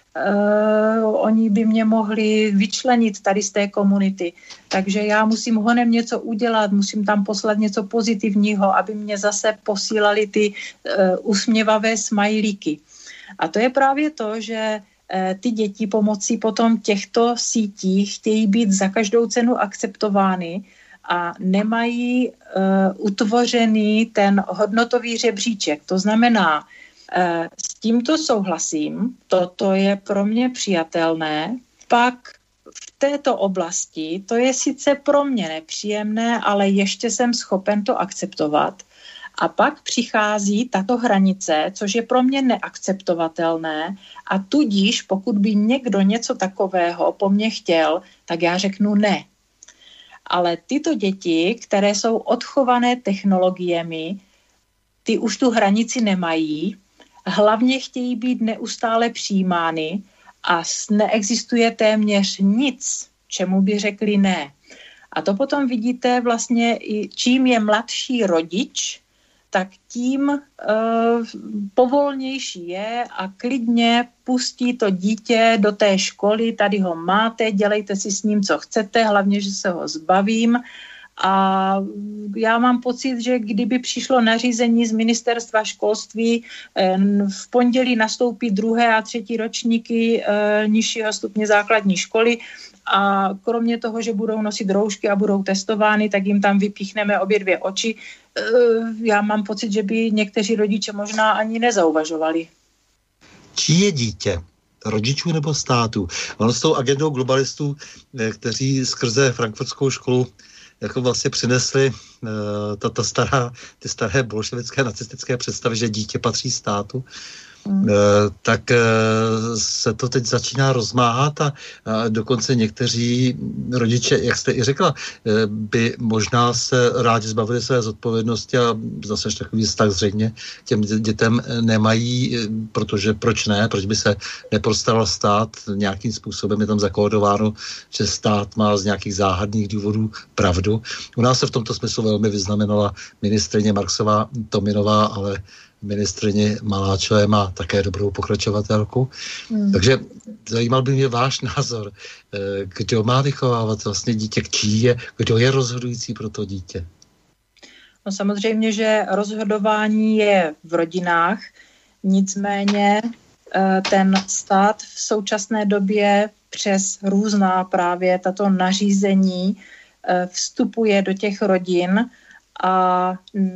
uh, oni by mě mohli vyčlenit tady z té komunity. Takže já musím honem něco udělat, musím tam poslat něco pozitivního, aby mě zase posílali ty uh, usměvavé smajlíky. A to je právě to, že ty děti pomocí potom těchto sítí chtějí být za každou cenu akceptovány a nemají uh, utvořený ten hodnotový žebříček. To znamená, uh, s tímto souhlasím, toto je pro mě přijatelné, pak v této oblasti to je sice pro mě nepříjemné, ale ještě jsem schopen to akceptovat. A pak přichází tato hranice, což je pro mě neakceptovatelné a tudíž, pokud by někdo něco takového po mně chtěl, tak já řeknu ne. Ale tyto děti, které jsou odchované technologiemi, ty už tu hranici nemají, hlavně chtějí být neustále přijímány a neexistuje téměř nic, čemu by řekli ne. A to potom vidíte vlastně, čím je mladší rodič, tak tím uh, povolnější je a klidně pustí to dítě do té školy, tady ho máte, dělejte si s ním, co chcete, hlavně, že se ho zbavím. A já mám pocit, že kdyby přišlo nařízení z ministerstva školství, v pondělí nastoupí druhé a třetí ročníky nižšího stupně základní školy a kromě toho, že budou nosit roušky a budou testovány, tak jim tam vypíchneme obě dvě oči. Já mám pocit, že by někteří rodiče možná ani nezauvažovali. Čí je dítě? Rodičů nebo státu? Ono s tou agendou globalistů, kteří skrze frankfurtskou školu jako vlastně přinesli uh, ta, ta stará, ty staré bolševické nacistické představy, že dítě patří státu, mm. uh, tak uh, se to teď začíná rozmáhat a, a dokonce někteří rodiče, jak jste i řekla, uh, by možná se rádi zbavili své zodpovědnosti a zase takový vztah zřejmě těm dětem nemají, protože proč ne, proč by se nepostaral stát, nějakým způsobem je tam zakódováno, že stát má z nějakých záhadných důvodů pravdu. U nás se v tomto smyslu velmi vyznamenala ministryně Marksová Tominová, ale ministryně Maláčové má také dobrou pokračovatelku. Hmm. Takže zajímal by mě váš názor. Kdo má vychovávat vlastně dítě, čí je, kdo je rozhodující pro to dítě? No samozřejmě, že rozhodování je v rodinách, nicméně ten stát v současné době přes různá právě tato nařízení vstupuje do těch rodin a,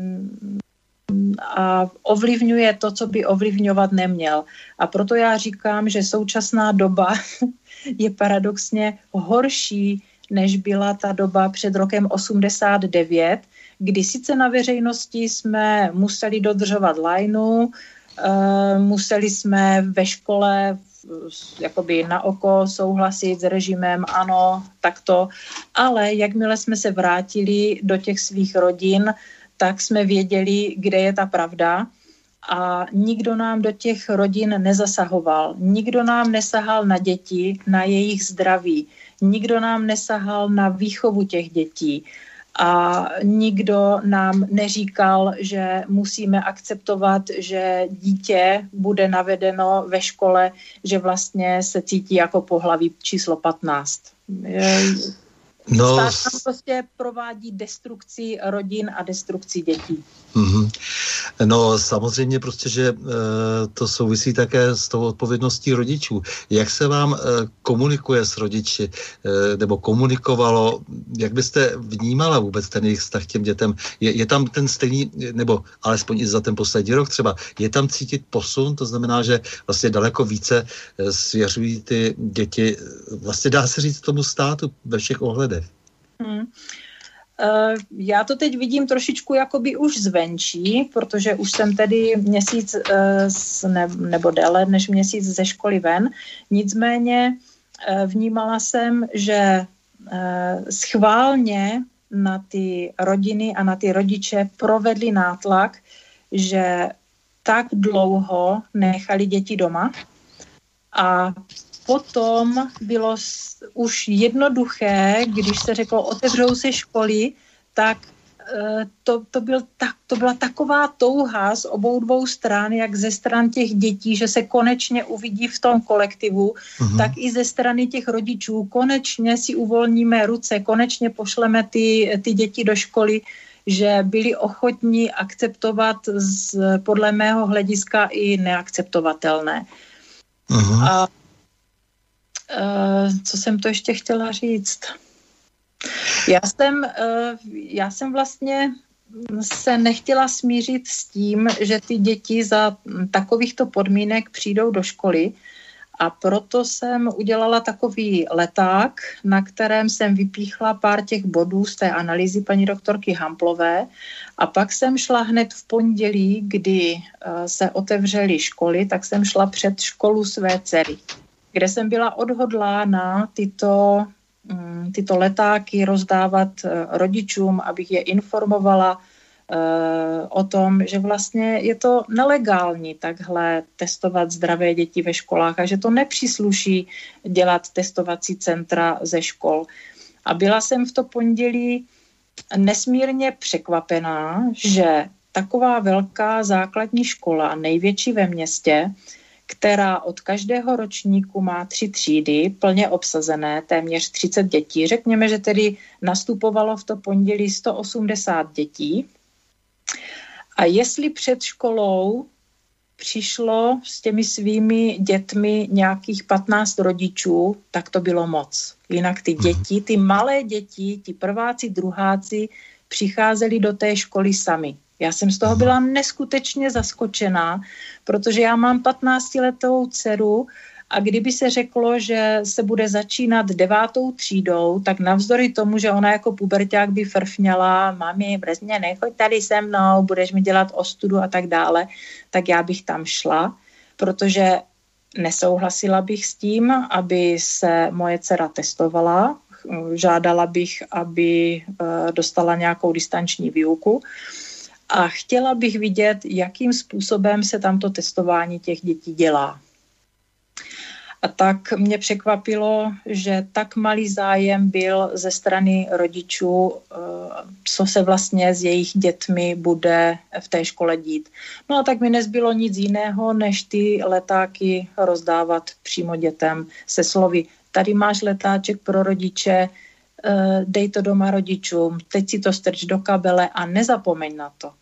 a ovlivňuje to, co by ovlivňovat neměl. A proto já říkám, že současná doba je paradoxně horší, než byla ta doba před rokem osmdesát devět, kdy sice na veřejnosti jsme museli dodržovat lajnu, museli jsme ve škole jakoby na oko souhlasit s režimem, ano, takto, ale jakmile jsme se vrátili do těch svých rodin, tak jsme věděli, kde je ta pravda a nikdo nám do těch rodin nezasahoval. Nikdo nám nesahal na děti, na jejich zdraví. Nikdo nám nesahal na výchovu těch dětí. A nikdo nám neříkal, že musíme akceptovat, že dítě bude navedeno ve škole, že vlastně se cítí jako pohlaví číslo patnáct. No, stát tam prostě provádí destrukci rodin a destrukci dětí. Mm-hmm. No samozřejmě prostě, že e, to souvisí také s tou odpovědností rodičů. Jak se vám e, komunikuje s rodiči, e, nebo komunikovalo, jak byste vnímala vůbec ten jejich vztah k těm dětem? Je, je tam ten stejný, nebo alespoň i za ten poslední rok třeba, je tam cítit posun, to znamená, že vlastně daleko více e, svěřují ty děti, vlastně dá se říct tomu státu ve všech ohledech. Hmm. Uh, já to teď vidím trošičku jakoby už zvenčí, protože už jsem tedy měsíc uh, ne, nebo déle než měsíc ze školy ven. Nicméně uh, vnímala jsem, že uh, schválně na ty rodiny a na ty rodiče provedli nátlak, že tak dlouho nechali děti doma a potom bylo už jednoduché, když se řeklo, otevřou se školy, tak to, to, byl tak, to byla taková touha z obou dvou stran, jak ze stran těch dětí, že se konečně uvidí v tom kolektivu, uh-huh. tak i ze strany těch rodičů. Konečně si uvolníme ruce, konečně pošleme ty, ty děti do školy, že byli ochotní akceptovat z, podle mého hlediska i neakceptovatelné. Uh-huh. A Uh, co jsem to ještě chtěla říct? Já jsem, uh, já jsem vlastně se nechtěla smířit s tím, že ty děti za takovýchto podmínek přijdou do školy a proto jsem udělala takový leták, na kterém jsem vypíchla pár těch bodů z té analýzy paní doktorky Hamplové a pak jsem šla hned v pondělí, kdy uh, se otevřely školy, tak jsem šla před školu své dcery, kde jsem byla odhodlána tyto, tyto letáky rozdávat rodičům, abych je informovala uh, o tom, že vlastně je to nelegální takhle testovat zdravé děti ve školách a že to nepřísluší dělat testovací centra ze škol. A byla jsem v to pondělí nesmírně překvapená, že taková velká základní škola, největší ve městě, která od každého ročníku má tři třídy, plně obsazené, téměř třicet dětí. Řekněme, že tedy nastupovalo v to pondělí sto osmdesát dětí. A jestli před školou přišlo s těmi svými dětmi nějakých patnáct rodičů, tak to bylo moc. Jinak ty děti, ty malé děti, ti prváci, druháci přicházeli do té školy sami. Já jsem z toho byla neskutečně zaskočená, protože já mám patnáctiletou dceru a kdyby se řeklo, že se bude začínat devátou třídou, tak navzdory tomu, že ona jako puberťák by frfňala, mami, brzně nechoď tady se mnou, budeš mi dělat ostudu a tak dále, tak já bych tam šla, protože nesouhlasila bych s tím, aby se moje dcera testovala, žádala bych, aby dostala nějakou distanční výuku a chtěla bych vidět, jakým způsobem se tamto testování těch dětí dělá. A tak mě překvapilo, že tak malý zájem byl ze strany rodičů, co se vlastně s jejich dětmi bude v té škole dít. No a tak mi nezbylo nic jiného, než ty letáky rozdávat přímo dětem se slovy: tady máš letáček pro rodiče, dej to doma rodičům, teď si to strč do kabele a nezapomeň na to.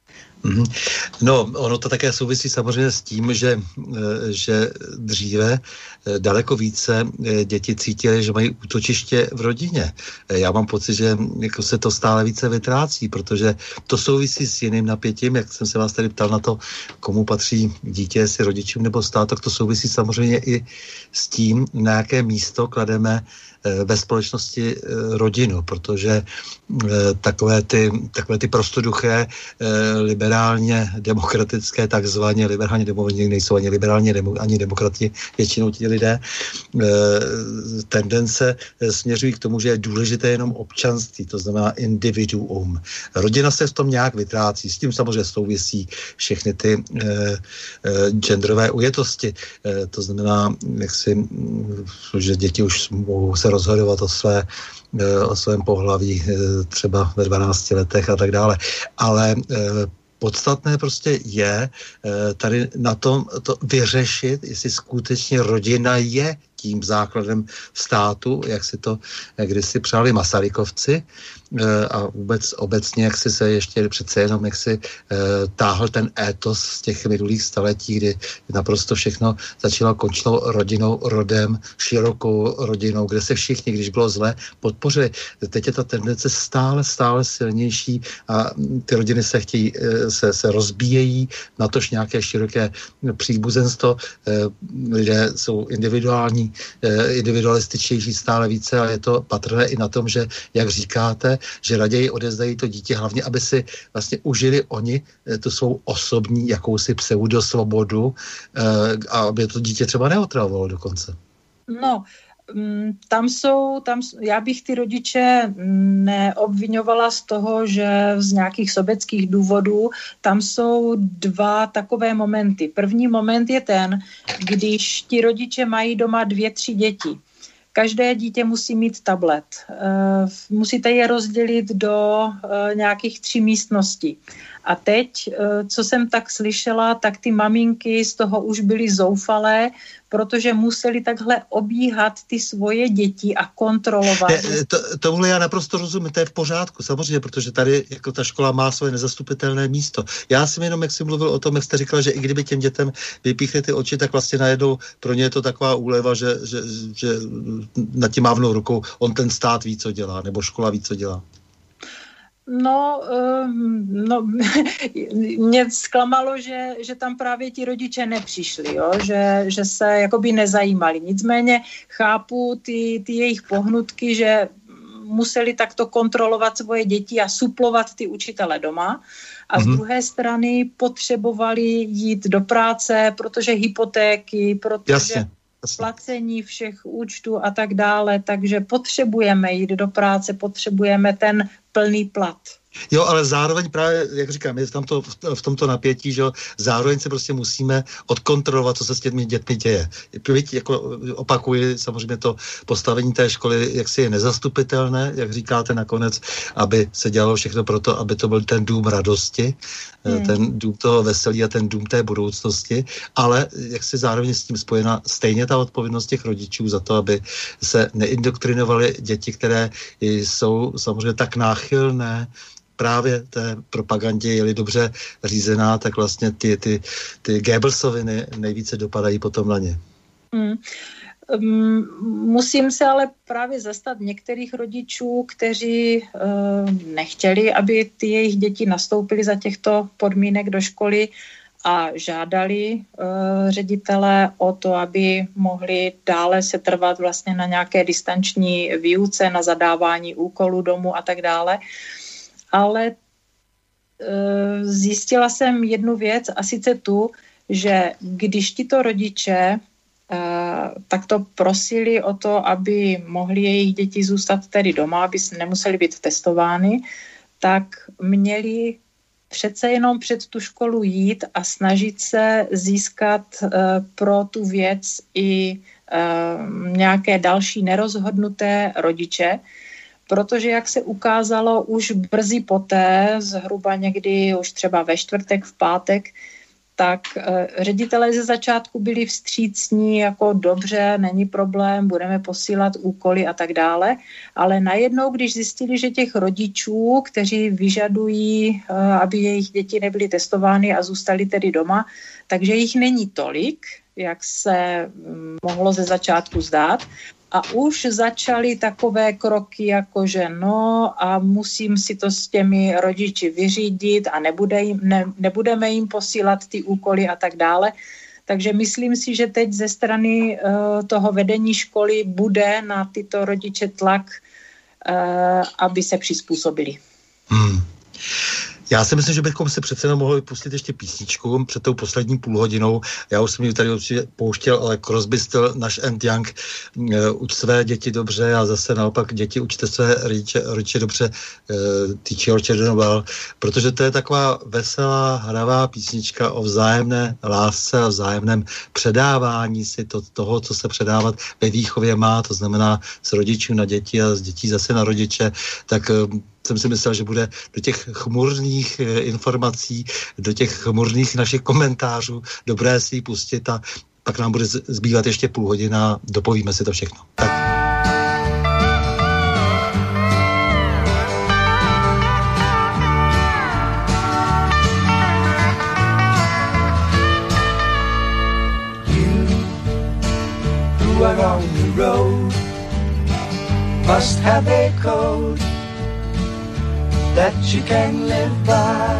No, ono to také souvisí samozřejmě s tím, že, že dříve daleko více děti cítily, že mají útočiště v rodině. Já mám pocit, že jako se to stále více vytrácí, protože to souvisí s jiným napětím, jak jsem se vás tady ptal na to, komu patří dítě, jestli rodičům nebo stát, tak to souvisí samozřejmě i s tím, na jaké místo klademe ve společnosti rodinu, protože takové ty, takové ty prostoduché liberálně demokratické, takzvaně liberálně demokratické, nejsou ani liberálně ani demokrati, většinou ti lidé, tendence směřují k tomu, že je důležité jenom občanství, to znamená individuum. Rodina se v tom nějak vytrácí, s tím samozřejmě souvisí všechny ty genderové ujetosti, to znamená, jak si, že děti už mohou se rozhodovat o své o svém pohlaví třeba ve dvanácti letech a tak dále. Ale podstatné prostě je tady na tom to vyřešit, jestli skutečně rodina je tím základem státu, jak si to kdysi přáli Masarykovci a vůbec obecně, jak si se ještě přece jenom, jak si táhl ten étos z těch minulých staletí, kdy naprosto všechno začalo končilo rodinou, rodem, širokou rodinou, kde se všichni, když bylo zlé, podpořili. Teď je ta tendence stále, stále silnější a ty rodiny se chtějí, se, se rozbíjejí, natož nějaké široké příbuzenstvo, lidé jsou individuální, individualističtější stále více a je to patrné i na tom, že, jak říkáte, že raději odezdají to dítě, hlavně, aby si vlastně užili oni tu svou osobní jakousi pseudosvobodu a aby to dítě třeba neotravovalo dokonce. No, tam jsou, tam, já bych ty rodiče neobvinovala z toho, že z nějakých sobeckých důvodů, tam jsou dva takové momenty. První moment je ten, když ti rodiče mají doma dvě, tři děti. Každé dítě musí mít tablet. Musíte je rozdělit do nějakých tří místností. A teď, co jsem tak slyšela, tak ty maminky z toho už byly zoufalé, protože museli takhle obíhat ty svoje děti a kontrolovat. Ne, to, tomuhle já naprosto rozumím, to je v pořádku, samozřejmě, protože tady jako ta škola má svoje nezastupitelné místo. Já jsem jenom, jak jsi mluvil o tom, jak jste říkal, že i kdyby těm dětem vypíchli ty oči, tak vlastně najednou pro ně je to taková úleva, že, že, že nad tím mávnou rukou, on ten stát ví, co dělá, nebo škola ví, co dělá. No, um, no mě zklamalo, že, že tam právě ti rodiče nepřišli, jo? Že, že se jakoby nezajímali. Nicméně chápu ty, ty jejich pohnutky, že museli takto kontrolovat svoje děti a suplovat ty učitele doma. A mm-hmm. z druhé strany potřebovali jít do práce, protože hypotéky, protože... Jasně. placení všech účtů a tak dále, takže potřebujeme jít do práce, potřebujeme ten plný plat. Jo, ale zároveň právě, jak říkám, je tam to, v tomto napětí, že jo, zároveň se prostě musíme odkontrolovat, co se s těmi dětmi děje. Byť, jako opakuji, samozřejmě to postavení té školy, jak si je nezastupitelné, jak říkáte nakonec, aby se dělalo všechno pro to, aby to byl ten dům radosti, hmm. ten dům toho veselí a ten dům té budoucnosti, ale jak si zároveň s tím spojena stejně ta odpovědnost těch rodičů za to, aby se neindoktrinovaly děti, které jsou samozřejmě tak náchylné právě té propagandě, je-li dobře řízená, tak vlastně ty, ty, ty Goebbelsoviny nejvíce dopadají potom na ně. Hmm. Um, musím se ale právě zastat některých rodičů, kteří uh, nechtěli, aby ty jejich děti nastoupily za těchto podmínek do školy a žádali uh, ředitele o to, aby mohli dále se trvat vlastně na nějaké distanční výuce, na zadávání úkolů domů a tak dále. Ale e, zjistila jsem jednu věc, a sice tu, že když tito rodiče e, takto prosili o to, aby mohli jejich děti zůstat tedy doma, aby nemuseli být testovány, tak měli přece jenom před tu školu jít a snažit se získat e, pro tu věc i e, nějaké další nerozhodnuté rodiče, protože jak se ukázalo už brzy poté, zhruba někdy už třeba ve čtvrtek, v pátek, tak e, ředitelé ze začátku byli vstřícní, jako dobře, není problém, budeme posílat úkoly a tak dále, ale najednou, když zjistili, že těch rodičů, kteří vyžadují, e, aby jejich děti nebyly testovány a zůstali tedy doma, takže jich není tolik, jak se m, mohlo ze začátku zdát. A už začaly takové kroky, jako že no a musím si to s těmi rodiči vyřídit a nebude jim, ne, nebudeme jim posílat ty úkoly a tak dále. Takže myslím si, že teď ze strany uh, toho vedení školy bude na tyto rodiče tlak, uh, aby se přizpůsobili. Hmm. Já si myslím, že bychom se přece jenom mohli pustit ještě písničku před tou poslední půl hodinou. Já už jsem ji tady určitě pouštěl, ale Crosby, Still, Nash and Young, uh, uč své děti dobře a zase naopak děti učte své rodiče, rodiče dobře, uh, teach your children well, protože to je taková veselá, hravá písnička o vzájemné lásce a vzájemném předávání si to, toho, co se předávat ve výchově má, to znamená z rodičů na děti a z dětí zase na rodiče, tak uh, jsem si myslel, že bude do těch chmurných e, informací, do těch chmurných našich komentářů dobré si ji pustit a pak nám bude zbývat ještě půl hodina, dopovíme si to všechno. Tak. You who are on the road must have a code that you can live by,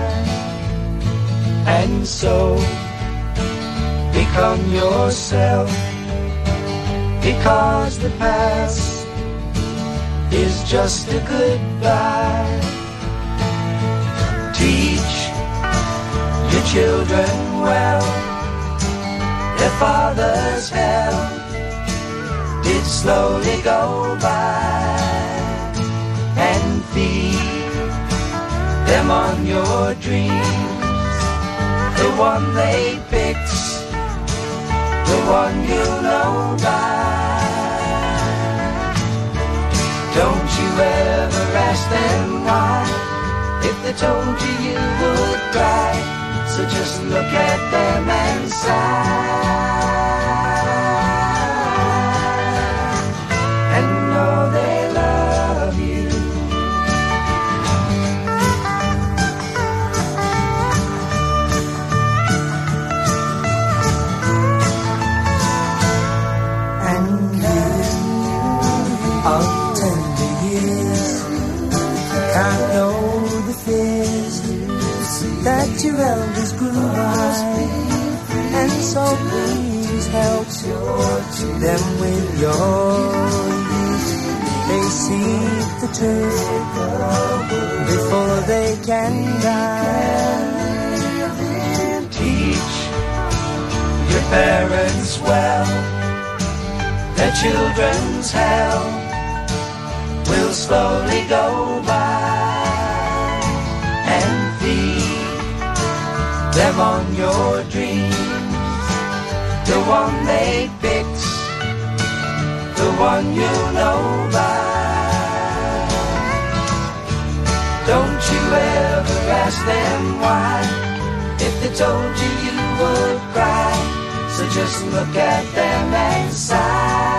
and so become yourself, because the past is just a goodbye. Teach your children well, their father's hell did slowly go by, and feed them on your dreams, the one they picked, the one you know by. Don't you ever ask them why, if they told you you would cry, so just look at them and sigh, and know they love you. Of tender years, can't know the fears that your elders grew by, and so please help them with your youth. They seek the truth before they can die. Teach your parents well, their children's hell will slowly go by. them on your dreams. The one they fix, the one you know by. Don't you ever ask them why. If they told you, you would cry. So just look at them and sigh.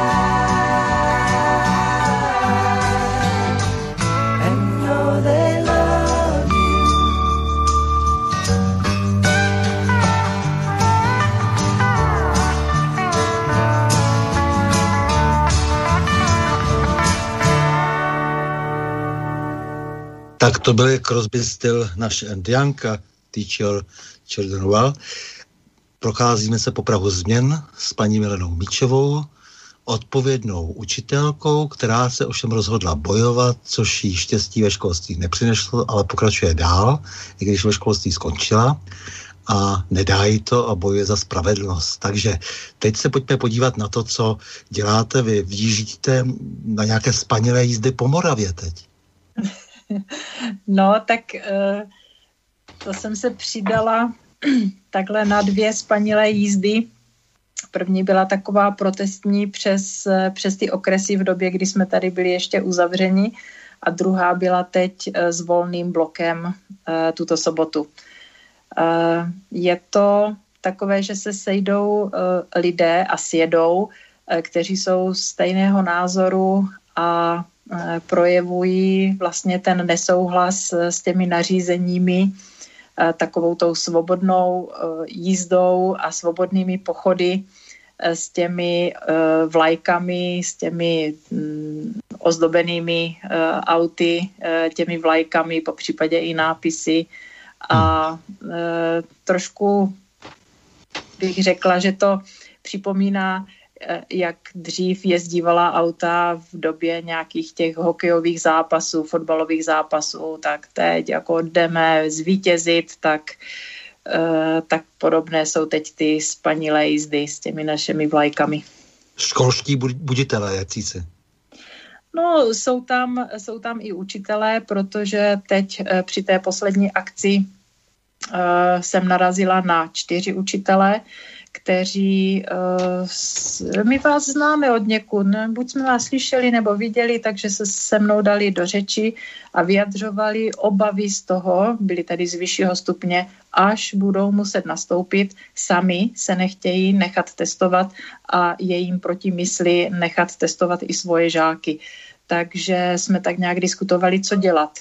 Tak to byl Crosby, Still, Nash and Young a Teach Your Children Well. Procházíme se po prahu změn s paní Milenou Míčovou, odpovědnou učitelkou, která se ovšem rozhodla bojovat, což jí štěstí ve školství nepřineslo, ale pokračuje dál, i když ve školství skončila a nedá jí to a bojuje za spravedlnost. Takže teď se pojďme podívat na to, co děláte vy. Vyjíždíte na nějaké spanilé jízdy po Moravě teď. No, tak to jsem se přidala takhle na dvě spanilé jízdy. První byla taková protestní přes, přes ty okresy v době, kdy jsme tady byli ještě uzavřeni, a druhá byla teď s volným blokem tuto sobotu. Je to takové, že se sejdou lidé a sjedou, kteří jsou stejného názoru a projevují vlastně ten nesouhlas s těmi nařízeními, takovou tou svobodnou jízdou a svobodnými pochody s těmi vlajkami, s těmi ozdobenými auty, těmi vlajkami, po případě i nápisy. A trošku bych řekla, že to připomíná, jak dřív jezdívala auta v době nějakých těch hokejových zápasů, fotbalových zápasů, tak teď jako jdeme zvítězit, tak, tak podobné jsou teď ty spanilé jízdy s těmi našimi vlajkami. Školští buditelé, jacíci? No, jsou tam, jsou tam i učitelé, protože teď při té poslední akci uh, jsem narazila na čtyři učitele, kteří, uh, my vás známe od někud, ne? Buď jsme vás slyšeli nebo viděli, takže se se mnou dali do řeči a vyjadřovali obavy z toho, byli tady z vyššího stupně, až budou muset nastoupit, sami se nechtějí nechat testovat a je jim proti mysli nechat testovat i svoje žáky. Takže jsme tak nějak diskutovali, co dělat.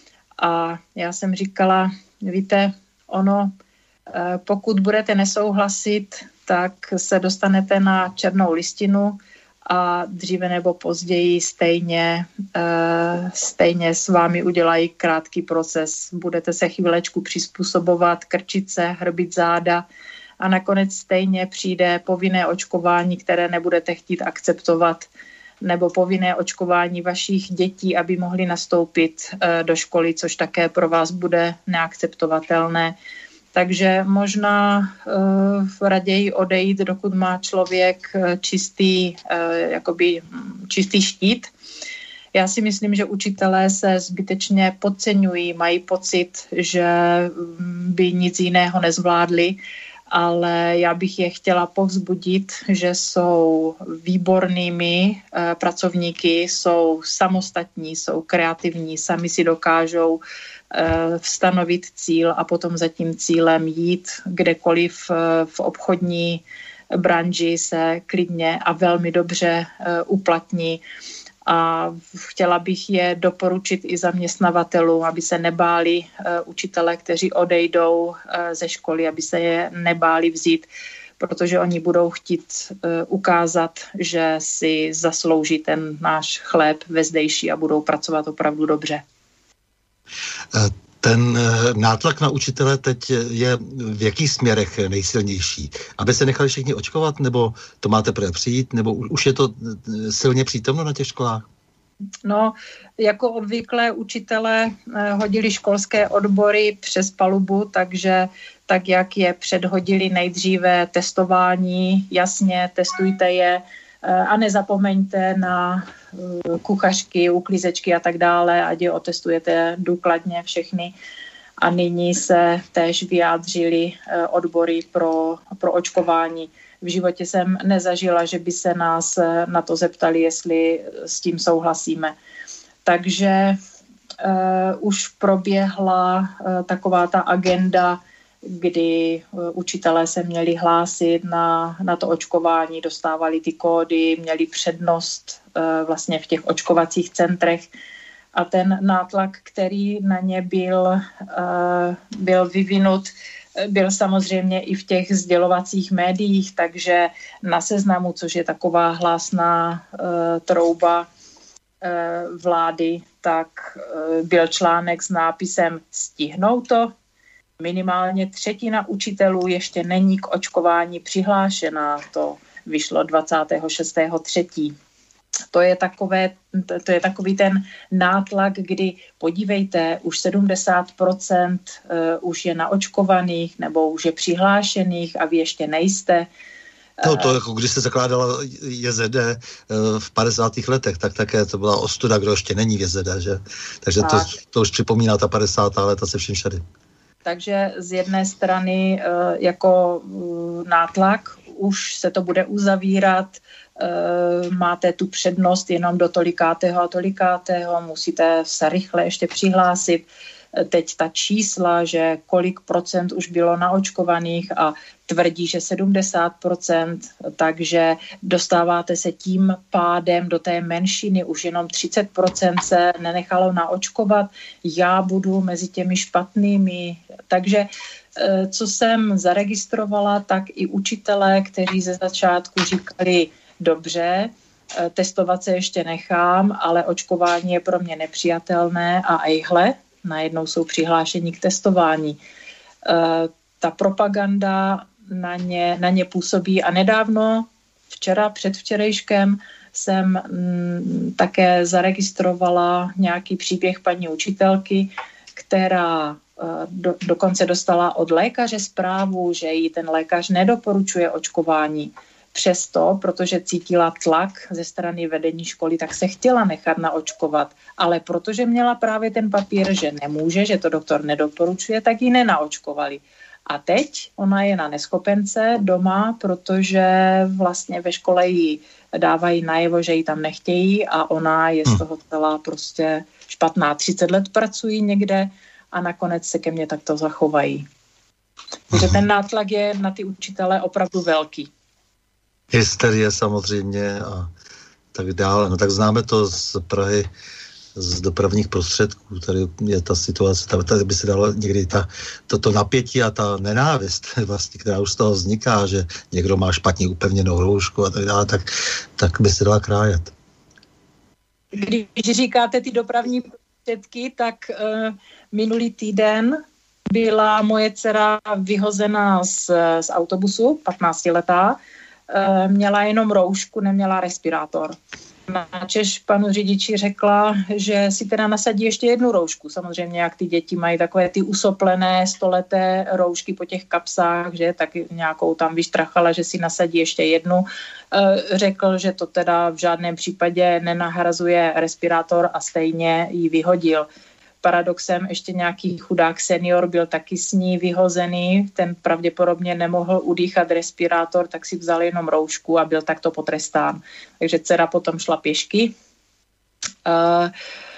A já jsem říkala, víte, ono, pokud budete nesouhlasit, tak se dostanete na černou listinu a dříve nebo později stejně, stejně s vámi udělají krátký proces. Budete se chvílečku přizpůsobovat, krčit se, hrbit záda a nakonec stejně přijde povinné očkování, které nebudete chtít akceptovat, nebo povinné očkování vašich dětí, aby mohli nastoupit do školy, což také pro vás bude neakceptovatelné. Takže možná uh, raději odejít, dokud má člověk čistý, uh, jakoby čistý štít. Já si myslím, že učitelé se zbytečně podceňují, mají pocit, že by nic jiného nezvládli, ale já bych je chtěla povzbudit, že jsou výbornými uh, pracovníky, jsou samostatní, jsou kreativní, sami si dokážou stanovit cíl a potom za tím cílem jít kdekoliv v obchodní branži se klidně a velmi dobře uplatní. A chtěla bych je doporučit i zaměstnavatelům, aby se nebáli učitele, kteří odejdou ze školy, aby se je nebáli vzít, protože oni budou chtít ukázat, že si zaslouží ten náš chléb vezdejší a budou pracovat opravdu dobře. Ten nátlak na učitele teď je v jakých směrech nejsilnější? Aby se nechali všichni očkovat, nebo to máte prvé přijít, nebo už je to silně přítomno na těch školách? No, jako obvykle učitelé hodili školské odbory přes palubu, takže tak, jak je předhodili nejdříve testování, jasně, testujte je a nezapomeňte na kuchařky, uklízečky a tak dále, ať je otestujete důkladně všechny. a nyní se též vyjádřili odbory pro, pro očkování. V životě jsem nezažila, že by se nás na to zeptali, jestli s tím souhlasíme. Takže uh, už proběhla uh, taková ta agenda, kdy uh, učitelé se měli hlásit na, na to očkování, dostávali ty kódy, měli přednost uh, vlastně v těch očkovacích centrech. A ten nátlak, který na ně byl, uh, byl vyvinut, byl samozřejmě i v těch sdělovacích médiích, takže na Seznamu, což je taková hlásná uh, trouba uh, vlády, tak uh, byl článek s nápisem Stihnou to? Minimálně třetina učitelů ještě není k očkování přihlášená. To vyšlo dvacátého šestého třetího To je, takové, to je takový ten nátlak, kdy podívejte, už sedmdesát procent už je naočkovaných nebo už je přihlášených a vy ještě nejste. No to jako když se zakládala J Z D v padesátých letech, tak také to byla ostuda, kdo ještě není v J Z D, že? Takže to, to už připomíná ta padesátá léta se vším všady. Takže z jedné strany jako nátlak už se to bude uzavírat, máte tu přednost jenom do tolikátého a tolikátého, musíte se rychle ještě přihlásit. Teď ta čísla, že kolik procent už bylo naočkovaných a tvrdí, že sedmdesát procent, takže dostáváte se tím pádem do té menšiny, už jenom třicet procent se nenechalo naočkovat, já budu mezi těmi špatnými. Takže co jsem zaregistrovala, tak i učitelé, kteří ze začátku říkali, dobře, testovat se ještě nechám, ale očkování je pro mě nepřijatelné a ejhle, najednou jsou přihlášení k testování. Ta propaganda na ně, na ně působí a nedávno, včera, před včerejškem, jsem m, také zaregistrovala nějaký příběh paní učitelky, která do, dokonce dostala od lékaře zprávu, že jí ten lékař nedoporučuje očkování. Přesto, protože cítila tlak ze strany vedení školy, tak se chtěla nechat naočkovat. Ale protože měla právě ten papír, že nemůže, že to doktor nedoporučuje, tak ji nenaočkovali. A teď ona je na neschopence doma, protože vlastně ve škole jí dávají najevo, že ji tam nechtějí a ona je z toho celá prostě špatná. třicet let pracují někde a nakonec se ke mně takto zachovají. Takže ten nátlak je na ty učitele opravdu velký. Hysterie samozřejmě a tak dále. No tak známe to z Prahy, z dopravních prostředků. Tady je ta situace, tady by se dalo někdy ta, toto napětí a ta nenávist, vlastně, která už z toho vzniká, že někdo má špatně upevněnou roušku a tak dále, tak, tak by se dala krájet. Když říkáte ty dopravní prostředky, tak uh, minulý týden byla moje dcera vyhozená z, z autobusu, patnáctiletá, měla jenom roušku, neměla respirátor. Načež panu řidiči řekla, že si teda nasadí ještě jednu roušku. Samozřejmě, jak ty děti mají takové ty usoplené stoleté roušky po těch kapsách, že tak nějakou tam vyštrachala, že si nasadí ještě jednu. Řekl, že to teda v žádném případě nenahrazuje respirátor a stejně ji vyhodil. Paradoxem ještě nějaký chudák senior byl taky s ní vyhozený, ten pravděpodobně nemohl udýchat respirátor, tak si vzal jenom roušku a byl takto potrestán. Takže dcera potom šla pěšky. Uh,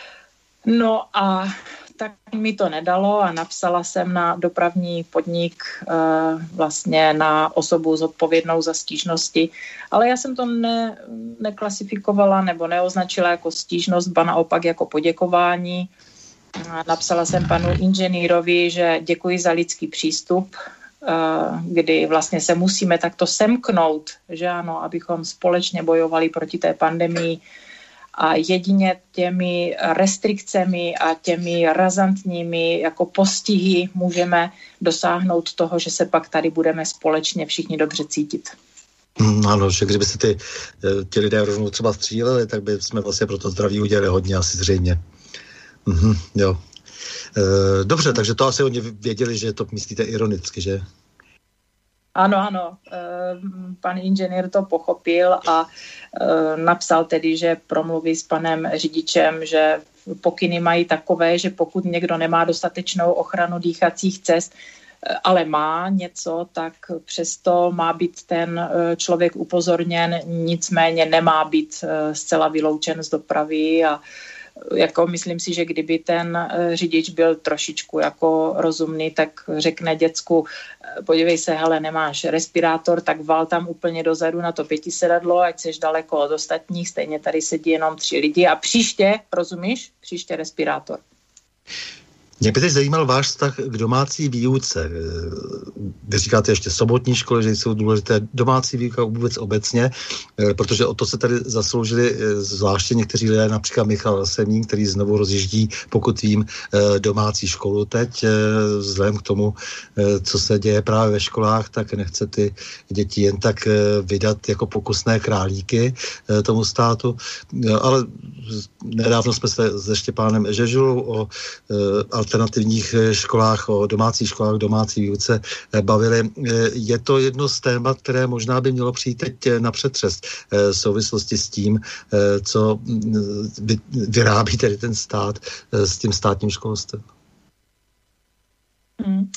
no a tak mi to nedalo a napsala jsem na dopravní podnik uh, vlastně na osobu zodpovědnou za stížnosti, ale já jsem to ne, neklasifikovala nebo neoznačila jako stížnost, ba naopak jako poděkování. Napsala jsem panu inženýrovi, že děkuji za lidský přístup, kdy vlastně se musíme takto semknout, že ano, abychom společně bojovali proti té pandemii a jedině těmi restrikcemi a těmi razantními jako postihy můžeme dosáhnout toho, že se pak tady budeme společně všichni dobře cítit. Ano, že kdyby se ty, ti lidé rovnou třeba stříleli, tak by jsme vlastně pro to zdraví udělali hodně asi zřejmě. Mhm, jo. E, dobře, takže to asi oni věděli, že to myslíte ironicky, že? Ano, ano. E, pan inženýr to pochopil a e, napsal tedy, že promluví s panem řidičem, že pokyny mají takové, že pokud někdo nemá dostatečnou ochranu dýchacích cest, ale má něco, tak přesto má být ten člověk upozorněn, nicméně nemá být zcela vyloučen z dopravy a jako myslím si, že kdyby ten řidič byl trošičku jako rozumný, tak řekne děcku, podívej se, hele, nemáš respirátor, tak val tam úplně dozadu na to pětisedadlo, ať seš daleko od ostatních, stejně tady sedí jenom tři lidi a příště, rozumíš, příště respirátor. Mě by teď zajímal váš vztah k domácí výuce. Vy říkáte ještě sobotní školy, že jsou důležité, domácí výuka vůbec obecně, protože o to se tady zasloužili zvláště někteří lidé, například Michal Semín, který znovu rozjíždí, pokud vím, domácí školu teď. Vzhledem k tomu, co se děje právě ve školách, tak nechce ty děti jen tak vydat jako pokusné králíky tomu státu. Ale nedávno jsme se se Štěpánem Žežulou o alternativních školách, o domácích školách, domácí výuce bavili. Je to jedno z témat, které možná by mělo přijít teď na přetřes v souvislosti s tím, co vyrábí tedy ten stát s tím státním školstvem. Hmm.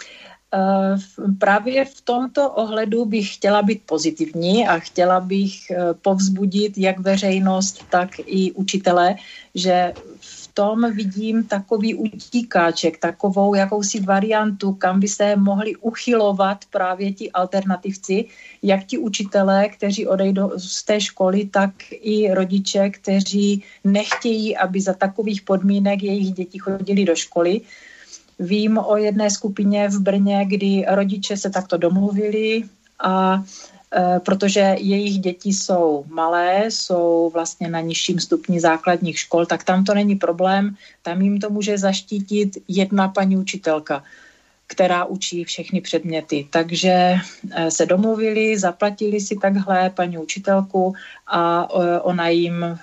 Právě v tomto ohledu bych chtěla být pozitivní a chtěla bych povzbudit jak veřejnost, tak i učitele, že v tom vidím takový utíkáček, takovou jakousi variantu, kam by se mohli uchylovat právě ti alternativci, jak ti učitelé, kteří odejdou z té školy, tak i rodiče, kteří nechtějí, aby za takových podmínek jejich děti chodili do školy. Vím o jedné skupině v Brně, kdy rodiče se takto domluvili a e, protože jejich děti jsou malé, jsou vlastně na nižším stupni základních škol, tak tam to není problém, tam jim to může zaštítit jedna paní učitelka, která učí všechny předměty. Takže se domluvili, zaplatili si takhle paní učitelku a ona jim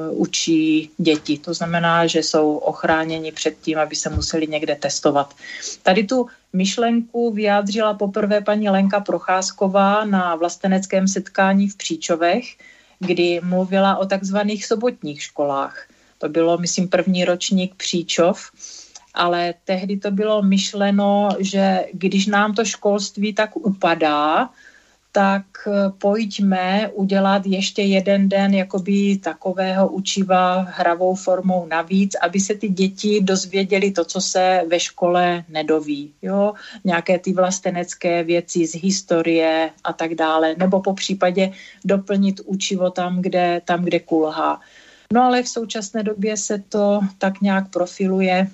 učí děti. To znamená, že jsou ochráněni před tím, aby se museli někde testovat. Tady tu myšlenku vyjádřila poprvé paní Lenka Procházková na vlasteneckém setkání v Příčovech, kdy mluvila o takzvaných sobotních školách. To bylo, myslím, první ročník Příčov, ale tehdy to bylo myšleno, že když nám to školství tak upadá, tak pojďme udělat ještě jeden den jakoby takového učiva hravou formou navíc, aby se ty děti dozvěděly to, co se ve škole nedoví. Jo? Nějaké ty vlastenecké věci z historie a tak dále, nebo po případě doplnit učivo tam, kde, tam, kde kulhá. No ale v současné době se to tak nějak profiluje,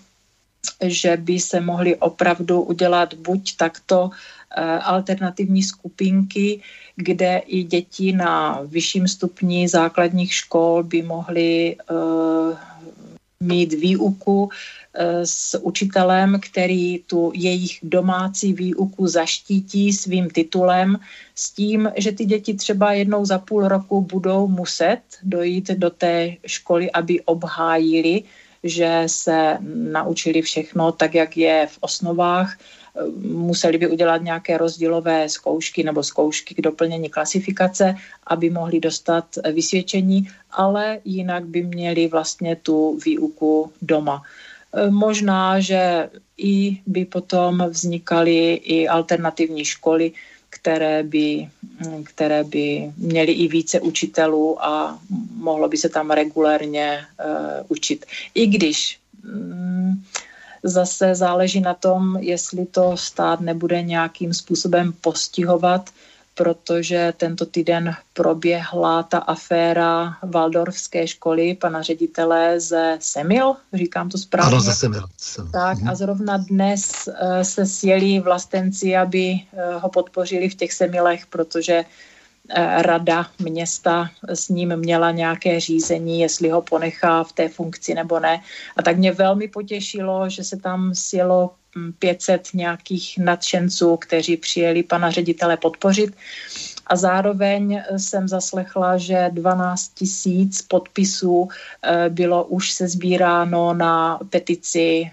že by se mohly opravdu udělat buď takto alternativní skupinky, kde i děti na vyšším stupni základních škol by mohly uh, mít výuku uh, s učitelem, který tu jejich domácí výuku zaštítí svým titulem s tím, že ty děti třeba jednou za půl roku budou muset dojít do té školy, aby obhájili, že se naučili všechno tak, jak je v osnovách. Museli by udělat nějaké rozdílové zkoušky nebo zkoušky k doplnění klasifikace, aby mohli dostat vysvědčení, ale jinak by měli vlastně tu výuku doma. Možná, že i by potom vznikaly i alternativní školy, které by, které by měly i více učitelů a mohlo by se tam regulérně uh, učit. I když um, zase záleží na tom, jestli to stát nebude nějakým způsobem postihovat, protože tento týden proběhla ta aféra Waldorfské školy pana ředitele ze Semil, říkám to správně. Ano, ze Semil. Tak a zrovna dnes uh, se sjeli vlastenci, aby uh, ho podpořili v těch Semilech, protože uh, rada města s ním měla nějaké řízení, jestli ho ponechá v té funkci nebo ne. A tak mě velmi potěšilo, že se tam sjelo pět set nějakých nadšenců, kteří přijeli pana ředitele podpořit. A zároveň jsem zaslechla, že dvanáct tisíc podpisů bylo už sesbíráno na petici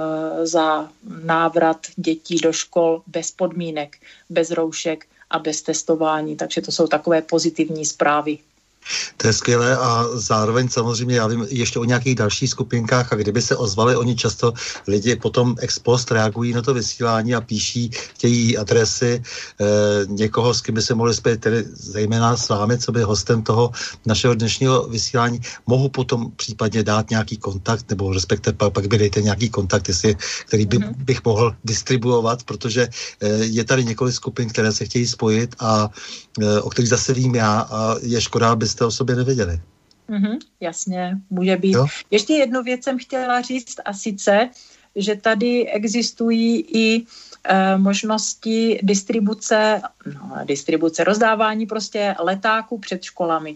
za návrat dětí do škol bez podmínek, bez roušek a bez testování. Takže to jsou takové pozitivní zprávy. To je skvělé a zároveň samozřejmě já vím ještě o nějakých dalších skupinkách a kdyby se ozvali, oni často lidi potom ex post reagují na to vysílání a píší, chtějí adresy eh, někoho, s kým by se mohli spět, tedy zejména s vámi, co by hostem toho našeho dnešního vysílání. Mohu potom případně dát nějaký kontakt, nebo respektive pak, pak by dejte nějaký kontakt, jestli, který by, mm-hmm. bych mohl distribuovat, protože eh, je tady několik skupin, které se chtějí spojit a eh, o kterých zase vím já a je škoda, abyste o sobě nevěděli. Mm-hmm, jasně, může být. Jo? Ještě jednu věc jsem chtěla říct a sice, že tady existují i e, možnosti distribuce, no, distribuce, rozdávání prostě letáků před školami.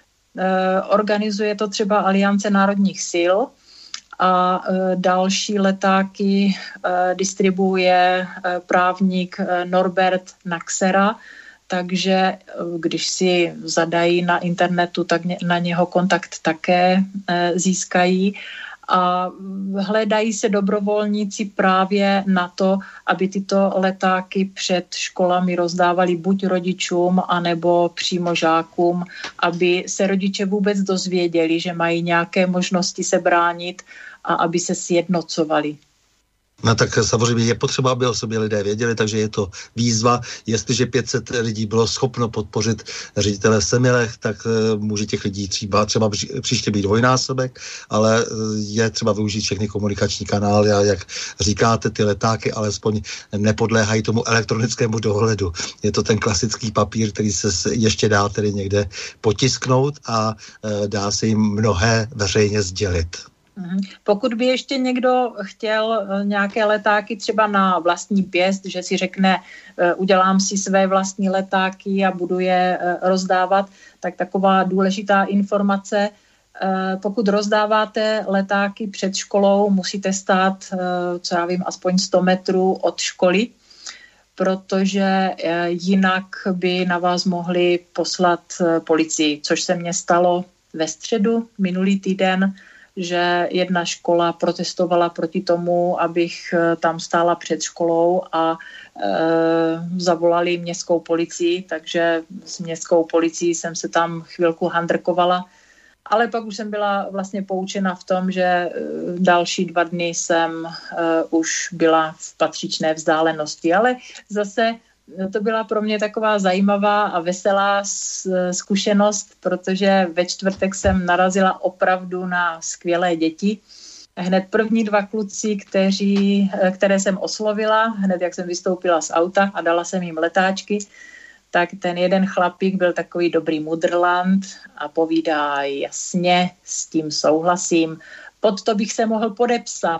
E, organizuje to třeba Aliance národních sil a e, další letáky e, distribuuje e, právník e, Norbert Naxera. Takže když si zadají na internetu, tak na něho kontakt také získají a hledají se dobrovolníci právě na to, aby tyto letáky před školami rozdávali buď rodičům, anebo přímo žákům, aby se rodiče vůbec dozvěděli, že mají nějaké možnosti se bránit a aby se sjednocovali. No tak samozřejmě je potřeba, aby o sobě lidé věděli, takže je to výzva. Jestliže pět set lidí bylo schopno podpořit ředitele v Semilech, tak uh, může těch lidí třeba, třeba příště být dvojnásobek, ale uh, je třeba využít všechny komunikační kanály a jak říkáte, ty letáky alespoň nepodléhají tomu elektronickému dohledu. Je to ten klasický papír, který se ještě dá tedy někde potisknout a uh, dá se jim mnohé veřejně sdělit. Pokud by ještě někdo chtěl nějaké letáky třeba na vlastní pěst, že si řekne, udělám si své vlastní letáky a budu je rozdávat, tak taková důležitá informace, pokud rozdáváte letáky před školou, musíte stát, co já vím, aspoň sto metrů od školy, protože jinak by na vás mohli poslat policii, což se mně stalo ve středu minulý týden, že jedna škola protestovala proti tomu, abych tam stála před školou a e, zavolali městskou policii, takže s městskou policií jsem se tam chvilku handrkovala, ale pak už jsem byla vlastně poučena v tom, že e, další dva dny jsem e, už byla v patřičné vzdálenosti, ale zase to byla pro mě taková zajímavá a veselá zkušenost, protože ve čtvrtek jsem narazila opravdu na skvělé děti. Hned první dva kluci, kteří, které jsem oslovila, hned jak jsem vystoupila z auta a dala jsem jim letáčky, tak ten jeden chlapík byl takový dobrý mudrland a povídá, jasně, s tím souhlasím, pod to bych se mohl podepsat.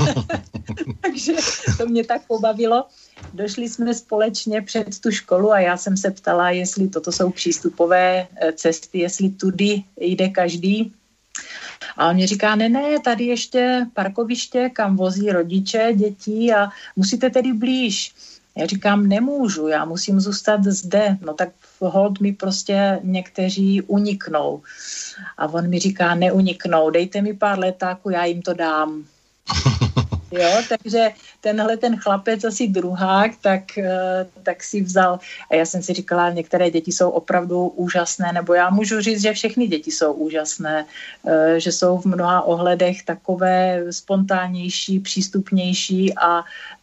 Takže to mě tak pobavilo. Došli jsme společně před tu školu a já jsem se ptala, jestli toto jsou přístupové cesty, jestli tudy jde každý. A on mi říká, ne, ne, tady ještě parkoviště, kam vozí rodiče, děti a musíte tedy blíž. Já říkám, nemůžu, já musím zůstat zde. No tak hold mi prostě někteří uniknou. A on mi říká, neuniknou, dejte mi pár letáků, já jim to dám. Jo, takže tenhle ten chlapec, asi druhák, tak, tak si vzal. A já jsem si říkala, některé děti jsou opravdu úžasné, nebo já můžu říct, že všechny děti jsou úžasné, že jsou v mnoha ohledech takové spontánnější, přístupnější a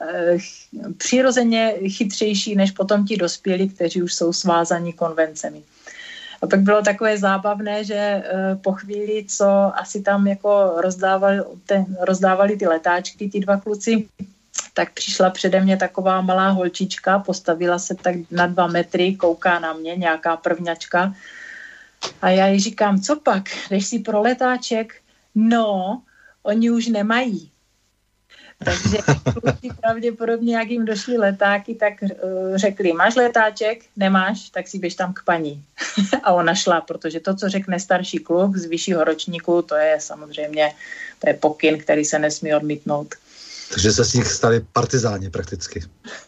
přirozeně chytřejší než potom ti dospělí, kteří už jsou svázaní konvencemi. A pak bylo takové zábavné, že po chvíli, co asi tam jako rozdávali, ten, rozdávali ty letáčky, ty dva kluci, tak přišla přede mě taková malá holčička, postavila se tak na dva metry, kouká na mě, nějaká prvňačka. A já jí říkám, co pak, jdeš si pro letáček? No, oni už nemají. Takže kluci pravděpodobně, jak jim došly letáky, tak uh, řekli, máš letáček? Nemáš? Tak si běž tam k paní. A ona šla, protože to, co řekne starší kluk z vyššího ročníku, to je samozřejmě to je pokyn, který se nesmí odmítnout. Takže se z nich stali partizáni prakticky.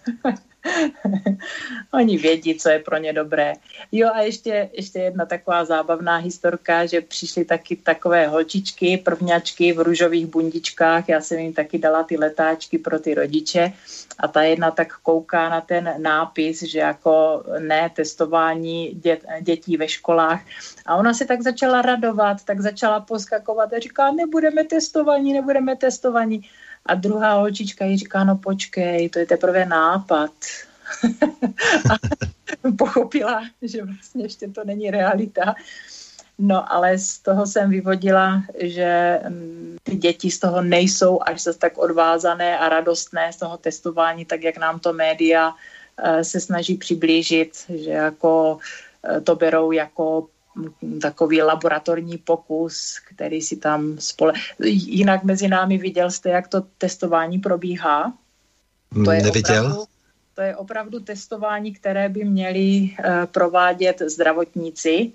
Oni vědí, co je pro ně dobré. Jo a ještě, ještě jedna taková zábavná historka, že přišly taky takové holčičky, prvňačky v růžových bundičkách, já jsem jim taky dala ty letáčky pro ty rodiče a ta jedna tak kouká na ten nápis, že jako ne testování dět, dětí ve školách a ona se tak začala radovat, tak začala poskakovat a říká, nebudeme testovaní, nebudeme testovaní. A druhá holčička jí říká, no počkej, to je teprve nápad. A pochopila, že vlastně ještě to není realita. No ale z toho jsem vyvodila, že ty děti z toho nejsou až zase tak odvázané a radostné z toho testování, tak jak nám to média se snaží přiblížit, že jako to berou jako takový laboratorní pokus, který si tam spole... Jinak mezi námi viděl jste, jak to testování probíhá? To je Neviděl. Opravdu, to je opravdu testování, které by měli uh, provádět zdravotníci.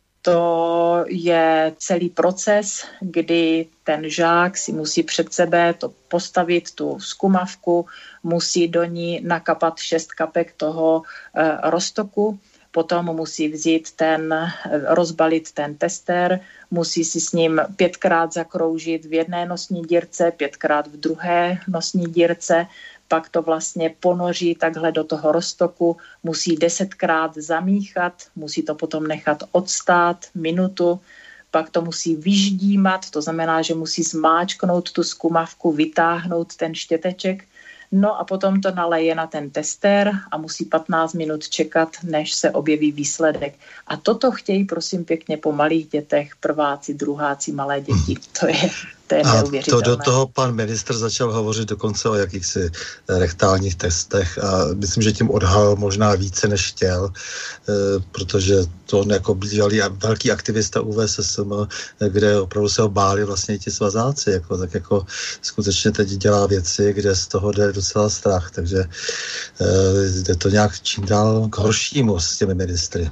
To je celý proces, kdy ten žák si musí před sebe to postavit, tu zkumavku, musí do ní nakapat šest kapek toho uh, roztoku, potom musí vzít ten, rozbalit ten tester, musí si s ním pětkrát zakroužit v jedné nosní dírce, pětkrát v druhé nosní dírce, pak to vlastně ponoří takhle do toho roztoku, musí desetkrát zamíchat, musí to potom nechat odstát minutu, pak to musí vyždímat, to znamená, že musí zmáčknout tu zkumavku, vytáhnout ten štěteček, no a potom to naleje na ten tester a musí patnáct minut čekat, než se objeví výsledek. A toto chtějí, prosím pěkně, po malých dětech, prváci, druháci, malé děti. To je, to je neuvěřitelné. A to do toho pan ministr začal hovořit dokonce o jakýchsi rektálních testech a myslím, že tím odhalil možná více, než chtěl, protože to on jako bývalý velký aktivista U V S S M, kde opravdu se ho báli vlastně ti svazáci, jako, tak jako skutečně teď dělá věci, kde z toho jde docela strach, takže jde to nějak čím dál k horšímu s těmi ministry.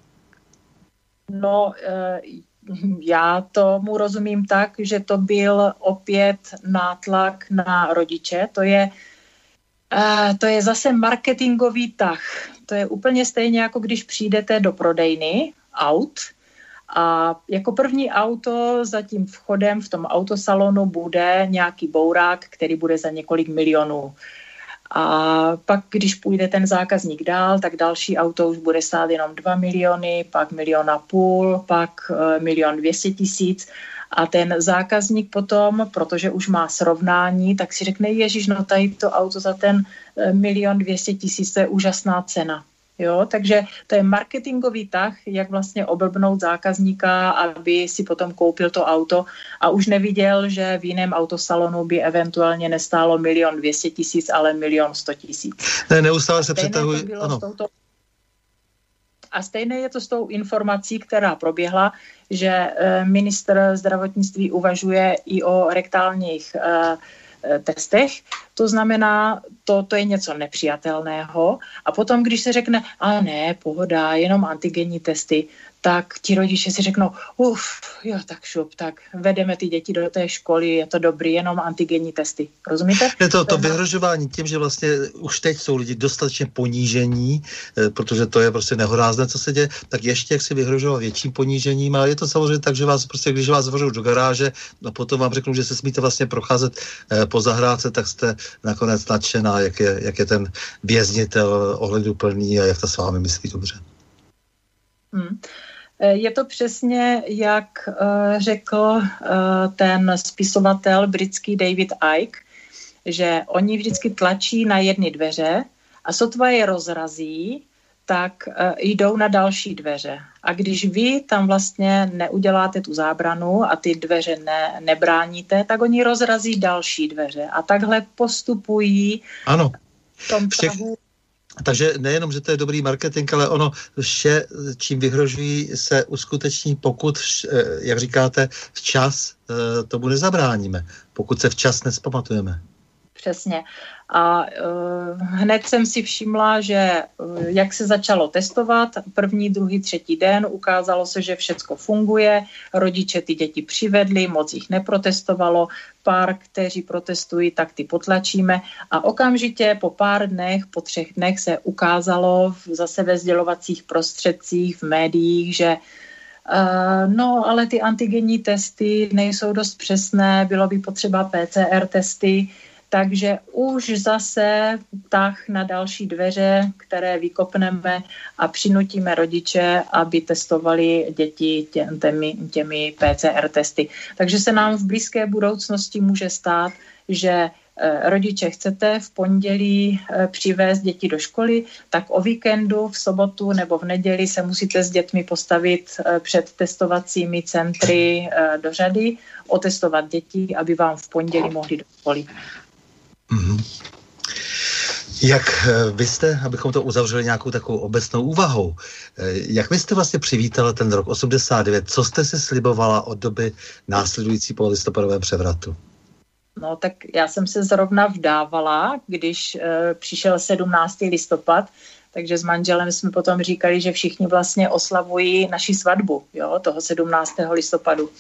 No, já tomu rozumím tak, že to byl opět nátlak na rodiče. To je, to je zase marketingový tah. To je úplně stejně, jako když přijdete do prodejny aut a jako první auto za tím vchodem v tom autosalonu bude nějaký bourák, který bude za několik milionů. A pak, když půjde ten zákazník dál, tak další auto už bude stát jenom dva miliony, pak milion a půl, pak uh, milion dvěstě tisíc. A ten zákazník potom, protože už má srovnání, tak si řekne, ježiš, no tady to auto za ten uh, milion dvěstě tisíc, to je úžasná cena. Jo, takže to je marketingový tah, jak vlastně oblbnout zákazníka, aby si potom koupil to auto a už neviděl, že v jiném autosalonu by eventuálně nestálo milion dvěstě tisíc, ale milion sto tisíc. Ne, neustále se přetahují. A stejné je to s tou informací, která proběhla, že ministr zdravotnictví uvažuje i o rektálních testech, to znamená, to, to je něco nepřijatelného a potom, když se řekne, a ne, pohoda, jenom antigenní testy, tak ti rodiče si řeknou, uf, jo, tak šup, tak vedeme ty děti do té školy, je to dobrý, jenom antigenní testy. Rozumíte? Je to, to vyhrožování tím, že vlastně už teď jsou lidi dostatečně ponížení, protože to je prostě nehorázné, co se děje, tak ještě jak si vyhrožovat větším ponížením, ale je to samozřejmě tak, že vás prostě, když vás zavřou do garáže a potom vám řeknou, že se smíte vlastně procházet po zahrádce, tak jste nakonec nadšená, jak je, jak je ten věznitel ohleduplný a jak to s vámi myslí dobře. Hmm. Je to přesně, jak uh, řekl uh, ten spisovatel britský David Icke, že oni vždycky tlačí na jedny dveře a sotva je rozrazí, tak uh, jdou na další dveře. A když vy tam vlastně neuděláte tu zábranu a ty dveře ne, nebráníte, tak oni rozrazí další dveře. A takhle postupují ano. v tom tahu. Takže nejenom, že to je dobrý marketing, ale ono vše, čím vyhrožují, se uskuteční, pokud, jak říkáte, včas tomu nezabráníme, pokud se včas nespamatujeme. Přesně. A uh, hned jsem si všimla, že uh, jak se začalo testovat, první, druhý, třetí den, ukázalo se, že všecko funguje, rodiče ty děti přivedli, moc jich neprotestovalo, pár, kteří protestují, tak ty potlačíme a okamžitě po pár dnech, po třech dnech se ukázalo v, zase ve sdělovacích prostředcích, v médiích, že uh, no, ale ty antigenní testy nejsou dost přesné, bylo by potřeba P C R testy. Takže už zase tah na další dveře, které vykopneme a přinutíme rodiče, aby testovali děti těmi, těmi P C R testy. Takže se nám v blízké budoucnosti může stát, že rodiče chcete v pondělí přivést děti do školy, tak o víkendu, v sobotu nebo v neděli se musíte s dětmi postavit před testovacími centry do řady, otestovat děti, aby vám v pondělí mohli do školy. Mm-hmm. Jak vy jste, abychom to uzavřeli nějakou takovou obecnou úvahou, jak vy jste vlastně přivítala ten rok osmdesát devět, co jste si slibovala od doby následující po listopadovém převratu? No tak já jsem se zrovna vdávala, když e, přišel sedmnáctého listopad, takže s manželem jsme potom říkali, že všichni vlastně oslavují naši svatbu, jo, toho sedmnáctého listopadu.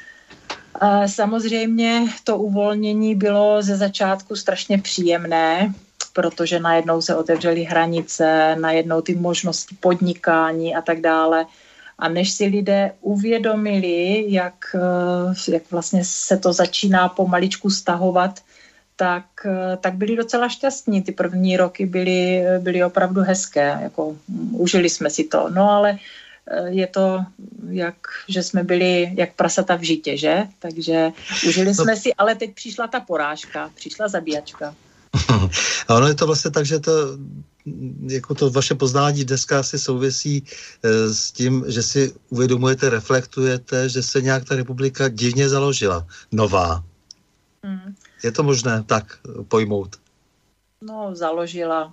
Samozřejmě to uvolnění bylo ze začátku strašně příjemné, protože najednou se otevřely hranice, najednou ty možnosti podnikání a tak dále. A než si lidé uvědomili, jak, jak vlastně se to začíná pomaličku stahovat, tak, tak byli docela šťastní. Ty první roky byly, byly opravdu hezké, jako užili jsme si to. No ale je to, jak, že jsme byli jak prasata v žitě, že? Takže užili jsme no. si, ale teď přišla ta porážka, přišla zabíjačka. A ono je to vlastně tak, že to, jako to vaše poznání dneska asi souvisí e, s tím, že si uvědomujete, reflektujete, že se nějak ta republika divně založila, nová. Hmm. Je to možné tak pojmout? No, založila.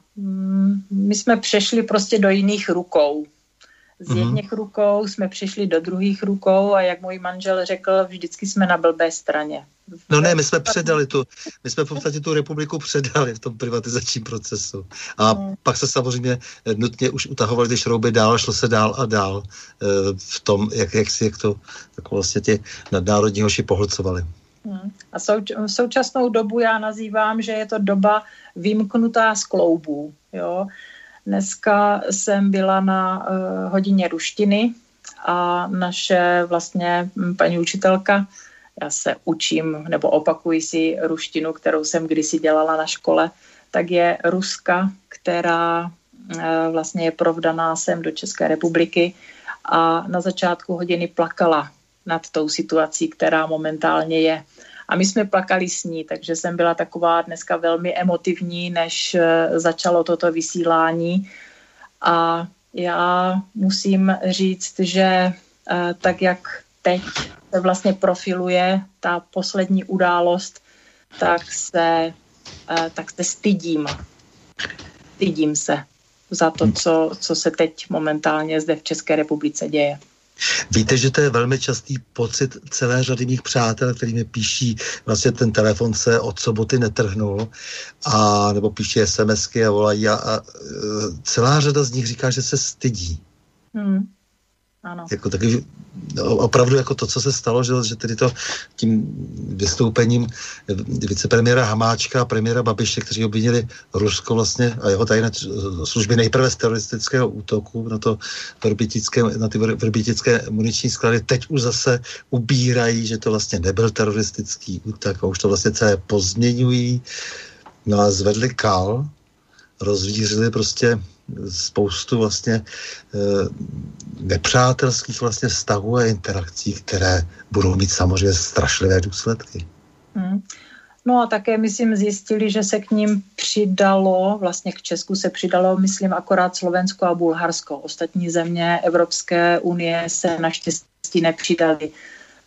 My jsme přešli prostě do jiných rukou. Z jedných rukou jsme přišli do druhých rukou a jak můj manžel řekl, vždycky jsme na blbé straně. No ne, my jsme předali tu, my jsme v podstatě tu republiku předali v tom privatizačním procesu. A hmm. pak se samozřejmě nutně už utahovali ty šrouby dál, šlo se dál a dál v tom, jak, jak si jak to tak vlastně ti nadnárodní hoši pohlcovali. Hmm. A souč- současnou dobu já nazývám, že je to doba vymknutá z kloubů, jo. Dneska jsem byla na uh, hodině ruštiny a naše vlastně paní učitelka, já se učím nebo opakuji si ruštinu, kterou jsem kdysi dělala na škole, tak je Ruska, která uh, vlastně je provdaná sem do České republiky a na začátku hodiny plakala nad tou situací, která momentálně je. A my jsme plakali s ní, takže jsem byla taková dneska velmi emotivní, než začalo toto vysílání. A já musím říct, že tak, jak teď se vlastně profiluje ta poslední událost, tak se, tak se stydím. Stydím se za to, co, co se teď momentálně zde v České republice děje. Víte, že to je velmi častý pocit celé řady mých přátel, který mi píší, vlastně ten telefon se od soboty netrhnul, a nebo píší SMSky a volají a, a celá řada z nich říká, že se stydí. Hmm. Ano. Jako taky, opravdu jako to, co se stalo, že, že tedy to tím vystoupením vicepremiéra Hamáčka a premiéra Babiše, kteří obvinili Rusko vlastně a jeho tajné služby nejprve z teroristického útoku na, to na ty vrbětické muniční sklady, teď už zase ubírají, že to vlastně nebyl teroristický útok a už to vlastně celé pozměňují. No a zvedli kal, rozvířili prostě spoustu vlastně e, nepřátelských vlastně vztahů a interakcí, které budou mít samozřejmě strašlivé důsledky. Hmm. No a také, myslím, zjistili, že se k ním přidalo, vlastně k Česku se přidalo, myslím, akorát Slovensko a Bulharsko. Ostatní země Evropské unie se naštěstí nepřidali.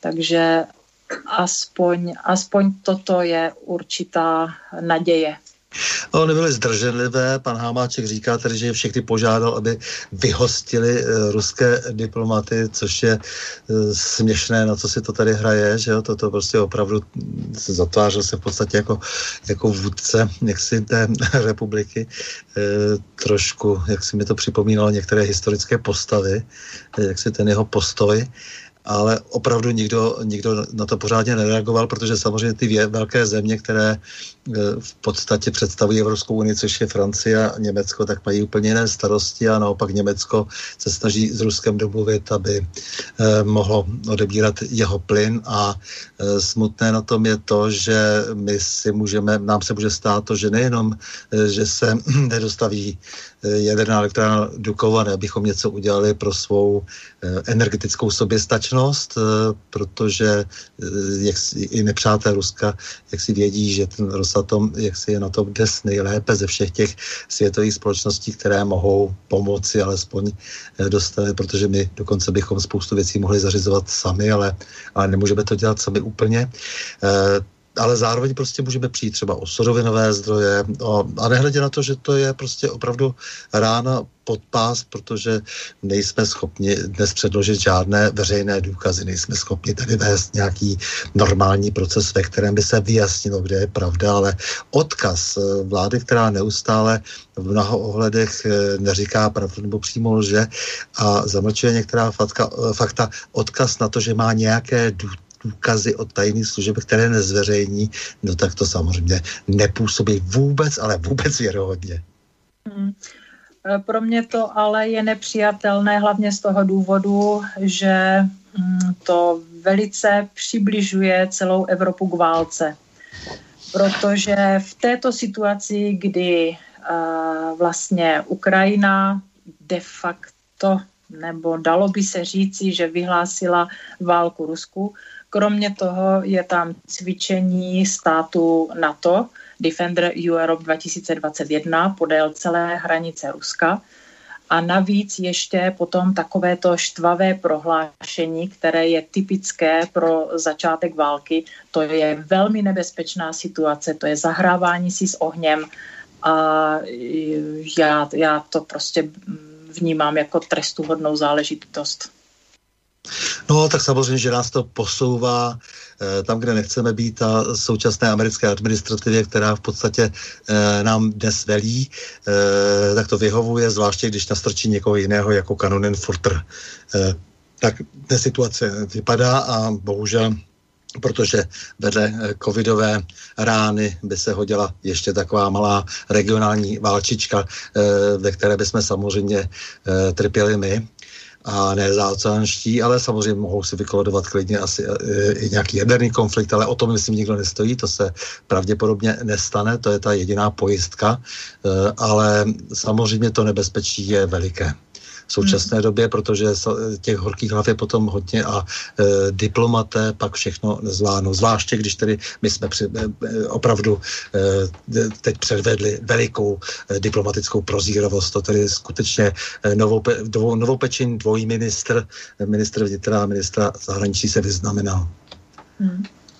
Takže aspoň, aspoň toto je určitá naděje. Oni byly zdrženlivé, pan Hamáček říká tedy, že všechny požádal, aby vyhostili e, ruské diplomaty, což je e, směšné, na co si to tady hraje, že jo, toto prostě opravdu se zatvářil se v podstatě jako, jako vůdce jaksi té republiky, e, trošku, jak si mi to připomínalo některé historické postavy, jak si ten jeho postoj, ale opravdu nikdo, nikdo na to pořádně nereagoval, protože samozřejmě ty vě, velké země, které v podstatě představují Evropskou unii, což je Francie a Německo, tak mají úplně jiné starosti a naopak Německo se snaží s Ruskem domluvit, aby eh, mohlo odebírat jeho plyn a eh, smutné na tom je to, že my si můžeme, nám se může stát to, že nejenom, eh, že se nedostaví jaderná elektrárna Dukovan, abychom něco udělali pro svou energetickou soběstačnost, protože jak si, i nepřátelé Ruska, jak si vědí, že ten Rosatom jak si je na tom dnes nejlépe ze všech těch světových společností, které mohou pomoci alespoň dostavit, protože my dokonce bychom spoustu věcí mohli zařizovat sami, ale, ale nemůžeme to dělat sami úplně. Ale zároveň prostě můžeme přijít třeba o surovinové zdroje a nehledě na to, že to je prostě opravdu rána pod pás, protože nejsme schopni dnes předložit žádné veřejné důkazy, nejsme schopni tady vést nějaký normální proces, ve kterém by se vyjasnilo, kde je pravda, ale odkaz vlády, která neustále v mnoha ohledech neříká pravdu nebo přímo lže a zamlčuje některá fakta, fakta odkaz na to, že má nějaké důkazy, důkazy od tajných služeb, které nezveřejní, no tak to samozřejmě nepůsobí vůbec, ale vůbec věrohodně. Hmm. Pro mě to ale je nepřijatelné, hlavně z toho důvodu, že to velice přibližuje celou Evropu k válce. Protože v této situaci, kdy uh, vlastně Ukrajina de facto, nebo dalo by se říci, že vyhlásila válku Rusku, kromě toho je tam cvičení státu NATO, Defender Europe dva tisíce dvacet jedna, podél celé hranice Ruska. A navíc ještě potom takovéto štvavé prohlášení, které je typické pro začátek války. To je velmi nebezpečná situace, to je zahrávání si s ohněm a já, já to prostě vnímám jako trestuhodnou záležitost. No, tak samozřejmě, že nás to posouvá eh, tam, kde nechceme být, a současné americké administrativě, která v podstatě eh, nám dnes velí, eh, tak to vyhovuje, zvláště když nastrčí někoho jiného jako Kanonenfurter. Eh, tak ta situace vypadá a bohužel, protože vedle covidové rány by se hodila ještě taková malá regionální válčička, eh, ve které bychom samozřejmě eh, trpěli my, a ne záoceánští, ale samozřejmě mohou si vykolodovat klidně asi e, i nějaký jaderný konflikt, ale o tom myslím nikdo nestojí, to se pravděpodobně nestane, to je ta jediná pojistka, e, ale samozřejmě to nebezpečí je veliké v současné hmm. době, protože těch horkých hlav je potom hodně a e, diplomaté pak všechno nezvládnou. Zvláště, když tedy my jsme při, e, opravdu e, teď předvedli velikou e, diplomatickou prozírovost. To tedy skutečně e, novou, dvou, novopečený dvojí ministr, ministr vnitra a ministra zahraničí se vyznamenal. Hmm.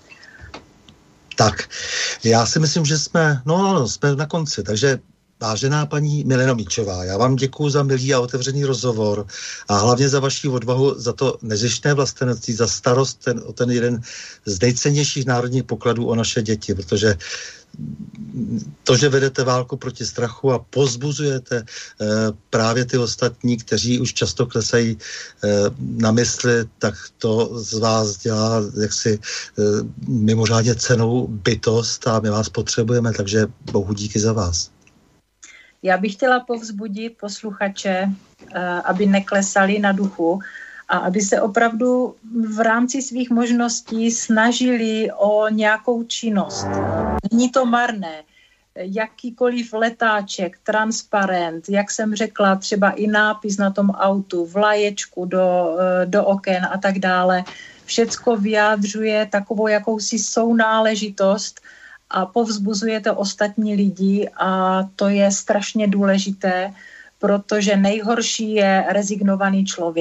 Tak, já si myslím, že jsme, no, no, jsme na konci, takže vážená paní Mileno Míčová, já vám děkuju za milý a otevřený rozhovor a hlavně za vaši odvahu, za to nezištné vlastenectví, za starost ten, o ten jeden z nejcennějších národních pokladů o naše děti, protože to, že vedete válku proti strachu a pozbuzujete eh, právě ty ostatní, kteří už často klesají eh, na mysli, tak to z vás dělá jaksi eh, mimořádně cennou bytost a my vás potřebujeme, takže bohu díky za vás. Já bych chtěla povzbudit posluchače, aby neklesali na duchu a aby se opravdu v rámci svých možností snažili o nějakou činnost. Není to marné. Jakýkoliv letáček, transparent, jak jsem řekla, třeba i nápis na tom autu, vlaječku do, do oken a tak dále. Všecko vyjádřuje takovou jakousi sounáležitost a povzbuzujete ostatní lidi a to je strašně důležité, protože nejhorší je rezignovaný člověk.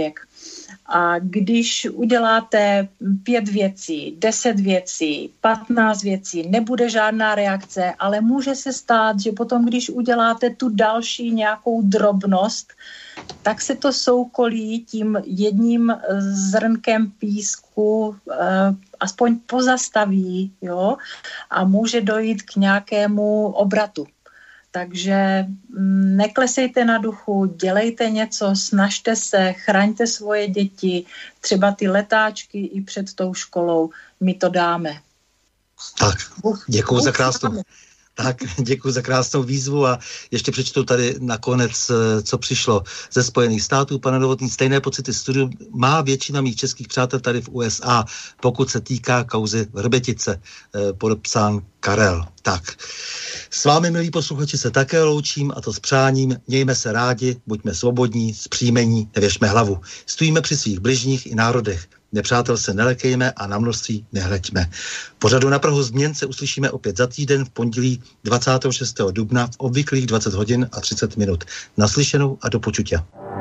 A když uděláte pět věcí, deset věcí, patnáct věcí, nebude žádná reakce, ale může se stát, že potom, když uděláte tu další nějakou drobnost, tak se to soukolí tím jedním zrnkem písku eh, aspoň pozastaví, jo, a může dojít k nějakému obratu. Takže neklesejte na duchu, dělejte něco, snažte se, chraňte svoje děti, třeba ty letáčky i před tou školou, my to dáme. Tak, děkuju za krásnou. Tak, děkuji za krásnou výzvu a ještě přečtu tady nakonec, co přišlo ze Spojených států. Pane Novotný, stejné pocity studium má většina mých českých přátel tady v U S A, pokud se týká kauzy Vrbětice, podepsán Karel. Tak, s vámi, milí posluchači, se také loučím, a to s přáním: mějme se rádi, buďme svobodní, zpříjmení, nevěšme hlavu. Stojíme při svých bližních i národech. Nepřátel se nelekejme a na množství nehleďme. Pořadu Na prahu změn se uslyšíme opět za týden v pondělí dvacátého šestého dubna v obvyklých dvacet hodin a třicet minut. Naslyšenou a do počutia.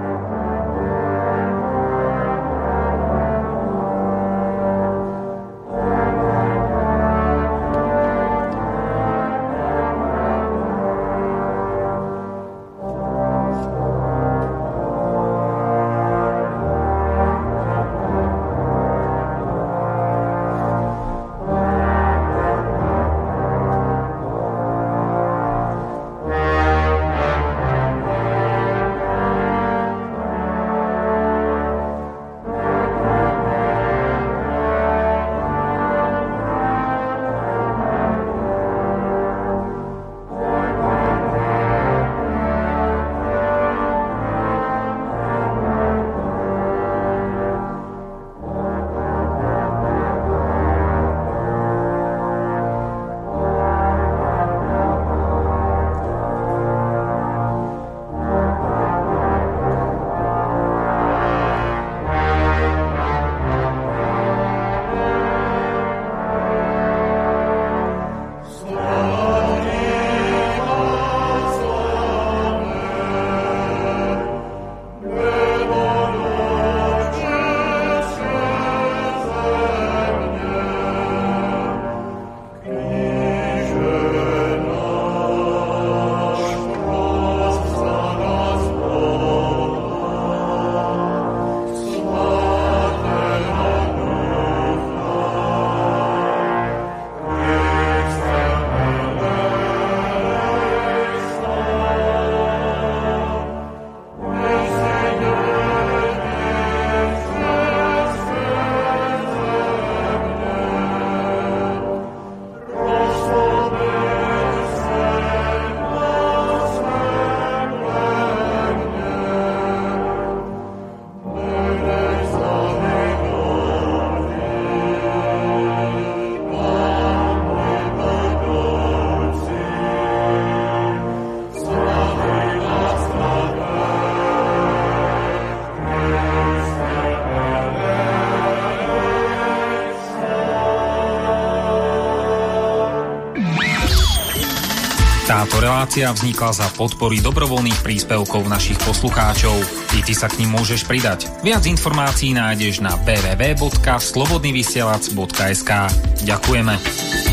Táto relácia vznikla za podpory dobrovoľných príspevkov našich poslucháčov. I ty sa k nim môžeš pridať. Viac informácií nájdeš na w w w bodka slobodnyvysielac bodka es ka. Ďakujeme.